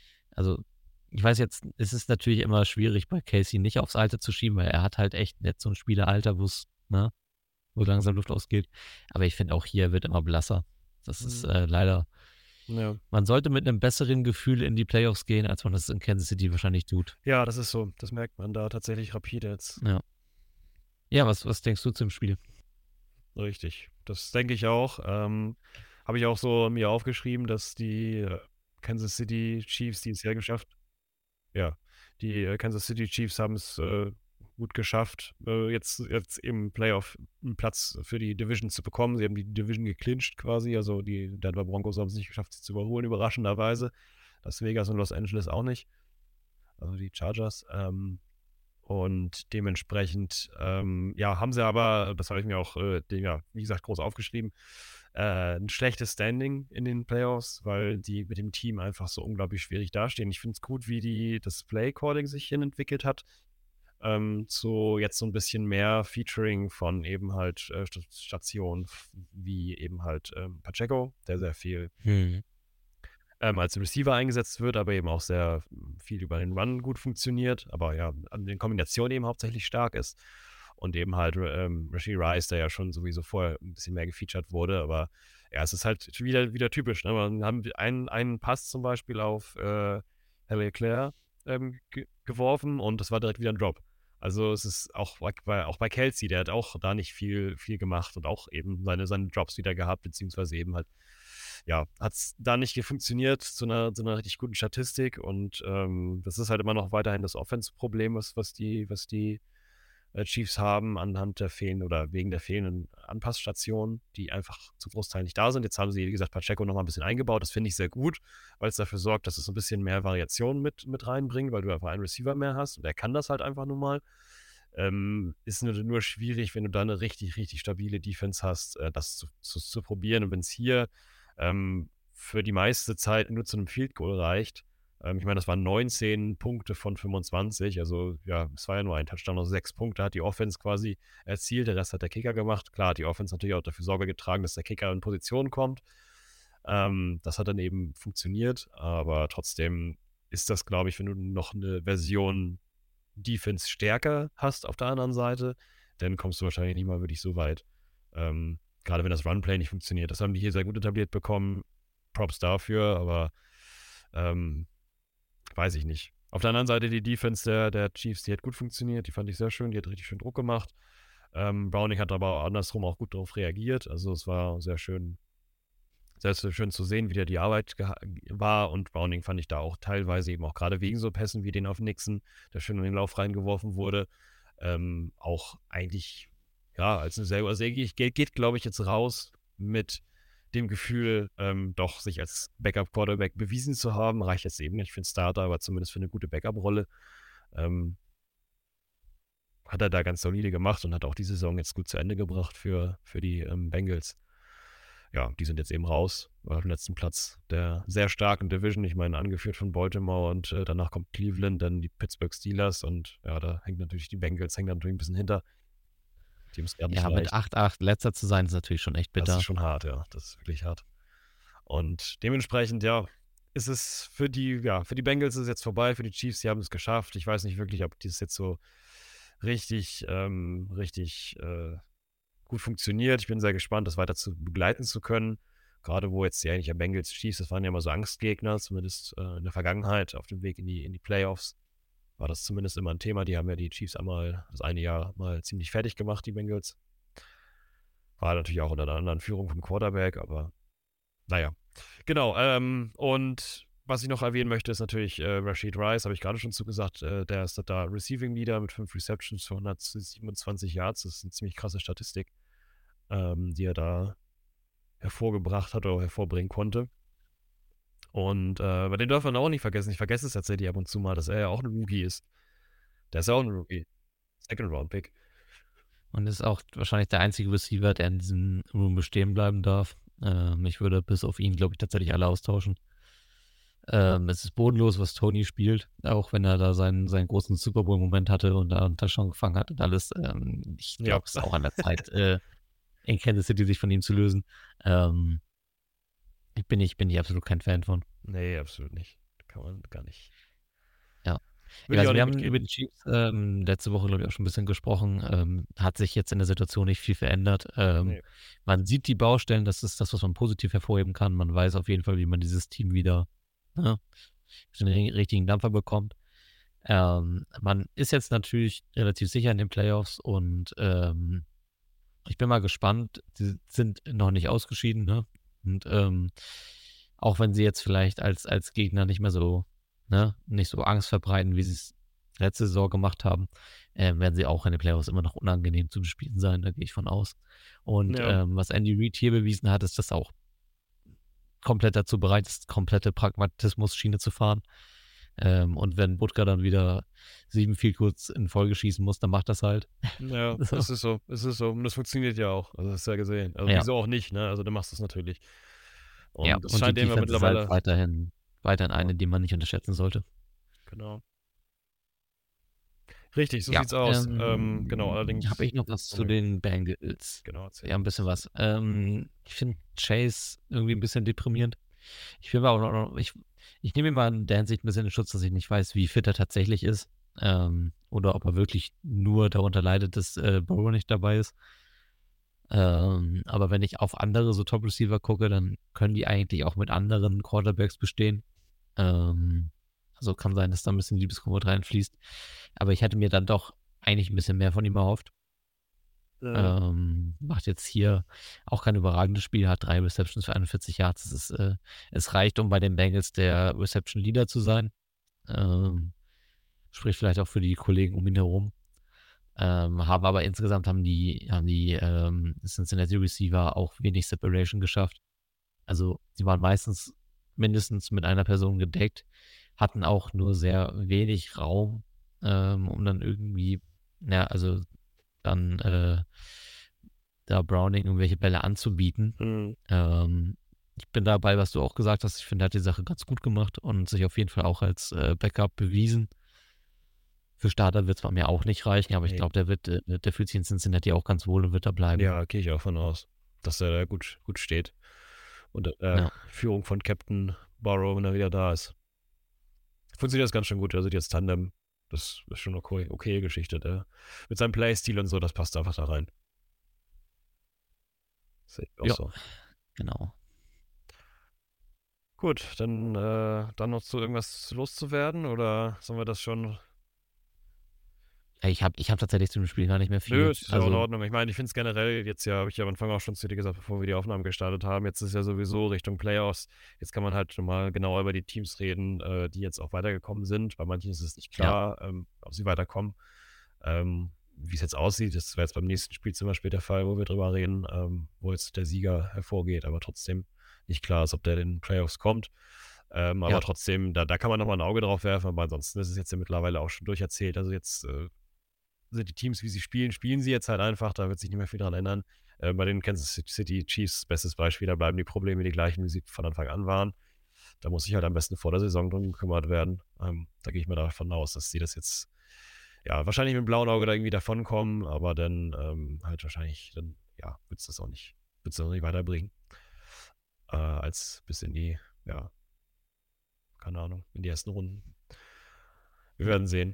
Speaker 2: ich weiß jetzt, es ist natürlich immer schwierig, bei Casey nicht aufs Alter zu schieben, weil er hat halt echt jetzt so ein Spieleralter, wo langsam Luft ausgeht. Aber ich finde auch hier wird immer blasser. Das ist leider. Ja. Man sollte mit einem besseren Gefühl in die Playoffs gehen, als man das in Kansas City wahrscheinlich tut.
Speaker 3: Ja, das ist so. Das merkt man da tatsächlich rapide jetzt.
Speaker 2: Ja. Ja, was denkst du zum Spiel?
Speaker 3: Richtig. Das denke ich auch. Habe ich auch so mir aufgeschrieben, dass die Kansas City Chiefs, die es ja geschafft. Ja, die Kansas City Chiefs haben es gut geschafft, jetzt im Playoff einen Platz für die Division zu bekommen. Sie haben die Division geclincht quasi, also die Denver Broncos haben es nicht geschafft, sie zu überholen, überraschenderweise. Las Vegas und Los Angeles auch nicht, also die Chargers. Und dementsprechend, haben sie aber, das habe ich mir auch, wie gesagt, groß aufgeschrieben, ein schlechtes Standing in den Playoffs, weil die mit dem Team einfach so unglaublich schwierig dastehen. Ich finde es gut, wie das Play-Calling sich hin entwickelt hat. Zu jetzt so ein bisschen mehr Featuring von eben halt Stationen wie eben halt Pacheco, der sehr viel als Receiver eingesetzt wird, aber eben auch sehr viel über den Run gut funktioniert, aber ja, an den Kombinationen eben hauptsächlich stark ist. Und eben halt Rashee Rice, der ja schon sowieso vorher ein bisschen mehr gefeatured wurde, aber ja, es ist halt wieder typisch. Ne? Wir haben einen Pass zum Beispiel auf Halle Claire geworfen und das war direkt wieder ein Drop. Also es ist auch bei Kelsey, der hat auch da nicht viel gemacht und auch eben seine Drops wieder gehabt, beziehungsweise eben halt, ja, hat es da nicht funktioniert zu einer richtig guten Statistik und das ist halt immer noch weiterhin das Offense-Problem, was die Chiefs haben anhand der wegen der fehlenden Anpassstationen, die einfach zum Großteil nicht da sind. Jetzt haben sie, wie gesagt, Pacheco nochmal ein bisschen eingebaut. Das finde ich sehr gut, weil es dafür sorgt, dass es ein bisschen mehr Variation mit reinbringt, weil du einfach einen Receiver mehr hast und der kann das halt einfach nur mal. Ist nur schwierig, wenn du da eine richtig, richtig stabile Defense hast, das zu probieren. Und wenn es hier für die meiste Zeit nur zu einem Field Goal reicht, ich meine, das waren 19 Punkte von 25, also ja, es war ja nur ein Touchdown, also 6 Punkte hat die Offense quasi erzielt, der Rest hat der Kicker gemacht. Klar hat die Offense natürlich auch dafür Sorge getragen, dass der Kicker in Position kommt. Das hat dann eben funktioniert, aber trotzdem ist das, glaube ich, wenn du noch eine Version Defense stärker hast auf der anderen Seite, dann kommst du wahrscheinlich nicht mal wirklich so weit. Gerade wenn das Runplay nicht funktioniert. Das haben die hier sehr gut etabliert bekommen. Props dafür, aber weiß ich nicht. Auf der anderen Seite die Defense der Chiefs, die hat gut funktioniert. Die fand ich sehr schön. Die hat richtig schön Druck gemacht. Browning hat aber andersrum auch gut darauf reagiert. Also es war sehr schön zu sehen, wie da die Arbeit war. Und Browning fand ich da auch teilweise eben auch gerade wegen so Pässen wie den auf Nixon, der schön in den Lauf reingeworfen wurde, auch eigentlich, ja, als eine sehr, also geht, glaube ich, jetzt raus mit dem Gefühl, doch sich als Backup-Quarterback bewiesen zu haben. Reicht jetzt eben nicht für einen Starter, aber zumindest für eine gute Backup-Rolle. Hat er da ganz solide gemacht und hat auch die Saison jetzt gut zu Ende gebracht für die Bengals. Ja, die sind jetzt eben raus auf dem letzten Platz der sehr starken Division. Ich meine, angeführt von Baltimore und danach kommt Cleveland, dann die Pittsburgh Steelers und ja, da hängt natürlich die Bengals hängen da natürlich ein bisschen hinter. Die haben es gar nicht
Speaker 2: Ja, mit
Speaker 3: leicht.
Speaker 2: 8-8 letzter zu sein, ist natürlich schon echt
Speaker 3: Das
Speaker 2: bitter.
Speaker 3: ist schon hart, ja. Das ist wirklich hart. Und dementsprechend, ja, ist es für die Bengals ist es jetzt vorbei, für die Chiefs, die haben es geschafft. Ich weiß nicht wirklich, ob das jetzt so richtig gut funktioniert. Ich bin sehr gespannt, das weiter zu begleiten zu können. Gerade wo jetzt die eigentlich Bengals Chiefs, das waren ja immer so Angstgegner, zumindest in der Vergangenheit auf dem Weg in die Playoffs. War das zumindest immer ein Thema. Die haben ja die Chiefs einmal das eine Jahr mal ziemlich fertig gemacht, die Bengals. War natürlich auch unter einer anderen Führung vom Quarterback, aber naja. Genau, und was ich noch erwähnen möchte, ist natürlich Rashid Rice, habe ich gerade schon zugesagt, der ist da Receiving Leader mit 5 Receptions für 127 Yards. Das ist eine ziemlich krasse Statistik, die er da hervorgebracht hat oder hervorbringen konnte. Und bei den darf man auch nicht vergessen. Ich vergesse es tatsächlich ab und zu mal, dass er ja auch ein Rookie ist. Der ist ja auch ein Rookie. Second-Round-Pick.
Speaker 2: Und ist auch wahrscheinlich der einzige Receiver, der in diesem Room bestehen bleiben darf. Ich würde bis auf ihn, glaube ich, tatsächlich alle austauschen. Es ist bodenlos, was Tony spielt, auch wenn er da seinen großen Super Bowl-Moment hatte und da einen Touchdown gefangen hat und alles. Ich glaube, es ist auch an der Zeit, in Kansas City sich von ihm zu lösen. Bin ich absolut kein Fan von.
Speaker 3: Nee, absolut nicht. Kann man gar nicht.
Speaker 2: Ja.
Speaker 3: Würde ich
Speaker 2: Also
Speaker 3: auch
Speaker 2: wir
Speaker 3: nicht
Speaker 2: haben über die Chiefs letzte Woche, glaube ich, auch schon ein bisschen gesprochen. Hat sich jetzt in der Situation nicht viel verändert.
Speaker 3: Nee.
Speaker 2: Man sieht die Baustellen, das ist das, was man positiv hervorheben kann. Man weiß auf jeden Fall, wie man dieses Team wieder den richtigen Dampfer bekommt. Man ist jetzt natürlich relativ sicher in den Playoffs und ich bin mal gespannt. Sie sind noch nicht ausgeschieden, ne? Und auch wenn sie jetzt vielleicht als Gegner nicht mehr so, ne, nicht so Angst verbreiten, wie sie es letzte Saison gemacht haben, werden sie auch in den Playoffs immer noch unangenehm zu bespielen sein, da gehe ich von aus. Und was Andy Reid hier bewiesen hat, ist, dass er auch komplett dazu bereit ist, komplette Pragmatismus-Schiene zu fahren. Und wenn Butker dann wieder 7 Field Goals in Folge schießen muss, dann macht das halt.
Speaker 3: Ja, es ist so. Und das funktioniert ja auch. Also, das hast du ja gesehen. Also,
Speaker 2: Ja.
Speaker 3: wieso auch nicht, ne? Also, du machst das natürlich. Und
Speaker 2: Ja,
Speaker 3: das
Speaker 2: und die
Speaker 3: scheint dem ja
Speaker 2: Defense ist
Speaker 3: mittlerweile.
Speaker 2: halt weiterhin eine, die man nicht unterschätzen sollte.
Speaker 3: Genau. Richtig, so
Speaker 2: Ja,
Speaker 3: sieht's aus. Genau, allerdings.
Speaker 2: habe ich noch was zu den Bengals?
Speaker 3: Genau, erzähl.
Speaker 2: Ja, ein bisschen was. Ich finde Chase irgendwie ein bisschen deprimierend. Ich will aber auch noch, ich nehme ihn mal in der Hinsicht ein bisschen in Schutz, dass ich nicht weiß, wie fit er tatsächlich ist. Oder ob er wirklich nur darunter leidet, dass Burrow nicht dabei ist. Aber wenn ich auf andere so Top-Receiver gucke, dann können die eigentlich auch mit anderen Quarterbacks bestehen. Also kann sein, dass da ein bisschen Liebeskummer reinfließt. Aber ich hätte mir dann doch eigentlich ein bisschen mehr von ihm erhofft. Macht jetzt hier auch kein überragendes Spiel, hat 3 Receptions für 41 Yards. Es reicht, um bei den Bengals der Reception Leader zu sein. Spricht vielleicht auch für die Kollegen um ihn herum. Haben aber insgesamt haben die Cincinnati Receiver auch wenig Separation geschafft. Also sie waren meistens mindestens mit einer Person gedeckt, hatten auch nur sehr wenig Raum, um dann irgendwie, da Browning irgendwelche Bälle anzubieten. Ich bin dabei, was du auch gesagt hast. Ich finde, er hat die Sache ganz gut gemacht und sich auf jeden Fall auch als Backup bewiesen. Für Starter wird es bei mir auch nicht reichen, aber ich glaube, der fühlt sich in Cincinnati auch ganz wohl und wird da bleiben.
Speaker 3: Ja, gehe ich auch von aus, dass er da gut steht. Und Führung von Captain Burrow, wenn er wieder da ist. funktioniert das ganz schön gut. Also das Tandem, das ist schon okay Geschichte. Mit seinem Playstil und so, das passt einfach da rein. Sehe ich auch
Speaker 2: Ja.
Speaker 3: so.
Speaker 2: Genau.
Speaker 3: Gut, dann noch zu irgendwas loszuwerden oder sollen wir das schon?
Speaker 2: Ich hab tatsächlich zu dem Spiel gar nicht mehr viel.
Speaker 3: Nö, ist ja auch in
Speaker 2: Also,
Speaker 3: Ordnung. Ich meine, ich finde es generell jetzt ja, habe ich ja am Anfang auch schon zu dir gesagt, bevor wir die Aufnahmen gestartet haben, jetzt ist ja sowieso Richtung Playoffs. Jetzt kann man halt schon mal genauer über die Teams reden, die jetzt auch weitergekommen sind. Bei manchen ist es nicht klar, ob sie weiterkommen. Wie es jetzt aussieht, das wäre jetzt beim nächsten Spiel zum Beispiel der Fall, wo wir drüber reden, wo jetzt der Sieger hervorgeht, aber trotzdem nicht klar ist, ob der in den Playoffs kommt. Aber trotzdem, da kann man nochmal ein Auge drauf werfen, aber ansonsten ist es jetzt ja mittlerweile auch schon durcherzählt. Also jetzt sind die Teams, wie sie spielen sie jetzt halt einfach, da wird sich nicht mehr viel dran ändern. Bei den Kansas City Chiefs, bestes Beispiel, da bleiben die Probleme die gleichen, wie sie von Anfang an waren. Da muss sich halt am besten vor der Saison drum gekümmert werden. Da gehe ich mal davon aus, dass sie das jetzt, ja, wahrscheinlich mit dem blauen Auge da irgendwie davonkommen, aber dann halt wahrscheinlich, dann, ja, wird es das auch nicht weiterbringen. Als bis in die, ja, keine Ahnung, in die ersten Runden. Wir werden sehen.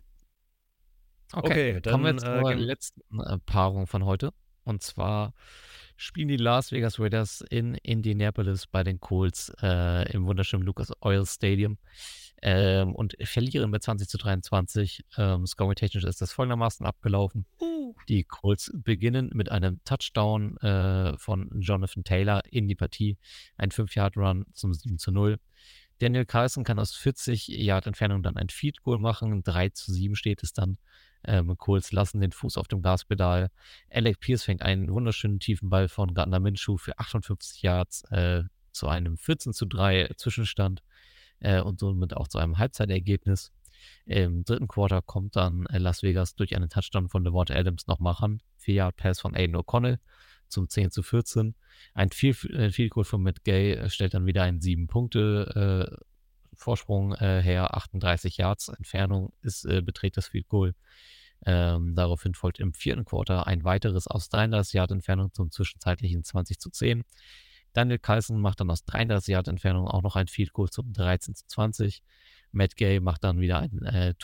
Speaker 2: okay,
Speaker 3: dann
Speaker 2: kommen wir zur letzten Paarung von heute. Und zwar spielen die Las Vegas Raiders in Indianapolis bei den Colts im wunderschönen Lucas Oil Stadium und verlieren mit 20-23. Scoring-technisch ist das folgendermaßen abgelaufen. Die Colts beginnen mit einem Touchdown von Jonathan Taylor in die Partie. Ein 5-Yard-Run zum 7-0. Daniel Carlson kann aus 40 Yard Entfernung dann ein Field Goal machen. 3-7 steht es dann. Colts lassen den Fuß auf dem Gaspedal. Alec Pierce fängt einen wunderschönen tiefen Ball von Gardner Minshew für 58 Yards zu einem 14-3 Zwischenstand und somit auch zu einem Halbzeitergebnis. Im dritten Quarter kommt dann Las Vegas durch einen Touchdown von Devonta Adams nochmal ran. 4-Yard-Pass von Aiden O'Connell zum 10-14. Ein Field Goal von Matt Gay stellt dann wieder einen 7-Punkte Vorsprung her. 38 Yards Entfernung beträgt das Field Goal. Daraufhin folgt im vierten Quarter ein weiteres aus 33 Yard Entfernung zum zwischenzeitlichen 20-10. Daniel Carlson macht dann aus 33 Yard Entfernung auch noch ein Field Goal zum 13-20. Matt Gay macht dann wieder ein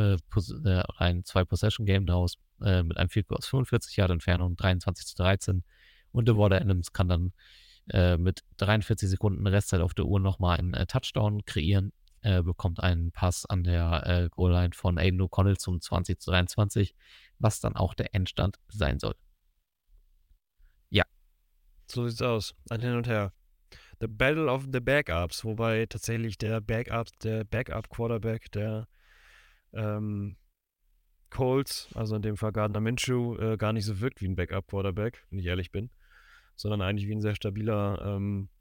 Speaker 2: 2-Possession-Game daraus mit einem Field Goal aus 45 Yard Entfernung, 23-13. Und Devonta Adams kann dann mit 43 Sekunden Restzeit auf der Uhr nochmal einen Touchdown kreieren, bekommt einen Pass an der Goal-Line von Aiden O'Connell zum 20-23, was dann auch der Endstand sein soll. Ja.
Speaker 3: So sieht's aus. Ein Hin und Her. The Battle of the Backups, wobei tatsächlich der Backup-Quarterback der Colts, also in dem Fall Gardner Minshew, gar nicht so wirkt wie ein Backup-Quarterback, wenn ich ehrlich bin, sondern eigentlich wie ein sehr stabiler,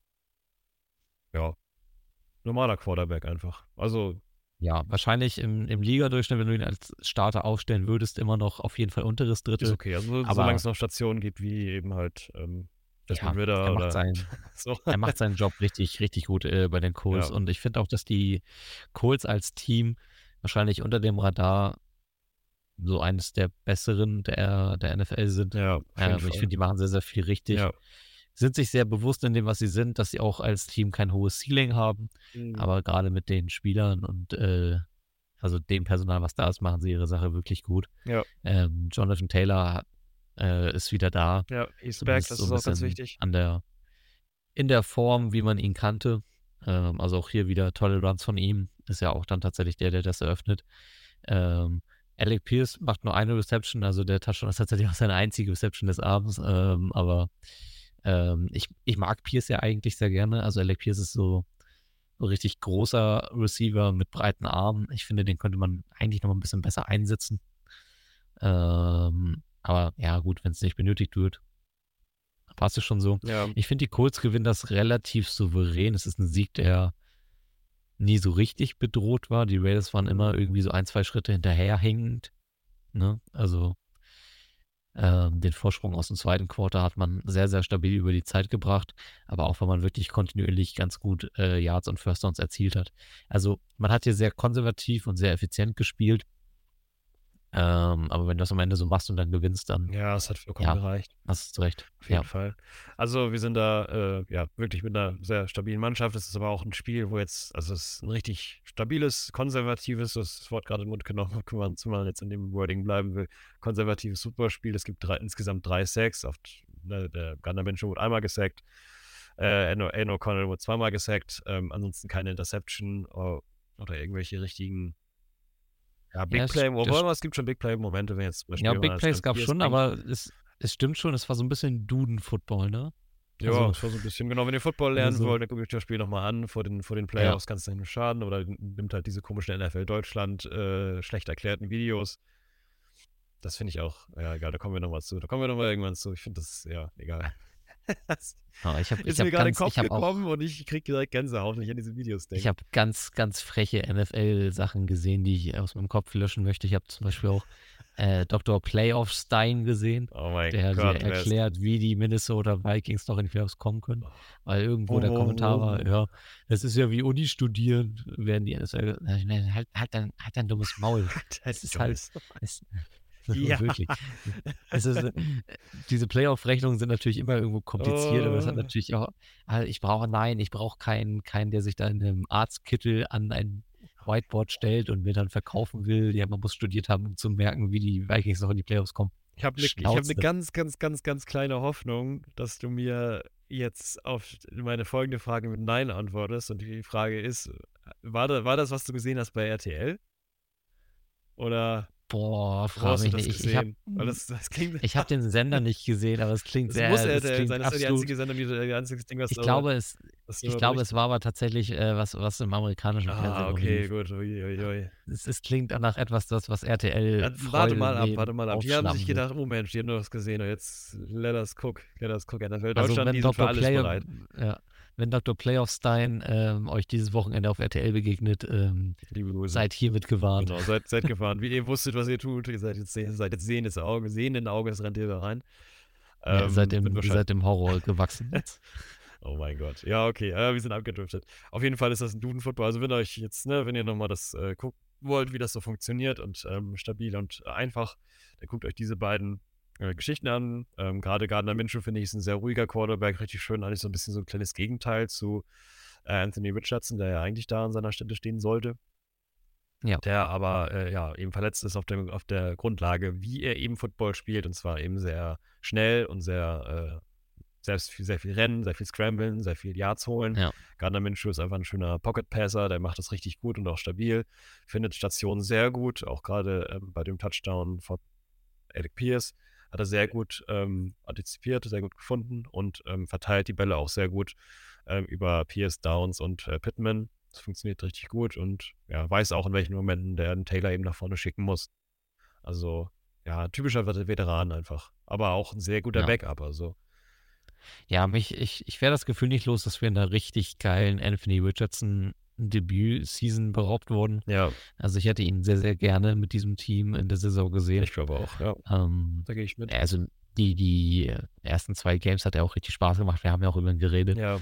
Speaker 3: normaler Quarterback einfach. Also
Speaker 2: Ja, wahrscheinlich im Ligadurchschnitt, wenn du ihn als Starter aufstellen würdest, immer noch auf jeden Fall unteres Drittel.
Speaker 3: ist okay. Also solange es noch Stationen gibt, wie eben halt Desmond Ridder
Speaker 2: er macht,
Speaker 3: oder
Speaker 2: so. Er macht seinen Job richtig, richtig gut bei den Colts.
Speaker 3: Ja.
Speaker 2: Und ich finde auch, dass die Colts als Team wahrscheinlich unter dem Radar so eines der besseren der NFL sind.
Speaker 3: Ja,
Speaker 2: ich finde, die machen sehr, sehr viel richtig.
Speaker 3: Ja.
Speaker 2: Sind sich sehr bewusst in dem, was sie sind, dass sie auch als Team kein hohes Ceiling haben. Aber gerade mit den Spielern und also dem Personal, was da ist, machen sie ihre Sache wirklich gut.
Speaker 3: Ja.
Speaker 2: Jonathan Taylor ist wieder da.
Speaker 3: Ja, he's back, das ist auch ganz wichtig.
Speaker 2: In der Form, wie man ihn kannte. Also auch hier wieder tolle Runs von ihm. Ist ja auch dann tatsächlich der das eröffnet. Alec Pierce macht nur eine Reception, also der Touchdown ist tatsächlich auch seine einzige Reception des Abends. Aber ich mag Pierce ja eigentlich sehr gerne. Also Alec Pierce ist so richtig großer Receiver mit breiten Armen. Ich finde, den könnte man eigentlich noch ein bisschen besser einsetzen. Aber ja, gut, wenn es nicht benötigt wird, passt es schon so.
Speaker 3: Ja.
Speaker 2: Ich finde, die Colts gewinnen das relativ souverän. Es ist ein Sieg, der nie so richtig bedroht war. Die Raiders waren immer irgendwie so 1-2 Schritte hinterherhängend. Ne? Also den Vorsprung aus dem zweiten Quarter hat man sehr, sehr stabil über die Zeit gebracht, aber auch, weil man wirklich kontinuierlich ganz gut Yards und First Downs erzielt hat. Also man hat hier sehr konservativ und sehr effizient gespielt. Aber wenn du das am Ende so machst und dann gewinnst, dann
Speaker 3: Ja, es hat vollkommen
Speaker 2: ja,
Speaker 3: gereicht.
Speaker 2: hast du recht.
Speaker 3: Auf jeden
Speaker 2: Ja.
Speaker 3: Fall. Also wir sind da ja wirklich mit einer sehr stabilen Mannschaft. Es ist aber auch ein Spiel, wo jetzt, also es ist ein richtig stabiles, konservatives, das Wort gerade im Mund genommen, zumal jetzt in dem Wording bleiben will, konservatives Footballspiel. Es gibt insgesamt 3 Sacks. Der Gardner Minshew wurde einmal gesackt, Aiden O'Connell wurde zweimal gesackt, ansonsten keine Interception oder irgendwelche richtigen Big Play, wobei es gibt schon Big Play-Momente, wenn jetzt zum Beispiel
Speaker 2: Big Plays gab es schon, aber es stimmt schon, es war so ein bisschen Duden-Football, ne?
Speaker 3: Ja,
Speaker 2: Also,
Speaker 3: es war so ein bisschen, genau, wenn ihr Football lernen wollt, dann guckt euch das Spiel nochmal an, vor den Playoffs kann es nicht schaden, oder nimmt halt diese komischen NFL Deutschland schlecht erklärten Videos. Das finde ich auch, ja, egal, da kommen wir nochmal zu. Da kommen wir nochmal irgendwann zu. Ich finde das, ja, egal.
Speaker 2: ich hab
Speaker 3: ist mir gerade in den Kopf gekommen und ich kriege direkt Gänsehaut, wenn ich an diese Videos denke.
Speaker 2: Ich habe ganz, ganz freche NFL-Sachen gesehen, die ich aus meinem Kopf löschen möchte. Ich habe zum Beispiel auch Dr. Playoff Stein gesehen, der erklärt, wie die Minnesota Vikings noch in die Playoffs kommen können. Weil irgendwo der Kommentar war, ja, das ist ja wie Uni studieren, werden die NFL. Halt dein dummes Maul. Das ist halt. Ja. Wirklich. Diese Playoff-Rechnungen sind natürlich immer irgendwo kompliziert, aber das hat natürlich auch, ich brauche keinen, der sich da in einem Arztkittel an ein Whiteboard stellt und mir dann verkaufen will, ja, man muss studiert haben, um zu merken, wie die Vikings noch in die Playoffs kommen.
Speaker 3: Ich habe eine ganz, ganz, ganz, ganz kleine Hoffnung, dass du mir jetzt auf meine folgende Frage mit Nein antwortest, und die Frage ist, war das, was du gesehen hast bei RTL? Oder
Speaker 2: Boah, frag mich nicht. Ich habe den Sender nicht gesehen, aber es klingt sehr.
Speaker 3: Das muss RTL sein, das ist ja die einzige Sendung, die einzige Ding, was
Speaker 2: ich glaube, es war aber tatsächlich was im amerikanischen Fernsehen.
Speaker 3: Okay, gut. Ui.
Speaker 2: Es klingt nach etwas, was RTL.
Speaker 3: Warte mal ab. Die haben sich gedacht, oh Mensch, die haben nur was gesehen. Jetzt let us cook. NFL Deutschland, die sind für alles bereit.
Speaker 2: Ja. Wenn Dr. Playoff Stein euch dieses Wochenende auf RTL begegnet, seid hiermit gewarnt.
Speaker 3: Genau, seid gewarnt. Wie ihr wusstet, was ihr tut, ihr seid jetzt sehendes Auge, sehenden Auges rennt ihr da rein.
Speaker 2: Seid dem Horror gewachsen.
Speaker 3: Oh mein Gott. Ja, okay, wir sind abgedriftet. Auf jeden Fall ist das ein Duden-Football. Also wenn euch jetzt, wenn ihr nochmal das gucken wollt, wie das so funktioniert und stabil und einfach, dann guckt euch diese beiden Geschichten an. Gerade Gardner Minshew, finde ich, ist ein sehr ruhiger Quarterback, richtig schön, eigentlich so ein bisschen so ein kleines Gegenteil zu Anthony Richardson, der ja eigentlich da an seiner Stelle stehen sollte. Ja. Der aber eben verletzt ist auf der Grundlage, wie er eben Football spielt, und zwar eben sehr schnell und sehr viel Rennen, sehr viel Scramblen, sehr viel Yards holen.
Speaker 2: Ja.
Speaker 3: Gardner Minshew ist einfach ein schöner Pocket-Passer, der macht das richtig gut und auch stabil, findet Stationen sehr gut, auch gerade bei dem Touchdown von Alec Pierce hat er sehr gut antizipiert, sehr gut gefunden und verteilt die Bälle auch sehr gut über Pierce, Downs und Pittman. Das funktioniert richtig gut und weiß auch, in welchen Momenten der einen Taylor eben nach vorne schicken muss. Also, typischer Veteran einfach. Aber auch ein sehr guter Backup. Also.
Speaker 2: Ja, ich wäre das Gefühl nicht los, dass wir in einer richtig geilen Anthony Richardson Debüt-Season beraubt wurden.
Speaker 3: Ja.
Speaker 2: Also ich hätte ihn sehr, sehr gerne mit diesem Team in der Saison gesehen.
Speaker 3: Ich glaube auch, ja.
Speaker 2: Da gehe ich mit. Also die ersten 2 Games hat er auch richtig Spaß gemacht. Wir haben ja auch über ihn geredet.
Speaker 3: Ja.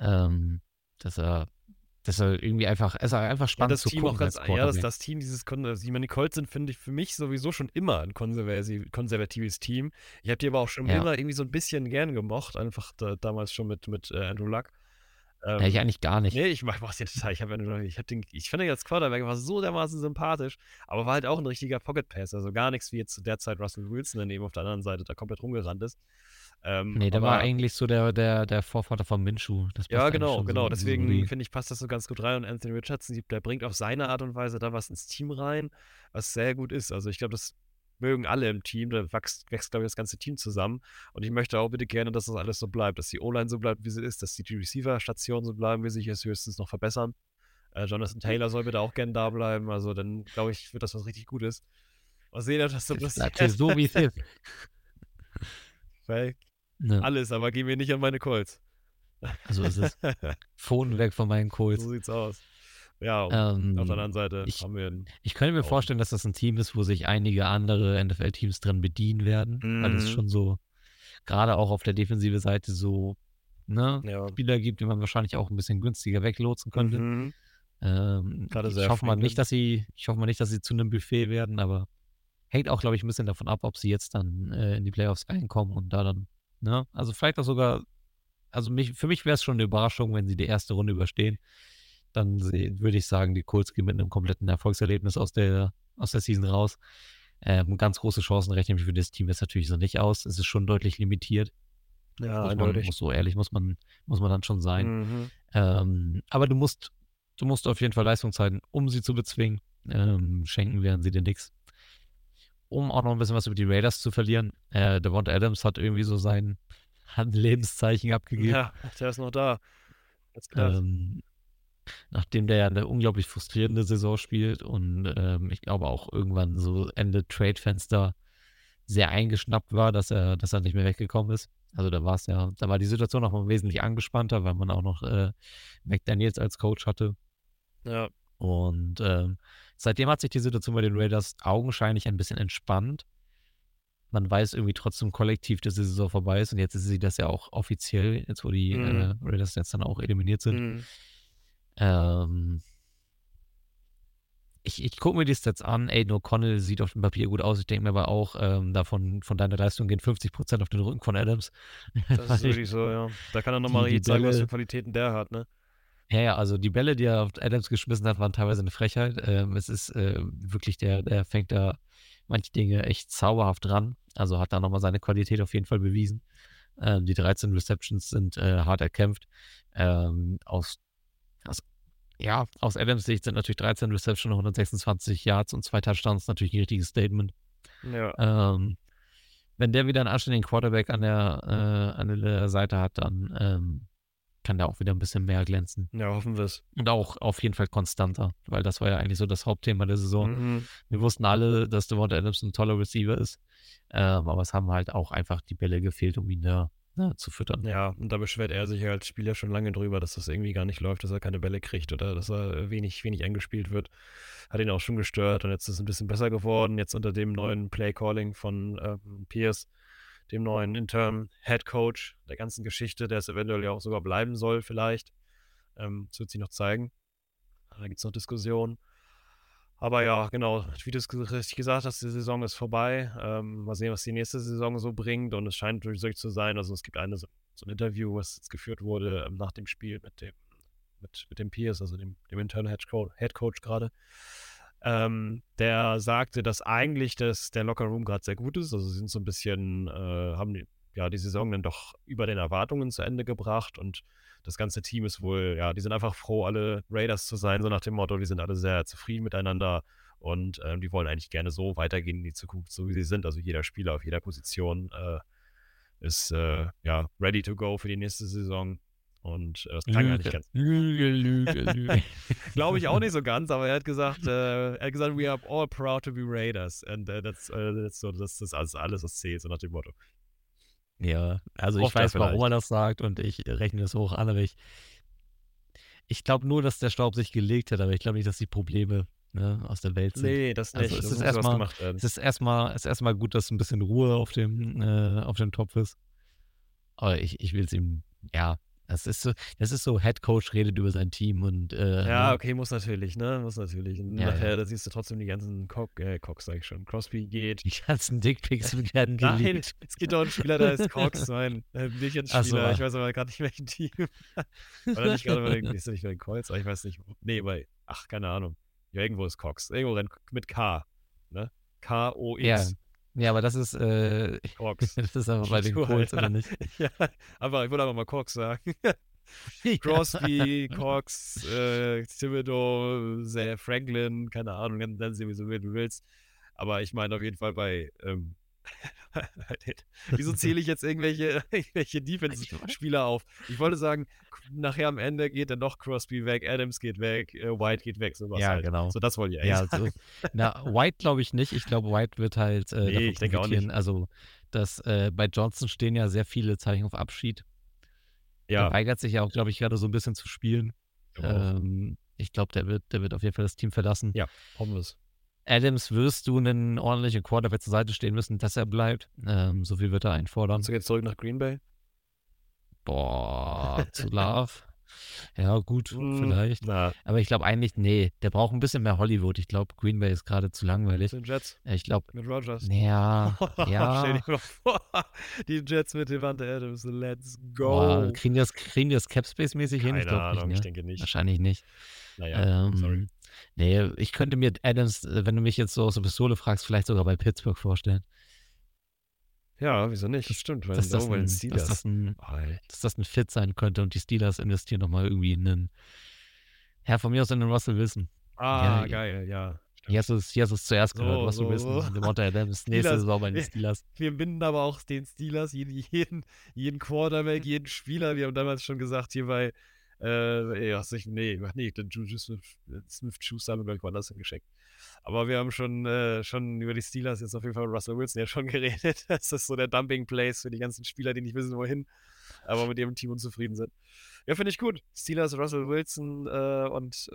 Speaker 2: Dass er irgendwie einfach spannend zu gucken.
Speaker 3: Das Team, die Colts sind, finde ich, für mich sowieso schon immer ein konservatives Team. Ich habe die aber auch schon immer irgendwie so ein bisschen gern gemocht, einfach damals schon mit Andrew Luck.
Speaker 2: Ich eigentlich gar nicht.
Speaker 3: Nee, ich mach's jetzt total. Ich fand ihn als Quarterback war so dermaßen sympathisch, aber war halt auch ein richtiger Pocket-Passer. Also gar nichts wie jetzt zu der Zeit Russell Wilson dann eben auf der anderen Seite da komplett rumgerannt ist.
Speaker 2: Der war eigentlich so der Vorvater von Minshew.
Speaker 3: Ja, genau. Deswegen finde ich, passt das so ganz gut rein. Und Anthony Richardson, der bringt auf seine Art und Weise da was ins Team rein, was sehr gut ist. Also ich glaube, das mögen alle im Team. Da wächst, glaube ich, das ganze Team zusammen. Und ich möchte auch bitte gerne, dass das alles so bleibt. Dass die O-Line so bleibt, wie sie ist. Dass die Receiver-Stationen so bleiben, wie sie sich jetzt höchstens noch verbessern. Jonathan Taylor soll bitte auch gerne da bleiben. Also dann, glaube ich, wird das was richtig Gutes. Mal sehen, ob das so passiert.
Speaker 2: So wie es ist.
Speaker 3: Weil alles, aber geh mir nicht an meine Colts.
Speaker 2: Also ist es. Pfoten weg von meinen Colts.
Speaker 3: So sieht's aus. Ja, auf der anderen Seite haben wir
Speaker 2: ich könnte mir vorstellen, dass das ein Team ist, wo sich einige andere NFL-Teams drin bedienen werden, weil es schon so, gerade auch auf der defensive Seite so, Spieler gibt, die man wahrscheinlich auch ein bisschen günstiger weglotsen könnte. Ich hoffe mal nicht, dass sie zu einem Buffet werden, aber Hängt auch, glaube ich, ein bisschen davon ab, ob sie jetzt dann in die Playoffs reinkommen und da dann, ne? Also vielleicht auch sogar, also für mich wäre es schon eine Überraschung, wenn sie die erste Runde überstehen. Dann würde ich sagen, die Colts gehen mit einem kompletten Erfolgserlebnis aus der Season raus. Ganz große Chancen rechne ich für das Team jetzt natürlich so nicht aus. Es ist schon deutlich limitiert.
Speaker 3: Ja, eindeutig.
Speaker 2: So ehrlich muss man dann schon sein.
Speaker 3: Mhm.
Speaker 2: Aber du musst auf jeden Fall Leistung zeigen, um sie zu bezwingen. Schenken werden sie dir nichts. Um auch noch ein bisschen was über die Raiders zu verlieren. Davante Adams hat irgendwie so sein Lebenszeichen abgegeben.
Speaker 3: Ja, der ist noch da. Hat's gedacht.
Speaker 2: Nachdem der ja eine unglaublich frustrierende Saison spielt und ich glaube auch irgendwann so Ende Trade-Fenster sehr eingeschnappt war, dass er nicht mehr weggekommen ist. Also da war die Situation noch mal wesentlich angespannter, weil man auch noch McDaniels als Coach hatte.
Speaker 3: Ja.
Speaker 2: Und seitdem hat sich die Situation bei den Raiders augenscheinlich ein bisschen entspannt. Man weiß irgendwie trotzdem kollektiv, dass die Saison vorbei ist und jetzt ist sie das ja auch offiziell, jetzt wo die Raiders jetzt dann auch eliminiert sind. Ich gucke mir die Stats an. Aiden O'Connell sieht auf dem Papier gut aus. Ich denke mir aber auch, davon von deiner Leistung gehen 50% auf den Rücken von Adams.
Speaker 3: Das ist wirklich so, ja. Da kann er nochmal richtig zeigen, was für Qualitäten der hat, ne?
Speaker 2: Ja, also die Bälle, die er auf Adams geschmissen hat, waren teilweise eine Frechheit. Es ist wirklich, der fängt da manche Dinge echt zauberhaft dran. Also hat da nochmal seine Qualität auf jeden Fall bewiesen. Die 13 Receptions sind hart erkämpft. Aus Adams Sicht sind natürlich 13 Receptions, 126 Yards und 2 Touchdowns natürlich ein richtiges Statement.
Speaker 3: Ja.
Speaker 2: Wenn der wieder einen anständigen Quarterback an der Seite hat, dann kann der auch wieder ein bisschen mehr glänzen.
Speaker 3: Ja, hoffen wir es.
Speaker 2: Und auch auf jeden Fall konstanter, weil das war ja eigentlich so das Hauptthema der Saison. Wir wussten alle, dass Davante Adams ein toller Receiver ist, aber es haben halt auch einfach die Bälle gefehlt, um ihn da zu füttern.
Speaker 3: Ja, und da beschwert er sich ja als Spieler schon lange drüber, dass das irgendwie gar nicht läuft, dass er keine Bälle kriegt oder dass er wenig eingespielt wird. Hat ihn auch schon gestört und jetzt ist es ein bisschen besser geworden, jetzt unter dem neuen Play-Calling von Pierce, dem neuen internen Head Coach der ganzen Geschichte, der es eventuell ja auch sogar bleiben soll vielleicht. Das wird sich noch zeigen. Da gibt es noch Diskussionen. Aber ja, genau, wie du es richtig gesagt hast, die Saison ist vorbei. Mal sehen, was die nächste Saison so bringt. Und es scheint durchweg zu sein. Also es gibt so ein Interview, was jetzt geführt wurde nach dem Spiel mit dem Pierce, also dem internen Head Coach gerade. Der sagte, dass eigentlich der Lockerroom gerade sehr gut ist. Also sie sind so ein bisschen, haben die Saison dann doch über den Erwartungen zu Ende gebracht und das ganze Team ist wohl, ja, die sind einfach froh, alle Raiders zu sein, so nach dem Motto, die sind alle sehr zufrieden miteinander und die wollen eigentlich gerne so weitergehen in die Zukunft, so wie sie sind. Also jeder Spieler auf jeder Position ist ready to go für die nächste Saison. Und das klang eigentlich ganz.
Speaker 2: Lüge.
Speaker 3: Glaube ich auch nicht so ganz, aber er hat gesagt, we are all proud to be Raiders. And das ist alles, was zählt, so nach dem Motto.
Speaker 2: Ja, also ich weiß, warum er das sagt und ich rechne das hoch an, aber ich glaube nur, dass der Staub sich gelegt hat, aber ich glaube nicht, dass die Probleme aus der Welt sind.
Speaker 3: Nee, das nicht.
Speaker 2: Also
Speaker 3: es
Speaker 2: ist erstmal gut, dass ein bisschen Ruhe auf dem Topf ist. Aber ich will es ihm, ja, das ist so, Head Coach redet über sein Team und
Speaker 3: okay, muss natürlich. Und nachher, da siehst du trotzdem die ganzen Cox, sag ich schon. Crosby geht.
Speaker 2: Die ganzen Dickpics werden
Speaker 3: Nein,
Speaker 2: geleakt.
Speaker 3: es geht doch ein Spieler, der ist Cox, mein Spieler. Ich weiß aber gerade nicht, welchen Team. Oder nicht gerade bei den Colts, aber ich weiß nicht. Nee, keine Ahnung. Ja, irgendwo ist Cox. Irgendwo rennt mit K. Ne? K-O-X.
Speaker 2: Ja, aber das ist
Speaker 3: Cox.
Speaker 2: Das ist aber bei den Colts, oder nicht?
Speaker 3: Ja, ich würde aber mal Cox sagen. Crosby, Cox, Thibodeau, Franklin, keine Ahnung, dann sehen wir so, wie du willst. Aber ich meine auf jeden Fall bei wieso zähle ich jetzt irgendwelche Defense-Spieler auf? Ich wollte sagen, nachher am Ende geht dann doch Crosby weg, Adams geht weg, White geht weg, sowas halt.
Speaker 2: Genau.
Speaker 3: So, das wollte ich eigentlich sagen.
Speaker 2: White glaube ich nicht. Ich glaube, White wird halt
Speaker 3: nee, ich denke auch nicht.
Speaker 2: Also, bei Johnson stehen ja sehr viele Zeichen auf Abschied. Ja. Er weigert sich ja auch, glaube ich, gerade so ein bisschen zu spielen. Ich glaube, der wird auf jeden Fall das Team verlassen.
Speaker 3: Ja, hoffen wir es.
Speaker 2: Adams wirst du einen ordentlichen Quarterback zur Seite stehen müssen, dass er bleibt. So viel wird er einfordern.
Speaker 3: Kannst du jetzt zurück nach Green Bay?
Speaker 2: Boah, zu Love. Ja, gut, vielleicht.
Speaker 3: Na,
Speaker 2: Aber ich glaube eigentlich, nee, der braucht ein bisschen mehr Hollywood. Ich glaube, Green Bay ist gerade zu langweilig.
Speaker 3: zu den Jets
Speaker 2: Ich glaube,
Speaker 3: mit Rodgers.
Speaker 2: ja,
Speaker 3: Stell dir
Speaker 2: ja.
Speaker 3: mal vor, die Jets mit Devante Adams, let's
Speaker 2: Boah,
Speaker 3: go.
Speaker 2: kriegen die das Capspace-mäßig hin? Ich
Speaker 3: Keine
Speaker 2: glaube nicht,
Speaker 3: Ahnung, ich
Speaker 2: ne?
Speaker 3: denke nicht.
Speaker 2: Wahrscheinlich nicht.
Speaker 3: Naja, sorry.
Speaker 2: Nee, ich könnte mir Adams, wenn du mich jetzt so aus der Pistole fragst, vielleicht sogar bei Pittsburgh vorstellen.
Speaker 3: Ja, wieso nicht? Stimmt, weil
Speaker 2: Dass das
Speaker 3: den
Speaker 2: ein,
Speaker 3: Steelers.
Speaker 2: dass das ein Fit sein könnte und die Steelers investieren nochmal irgendwie in einen, ja, von mir aus in den Russell Wilson. Ja,
Speaker 3: Geil, ja.
Speaker 2: hier hast du es zuerst gehört. Russell Wilson,
Speaker 3: So.
Speaker 2: Devonta Adams, nächste
Speaker 3: Steelers.
Speaker 2: Saison bei den Steelers.
Speaker 3: Wir binden aber auch den Steelers, jeden Quarterback, jeden Spieler. Wir haben damals schon gesagt, hier bei, den Juju Smith-Schuster haben wir, glaube ich, woanders hingeschickt. Aber wir haben schon über die Steelers jetzt auf jeden Fall Russell Wilson ja schon geredet. Das ist so der Dumping-Place für die ganzen Spieler, die nicht wissen, wohin, aber mit ihrem Team unzufrieden sind. Ja, finde ich gut. Steelers, Russell Wilson und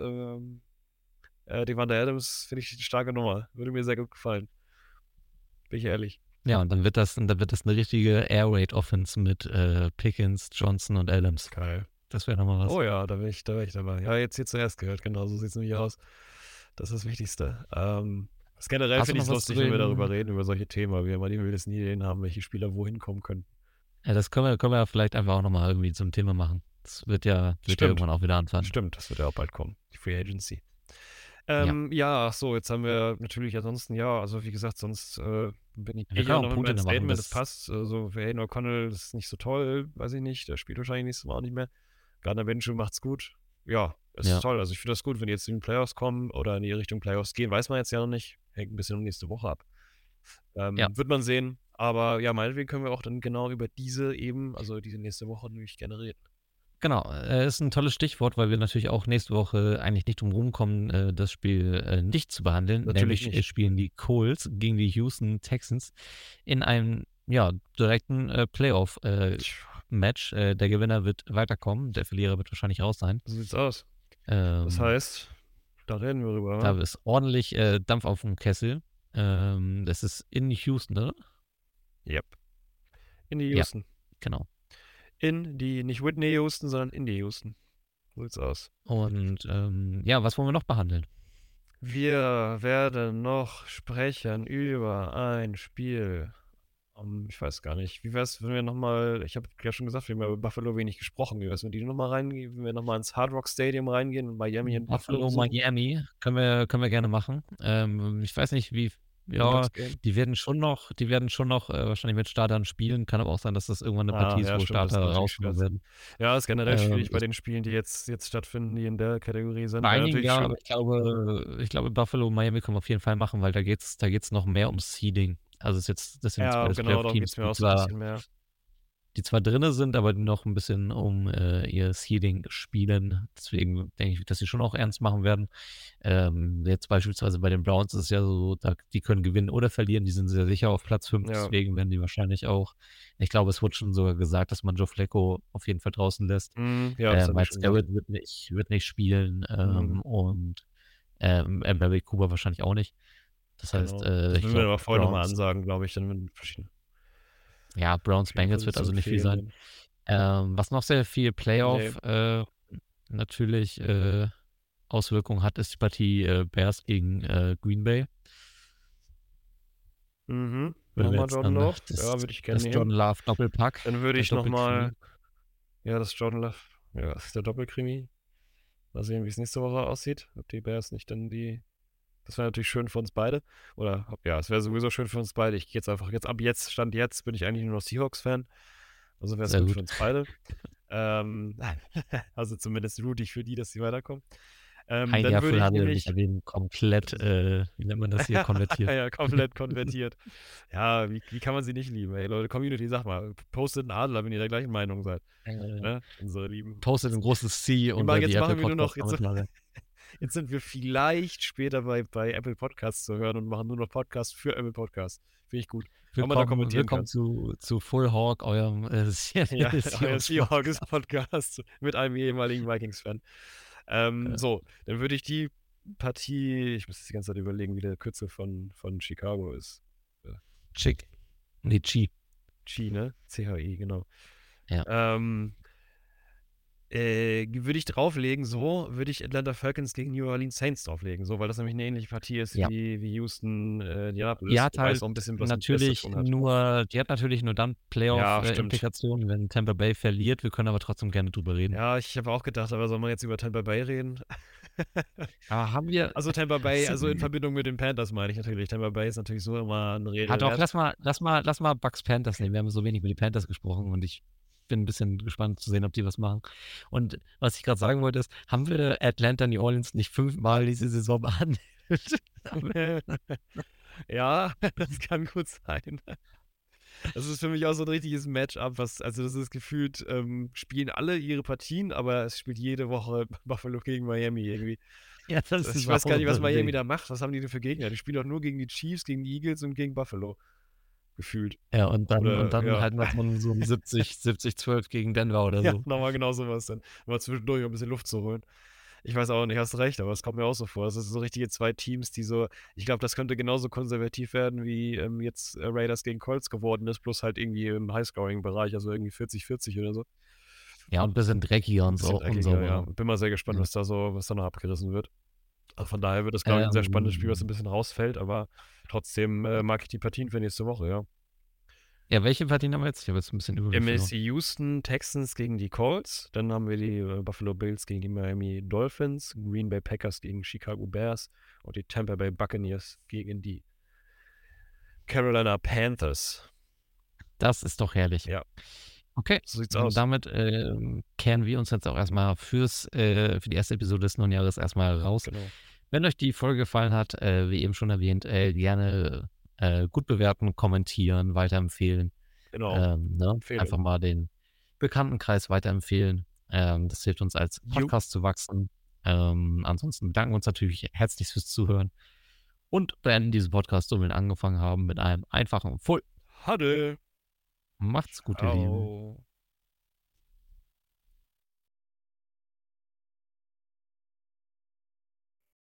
Speaker 3: Devonta Adams finde ich eine starke Nummer. Würde mir sehr gut gefallen. Bin ich ehrlich.
Speaker 2: Ja, und dann wird das eine richtige Air Raid Offense mit Pickens, Johnson und Adams.
Speaker 3: Geil.
Speaker 2: Das wäre nochmal was.
Speaker 3: Oh ja, da wäre ich dabei. Ja, jetzt hier zuerst gehört, genau, so sieht es nämlich aus. Das ist das Wichtigste. Generell finde ich es lustig, wenn wir darüber reden, über solche Themen, weil wir immer die wildesten Ideen haben, welche Spieler wohin kommen können.
Speaker 2: Ja, das können wir vielleicht einfach auch nochmal irgendwie zum Thema machen. Das wird ja irgendwann auch wieder anfangen.
Speaker 3: Stimmt, das wird ja auch bald kommen. Die Free Agency. Jetzt haben wir natürlich ansonsten, also wie gesagt, sonst bin ich
Speaker 2: Wir können auch
Speaker 3: noch
Speaker 2: Punkte
Speaker 3: mit meinem
Speaker 2: machen,
Speaker 3: Statement, das passt. Also für Hayden O'Connell ist nicht so toll, weiß ich nicht. Der spielt wahrscheinlich nächstes Mal auch nicht mehr. Gardner Minshew macht's gut. Ja, ist toll. Also ich finde das gut, wenn die jetzt in die Playoffs kommen oder in die Richtung Playoffs gehen, weiß man jetzt ja noch nicht. Hängt ein bisschen um nächste Woche ab. Wird man sehen. Aber ja, meinetwegen können wir auch dann genau über diese nächste Woche nämlich gerne reden.
Speaker 2: Genau, ist ein tolles Stichwort, weil wir natürlich auch nächste Woche eigentlich nicht drum rumkommen, das Spiel nicht zu behandeln.
Speaker 3: Natürlich
Speaker 2: nämlich
Speaker 3: nicht.
Speaker 2: Spielen die Colts gegen die Houston Texans in einem direkten Playoff-Match. Der Gewinner wird weiterkommen, der Verlierer wird wahrscheinlich raus sein.
Speaker 3: So sieht's aus. Das heißt, da reden wir drüber.
Speaker 2: Da ist ordentlich Dampf auf dem Kessel. Das ist in Houston, oder?
Speaker 3: Yep. In die Houston.
Speaker 2: Ja, genau.
Speaker 3: Nicht Whitney Houston, sondern in die Houston. So sieht's aus.
Speaker 2: Und was wollen wir noch behandeln?
Speaker 3: Wir werden noch sprechen über ein Spiel. Ich weiß gar nicht. Wie wär's, wenn wir nochmal, ich habe ja schon gesagt, wir haben über Buffalo wenig gesprochen. Wie wär's, wenn die nochmal reingehen, wenn wir nochmal ins Hard Rock Stadium reingehen und Miami in
Speaker 2: Buffalo, Miami, können wir gerne machen. Ich weiß nicht, die werden schon noch wahrscheinlich mit Startern spielen. Kann aber auch sein, dass das irgendwann eine Partie ist, wo Starter rausgenommen werden.
Speaker 3: Ja, ist generell schwierig bei den Spielen, die jetzt stattfinden, die in der Kategorie sind.
Speaker 2: Bei einigen ja, aber ich glaube, Buffalo und Miami können wir auf jeden Fall machen, weil da geht's noch mehr ums Seeding. Also das sind jetzt beides Playoff-Teams, die zwar drinne sind, aber die noch ein bisschen um ihr Seeding spielen. Deswegen denke ich, dass sie schon auch ernst machen werden. Jetzt beispielsweise bei den Browns ist es ja so, die können gewinnen oder verlieren. Die sind sehr sicher auf Platz 5. Deswegen werden die wahrscheinlich auch, ich glaube, es wurde schon sogar gesagt, dass man Joe Flacco auf jeden Fall draußen lässt. Miles Garrett wird nicht spielen und Mary Cooper wahrscheinlich auch nicht. Das heißt,
Speaker 3: das müssen wir aber vorher nochmal ansagen, glaube ich, dann mit verschiedenen.
Speaker 2: Ja, Browns Bengals wird also nicht viel sein. Was noch sehr viel Playoff natürlich Auswirkungen hat, ist die Partie Bears gegen Green Bay.
Speaker 3: Nochmal Jordan Love. Ja, würde ich gerne nehmen.
Speaker 2: Das Jordan Love Doppelpack.
Speaker 3: Dann würde ich nochmal. Ja, das Jordan Love. Ja, das ist der Doppelkrimi. Mal sehen, wie es nächste Woche aussieht. Ob die Bears nicht dann das wäre natürlich schön für uns beide. Es wäre sowieso schön für uns beide. Ich gehe Stand jetzt, bin ich eigentlich nur noch Seahawks-Fan. Also wäre es gut für uns beide. Also zumindest root ich für die, dass sie weiterkommen.
Speaker 2: Dann würde ich nämlich komplett, wie nennt man das hier, konvertiert.
Speaker 3: Ja, komplett konvertiert. Ja, wie kann man sie nicht lieben, ey? Leute, Community, sag mal, postet einen Adler, wenn ihr der gleichen Meinung seid. Ne? Unsere Lieben.
Speaker 2: Postet ein großes C und
Speaker 3: jetzt machen wir nur noch, jetzt sind wir vielleicht später bei Apple Podcasts zu hören und machen nur noch Podcasts für Apple Podcasts. Finde ich gut.
Speaker 2: Willkommen zu Full Hawk, eurem
Speaker 3: euer Seahawks Podcast mit einem ehemaligen Vikings-Fan. So, dann würde ich die Partie, ich muss jetzt die ganze Zeit überlegen, wie der Kürzel von Chicago ist.
Speaker 2: Chi,
Speaker 3: ne? CHI, genau.
Speaker 2: Ja.
Speaker 3: würde ich drauflegen, würde ich Atlanta Falcons gegen New Orleans Saints drauflegen, weil das nämlich eine ähnliche Partie ist
Speaker 2: Ja.
Speaker 3: wie Houston, Indianapolis,
Speaker 2: Die hat
Speaker 3: wobei es
Speaker 2: halt
Speaker 3: auch ein bisschen was mit Best zu tun hat.
Speaker 2: die hat natürlich nur dann
Speaker 3: Ja, stimmt.
Speaker 2: Playoff-Implikationen, wenn Tampa Bay verliert. Wir können aber trotzdem gerne drüber reden.
Speaker 3: Ja, ich habe auch gedacht, aber soll man jetzt über Tampa Bay reden?
Speaker 2: Aber haben wir.
Speaker 3: Also Tampa Bay, also in Verbindung mit den Panthers meine ich natürlich. Tampa Bay ist natürlich so immer ein Rede
Speaker 2: doch,
Speaker 3: wert.
Speaker 2: lass mal Bucks Panthers nehmen. Wir haben so wenig über die Panthers gesprochen und ich bin ein bisschen gespannt zu sehen, ob die was machen. Und was ich gerade sagen wollte ist, haben wir Atlanta, New Orleans nicht 5-mal diese Saison behandelt?
Speaker 3: Ja, das kann gut sein. Das ist für mich auch so ein richtiges Matchup, also das ist gefühlt, spielen alle ihre Partien, aber es spielt jede Woche Buffalo gegen Miami irgendwie.
Speaker 2: Ja, das ist
Speaker 3: Ich weiß gar nicht, was
Speaker 2: so
Speaker 3: Miami
Speaker 2: Ding.
Speaker 3: da macht. Was haben die denn für Gegner? Die spielen doch nur gegen die Chiefs, gegen die Eagles und gegen Buffalo. Gefühlt.
Speaker 2: Ja, und dann
Speaker 3: ja.
Speaker 2: halt mal so ein 70-12 gegen Denver oder
Speaker 3: Ja,
Speaker 2: so.
Speaker 3: nochmal genau sowas dann. Mal zwischendurch ein bisschen Luft zu holen. Ich weiß auch nicht, hast recht, aber es kommt mir auch so vor. Es sind so richtige zwei Teams, die so, ich glaube, das könnte genauso konservativ werden, wie jetzt Raiders gegen Colts geworden ist, plus halt irgendwie im Highscoring-Bereich, also irgendwie 40-40 oder so.
Speaker 2: Ja, und ein bisschen dreckiger und so.
Speaker 3: Ja. Bin mal sehr gespannt, was da noch abgerissen wird. Also von daher wird das, glaube ich, ein sehr spannendes Spiel, was ein bisschen rausfällt, aber trotzdem mag ich die Partien für nächste Woche, ja.
Speaker 2: Ja, welche Partien haben wir jetzt? Ich habe jetzt ein bisschen Überblick verloren.
Speaker 3: Houston Texans gegen die Colts, dann haben wir die Buffalo Bills gegen die Miami Dolphins, Green Bay Packers gegen Chicago Bears und die Tampa Bay Buccaneers gegen die Carolina Panthers.
Speaker 2: Das ist doch herrlich.
Speaker 3: Ja.
Speaker 2: Okay,
Speaker 3: so sieht's aus.
Speaker 2: Damit kehren wir uns jetzt auch erstmal für die erste Episode des neuen Jahres erstmal raus.
Speaker 3: Genau.
Speaker 2: Wenn euch die Folge gefallen hat, wie eben schon erwähnt, gerne gut bewerten, kommentieren, weiterempfehlen.
Speaker 3: Genau.
Speaker 2: Einfach mal den Bekanntenkreis weiterempfehlen. Das hilft uns als Podcast zu wachsen. Ansonsten bedanken wir uns natürlich herzlich fürs Zuhören und beenden diesen Podcast, so wie wir angefangen haben, mit einem einfachen Full.
Speaker 3: Hade.
Speaker 2: Macht's gut, ihr Lieben.